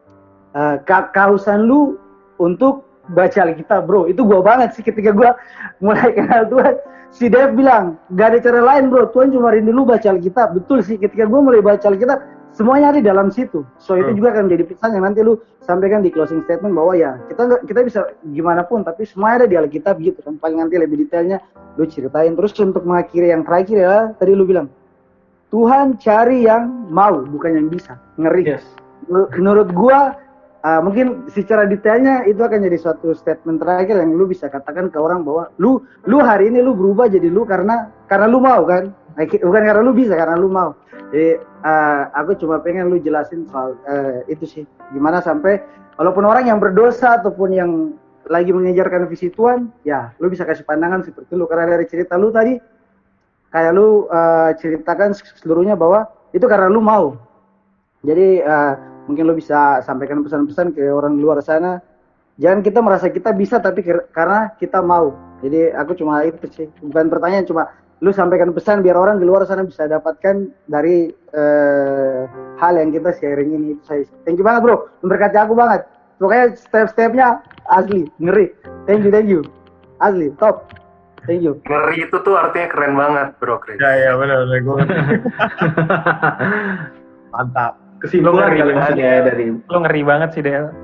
uh, kehausan lu untuk baca Alkitab, bro. Itu gua banget sih ketika gua mulai kenal Tuhan. Si Dev bilang, gak ada cara lain bro, Tuhan cuma rindu lu baca Alkitab. Betul sih, ketika gue mulai baca Alkitab, semuanya ada di dalam situ. So itu hmm. juga akan menjadi pesan yang nanti lu sampaikan di closing statement bahwa ya, kita kita bisa gimana pun, tapi semuanya ada di Alkitab gitu kan. Paling nanti lebih detailnya lu ceritain. Terus untuk mengakhiri yang terakhir ya, tadi lu bilang, Tuhan cari yang mau, bukan yang bisa. Ngeri. Yes. Menurut gua, Uh, mungkin secara detailnya itu akan jadi suatu statement terakhir yang lu bisa katakan ke orang bahwa lu lu hari ini lu berubah jadi lu karena karena lu mau kan, bukan karena lu bisa, karena lu mau. Jadi uh, aku cuma pengen lu jelasin soal uh, itu sih, gimana sampai walaupun orang yang berdosa ataupun yang lagi mengejarkan visi Tuhan, ya lu bisa kasih pandangan seperti lu, karena dari cerita lu tadi kayak lu uh, ceritakan seluruhnya bahwa itu karena lu mau. Jadi uh, mungkin lo bisa sampaikan pesan-pesan ke orang luar sana jangan kita merasa kita bisa tapi karena kita mau. Jadi aku cuma itu sih, bukan pertanyaan, cuma lu sampaikan pesan biar orang di luar sana bisa dapatkan dari uh, hal yang kita sharing ini. Itu saya. Thank you banget bro, memberkati aku banget. Pokoknya step-stepnya asli ngeri. Thank you, thank you, asli top. Thank you. Ngeri itu tuh artinya keren banget bro Chris. Ya ya benar benar gue. Mantap. Kesimpulan kali maksudnya dari Lo ngeri banget sih Del.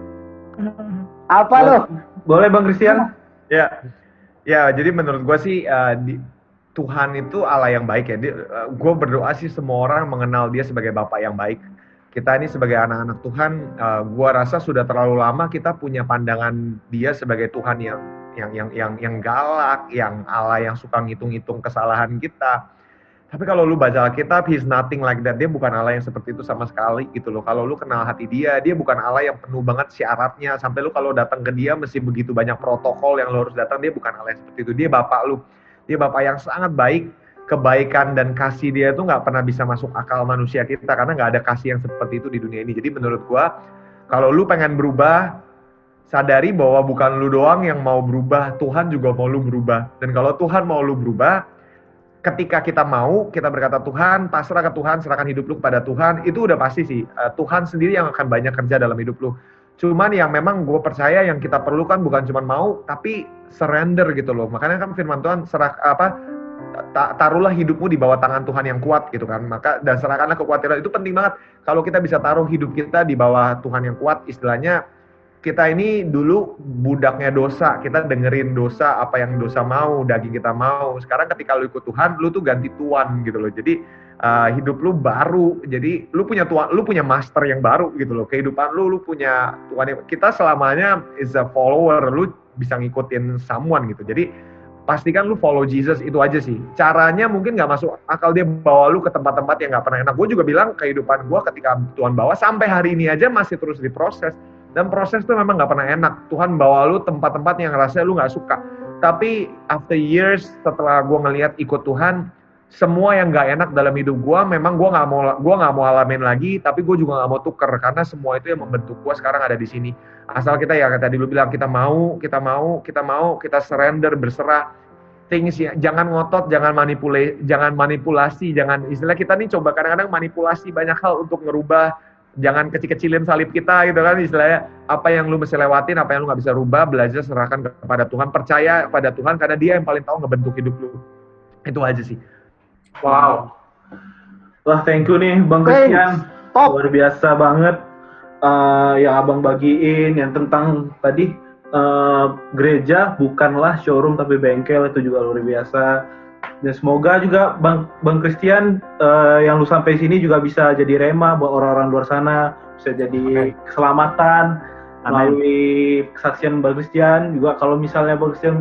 Apa lo? Boleh Bang Christian? Ya, ya. Jadi menurut gue sih uh, di, Tuhan itu Allah yang baik ya. Uh, gue berdoa sih semua orang mengenal Dia sebagai Bapa yang baik. Kita ini sebagai anak-anak Tuhan, uh, gue rasa sudah terlalu lama kita punya pandangan Dia sebagai Tuhan yang yang yang yang yang galak, yang Allah yang suka ngitung-ngitung kesalahan kita. Tapi kalau lu baca Alkitab, he's nothing like that. Dia bukan Allah yang seperti itu sama sekali gitu loh. Kalau lu kenal hati dia, dia bukan Allah yang penuh banget syaratnya. Sampai lu kalau datang ke dia mesti begitu banyak protokol yang lu harus datang. Dia bukan Allah yang seperti itu. Dia Bapak lu. Dia Bapak yang sangat baik. Kebaikan dan kasih dia tuh nggak pernah bisa masuk akal manusia kita. Karena nggak ada kasih yang seperti itu di dunia ini. Jadi menurut gua, kalau lu pengen berubah, sadari bahwa bukan lu doang yang mau berubah. Tuhan juga mau lu berubah. Dan kalau Tuhan mau lu berubah, ketika kita mau, kita berkata Tuhan, pasrah ke Tuhan, serahkan hidup lu kepada Tuhan, itu udah pasti sih. Uh, Tuhan sendiri yang akan banyak kerja dalam hidup lu. Cuman yang memang gue percaya yang kita perlukan bukan cuma mau, tapi surrender gitu loh. Makanya kan firman Tuhan, serah apa, taruhlah hidupmu di bawah tangan Tuhan yang kuat gitu kan. Maka dan serahkanlah kekhawatiran, itu penting banget. Kalau kita bisa taruh hidup kita di bawah Tuhan yang kuat, istilahnya kita ini dulu budaknya dosa, kita dengerin dosa, apa yang dosa mau, daging kita mau. Sekarang ketika lu ikut Tuhan, lu tuh ganti tuan gitu loh. Jadi uh, hidup lu baru. Jadi lu punya tuan, lu punya master yang baru gitu loh. Kehidupan lu, lu punya tuan yang, kita selamanya is a follower, lu bisa ngikutin someone gitu. Jadi pastikan lu follow Jesus, itu aja sih. Caranya mungkin nggak masuk akal dia bawa lu ke tempat-tempat yang nggak pernah enak. Gue juga bilang kehidupan gue ketika Tuhan bawa sampai hari ini aja masih terus diproses. Dan proses itu memang gak pernah enak. Tuhan bawa lu tempat-tempat yang rasanya lu gak suka. Tapi after years, setelah gue ngelihat ikut Tuhan, semua yang gak enak dalam hidup gue, memang gue gak mau gue gak mau alamin lagi, tapi gue juga gak mau tuker. Karena semua itu yang membentuk gue sekarang ada di sini. Asal kita ya, tadi lu bilang, kita mau, kita mau, kita mau, kita surrender, berserah. Things ya, jangan ngotot, jangan manipulasi, jangan manipulasi, jangan istilah kita nih coba kadang-kadang manipulasi banyak hal untuk ngerubah. Jangan kecil-kecilin salib kita gitu kan, istilahnya apa yang lu mesti lewatin, apa yang lu gak bisa rubah, belajar serahkan kepada Tuhan, percaya pada Tuhan karena dia yang paling tahu ngebentuk hidup lu. Itu aja sih. Wow. Wah, thank you nih Bang Christian. Luar biasa banget uh, yang abang bagiin, yang tentang tadi uh, gereja bukanlah showroom tapi bengkel, itu juga luar biasa. Dan semoga juga Bang Bang Christian uh, yang lu sampai sini juga bisa jadi rema buat orang-orang luar sana, bisa jadi okay. keselamatan melalui kesaksian Bang Christian. Juga kalau misalnya Bang Christian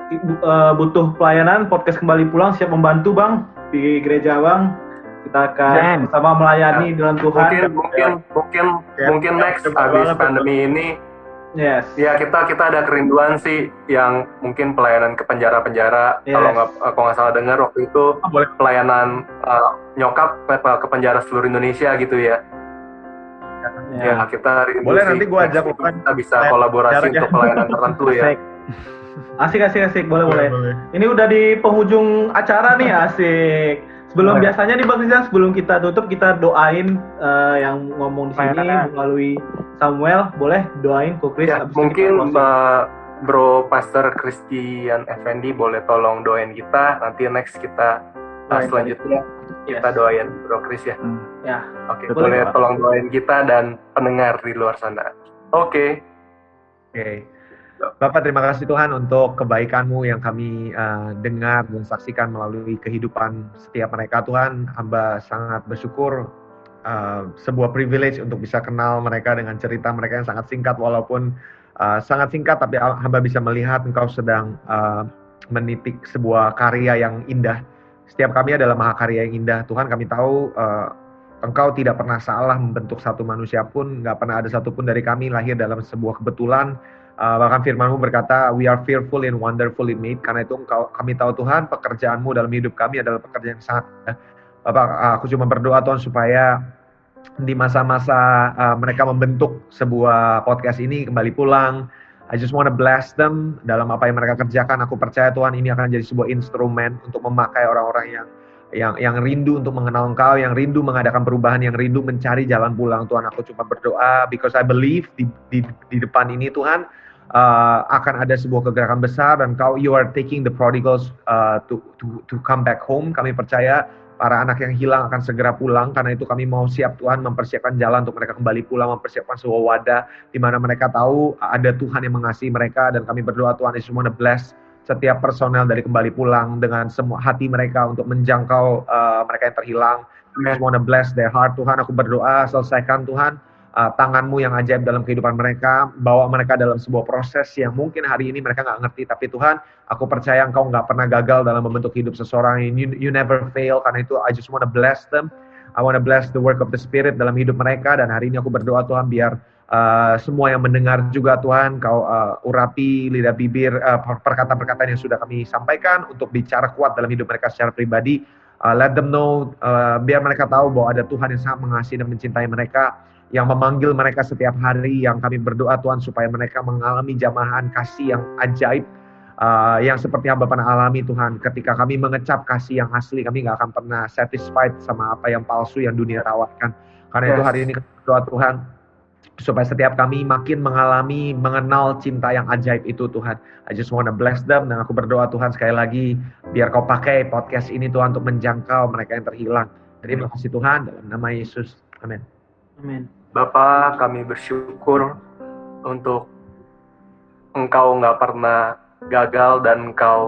uh, butuh pelayanan, podcast Kembali Pulang siap membantu Bang di gereja Bang. Kita akan bersama melayani ya. Dengan Tuhan. Mungkin mungkin mungkin ya. mungkin next habis pandemi ini. Yes. Ya kita kita ada kerinduan sih yang mungkin pelayanan ke penjara-penjara. Yes. Kalau nggak kalau nggak salah dengar waktu itu oh, boleh. Pelayanan uh, nyokap ke, ke penjara seluruh Indonesia gitu ya. Ya, ya kita rindu boleh sih. nanti gua ajak kita bisa kolaborasi untuk pelayanan tertentu ya. Asik asik asik boleh boleh. boleh. Ini udah di penghujung acara nih asik. Sebelum boleh. Biasanya nih Bang Christian, sebelum kita tutup kita doain uh, yang ngomong di sini melalui Samuel, boleh doain Ko Chris. Ya, mungkin uh, Bro Pastor Christian Effendi boleh tolong doain kita. Nanti next kita uh, selanjutnya yes. kita doain Bro Chris ya. Hmm. Ya. Oke, okay, boleh, boleh tolong doain kita dan pendengar di luar sana. Oke. Okay. Oke. Okay. Bapak, terima kasih Tuhan untuk kebaikan-Mu yang kami uh, dengar dan saksikan melalui kehidupan setiap mereka Tuhan. Hamba sangat bersyukur uh, sebuah privilege untuk bisa kenal mereka dengan cerita mereka yang sangat singkat, walaupun uh, sangat singkat tapi hamba bisa melihat Engkau sedang uh, menitik sebuah karya yang indah. Setiap kami adalah mahakarya yang indah. Tuhan, kami tahu uh, Engkau tidak pernah salah membentuk satu manusia pun, nggak pernah ada satupun dari kami lahir dalam sebuah kebetulan. Uh, bahkan firman-Mu berkata, we are fearful and wonderfully made. Karena itu engkau, kami tahu Tuhan, pekerjaan-Mu dalam hidup kami adalah pekerjaan yang sangat ya. Bapak, aku cuma berdoa Tuhan supaya di masa-masa uh, mereka membentuk sebuah podcast ini Kembali Pulang, I just want to bless them dalam apa yang mereka kerjakan. Aku percaya Tuhan ini akan jadi sebuah instrumen untuk memakai orang-orang yang yang yang rindu untuk mengenal Engkau, yang rindu mengadakan perubahan, yang rindu mencari jalan pulang. Tuhan, aku cuma berdoa because I believe di di, di depan ini Tuhan uh, akan ada sebuah kegerakan besar, dan Kau, you are taking the prodigals uh, to to to come back home. Kami percaya para anak yang hilang akan segera pulang. Karena itu kami mau siap Tuhan mempersiapkan jalan untuk mereka kembali pulang, mempersiapkan sebuah wadah di mana mereka tahu ada Tuhan yang mengasihi mereka. Dan kami berdoa Tuhan, I just want to bless setiap personel dari kembali pulang dengan semua hati mereka untuk menjangkau uh, mereka yang terhilang. I just want to bless their heart Tuhan. Aku berdoa selesaikan Tuhan uh, tangan-Mu yang ajaib dalam kehidupan mereka, bawa mereka dalam sebuah proses yang mungkin hari ini mereka nggak ngerti, tapi Tuhan, aku percaya Engkau nggak pernah gagal dalam membentuk hidup seseorang. You, you never fail. Karena itu I just want to bless them. I want to bless the work of the Spirit dalam hidup mereka. Dan hari ini aku berdoa Tuhan, biar uh, semua yang mendengar juga Tuhan, Kau uh, urapi lidah bibir uh, perkataan-perkataan yang sudah kami sampaikan untuk bicara kuat dalam hidup mereka secara pribadi. Uh, let them know, uh, biar mereka tahu bahwa ada Tuhan yang sangat mengasihi dan mencintai mereka, yang memanggil mereka setiap hari. Yang kami berdoa Tuhan supaya mereka mengalami jamahan kasih yang ajaib, Uh, yang seperti hamba pernah alami Tuhan. Ketika kami mengecap kasih yang asli, kami gak akan pernah satisfied sama apa yang palsu yang dunia tawarkan. Karena yes. itu hari ini kami berdoa Tuhan, supaya setiap kami makin mengalami, mengenal cinta yang ajaib itu Tuhan. I just want to bless them. Dan aku berdoa Tuhan sekali lagi, biar Kau pakai podcast ini Tuhan untuk menjangkau mereka yang terhilang. Terima kasih Tuhan, dalam nama Yesus. Amin. Amin. Bapa, kami bersyukur untuk Engkau gak pernah gagal, dan Engkau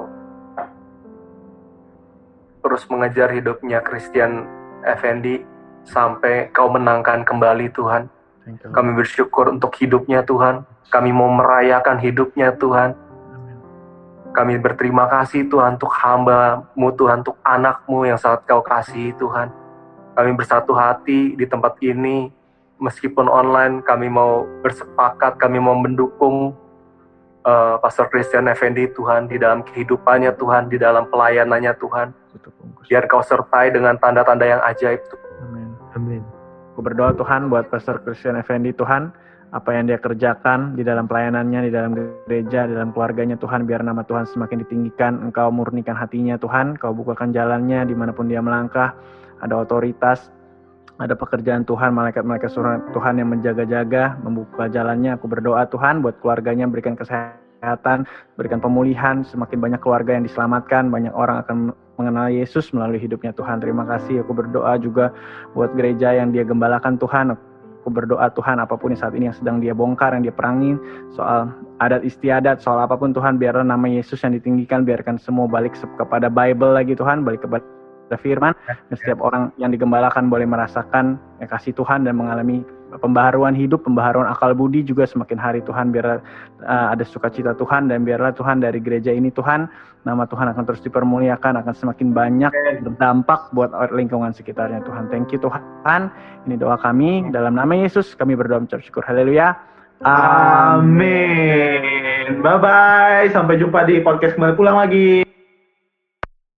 terus mengejar hidupnya Christian Effendi sampai Kau menangkan kembali Tuhan. Kami bersyukur untuk hidupnya Tuhan. Kami mau merayakan hidupnya Tuhan. Kami berterima kasih Tuhan untuk hamba-Mu Tuhan, untuk anak-Mu yang sangat Kau kasihi Tuhan. Kami bersatu hati di tempat ini, meskipun online, kami mau bersepakat, kami mau mendukung Uh, Pastor Christian Effendi Tuhan, di dalam kehidupannya Tuhan, di dalam pelayanannya Tuhan. Biar Kau sertai dengan tanda-tanda yang ajaib Tuhan. Amin. Amin. Aku berdoa Tuhan buat Pastor Christian Effendi Tuhan, apa yang dia kerjakan di dalam pelayanannya, di dalam gereja, di dalam keluarganya Tuhan, biar nama Tuhan semakin ditinggikan. Engkau murnikan hatinya Tuhan, Kau bukakan jalannya dimanapun dia melangkah. Ada otoritas, ada pekerjaan Tuhan, malaikat-malaikat Tuhan yang menjaga-jaga, membuka jalannya. Aku berdoa Tuhan buat keluarganya, berikan kesehatan, berikan pemulihan, semakin banyak keluarga yang diselamatkan, banyak orang akan mengenal Yesus melalui hidupnya Tuhan. Terima kasih. Aku berdoa juga buat gereja yang dia gembalakan Tuhan. Aku berdoa Tuhan, apapun yang saat ini yang sedang dia bongkar, yang dia perangin, soal adat istiadat, soal apapun Tuhan, biarlah nama Yesus yang ditinggikan, biarkan semua balik kepada Bible lagi Tuhan, balik kepada firman, dan setiap orang yang digembalakan boleh merasakan ya, kasih Tuhan dan mengalami pembaharuan hidup, pembaharuan akal budi juga semakin hari Tuhan. Biar uh, ada sukacita Tuhan, dan biarlah Tuhan dari gereja ini Tuhan, nama Tuhan akan terus dipermuliakan, akan semakin banyak berdampak buat lingkungan sekitarnya Tuhan. Thank you Tuhan. Ini doa kami dalam nama Yesus, kami berdoa mengucap syukur. Haleluya. Amin. Bye bye. Sampai jumpa di podcast Kembali Pulang lagi.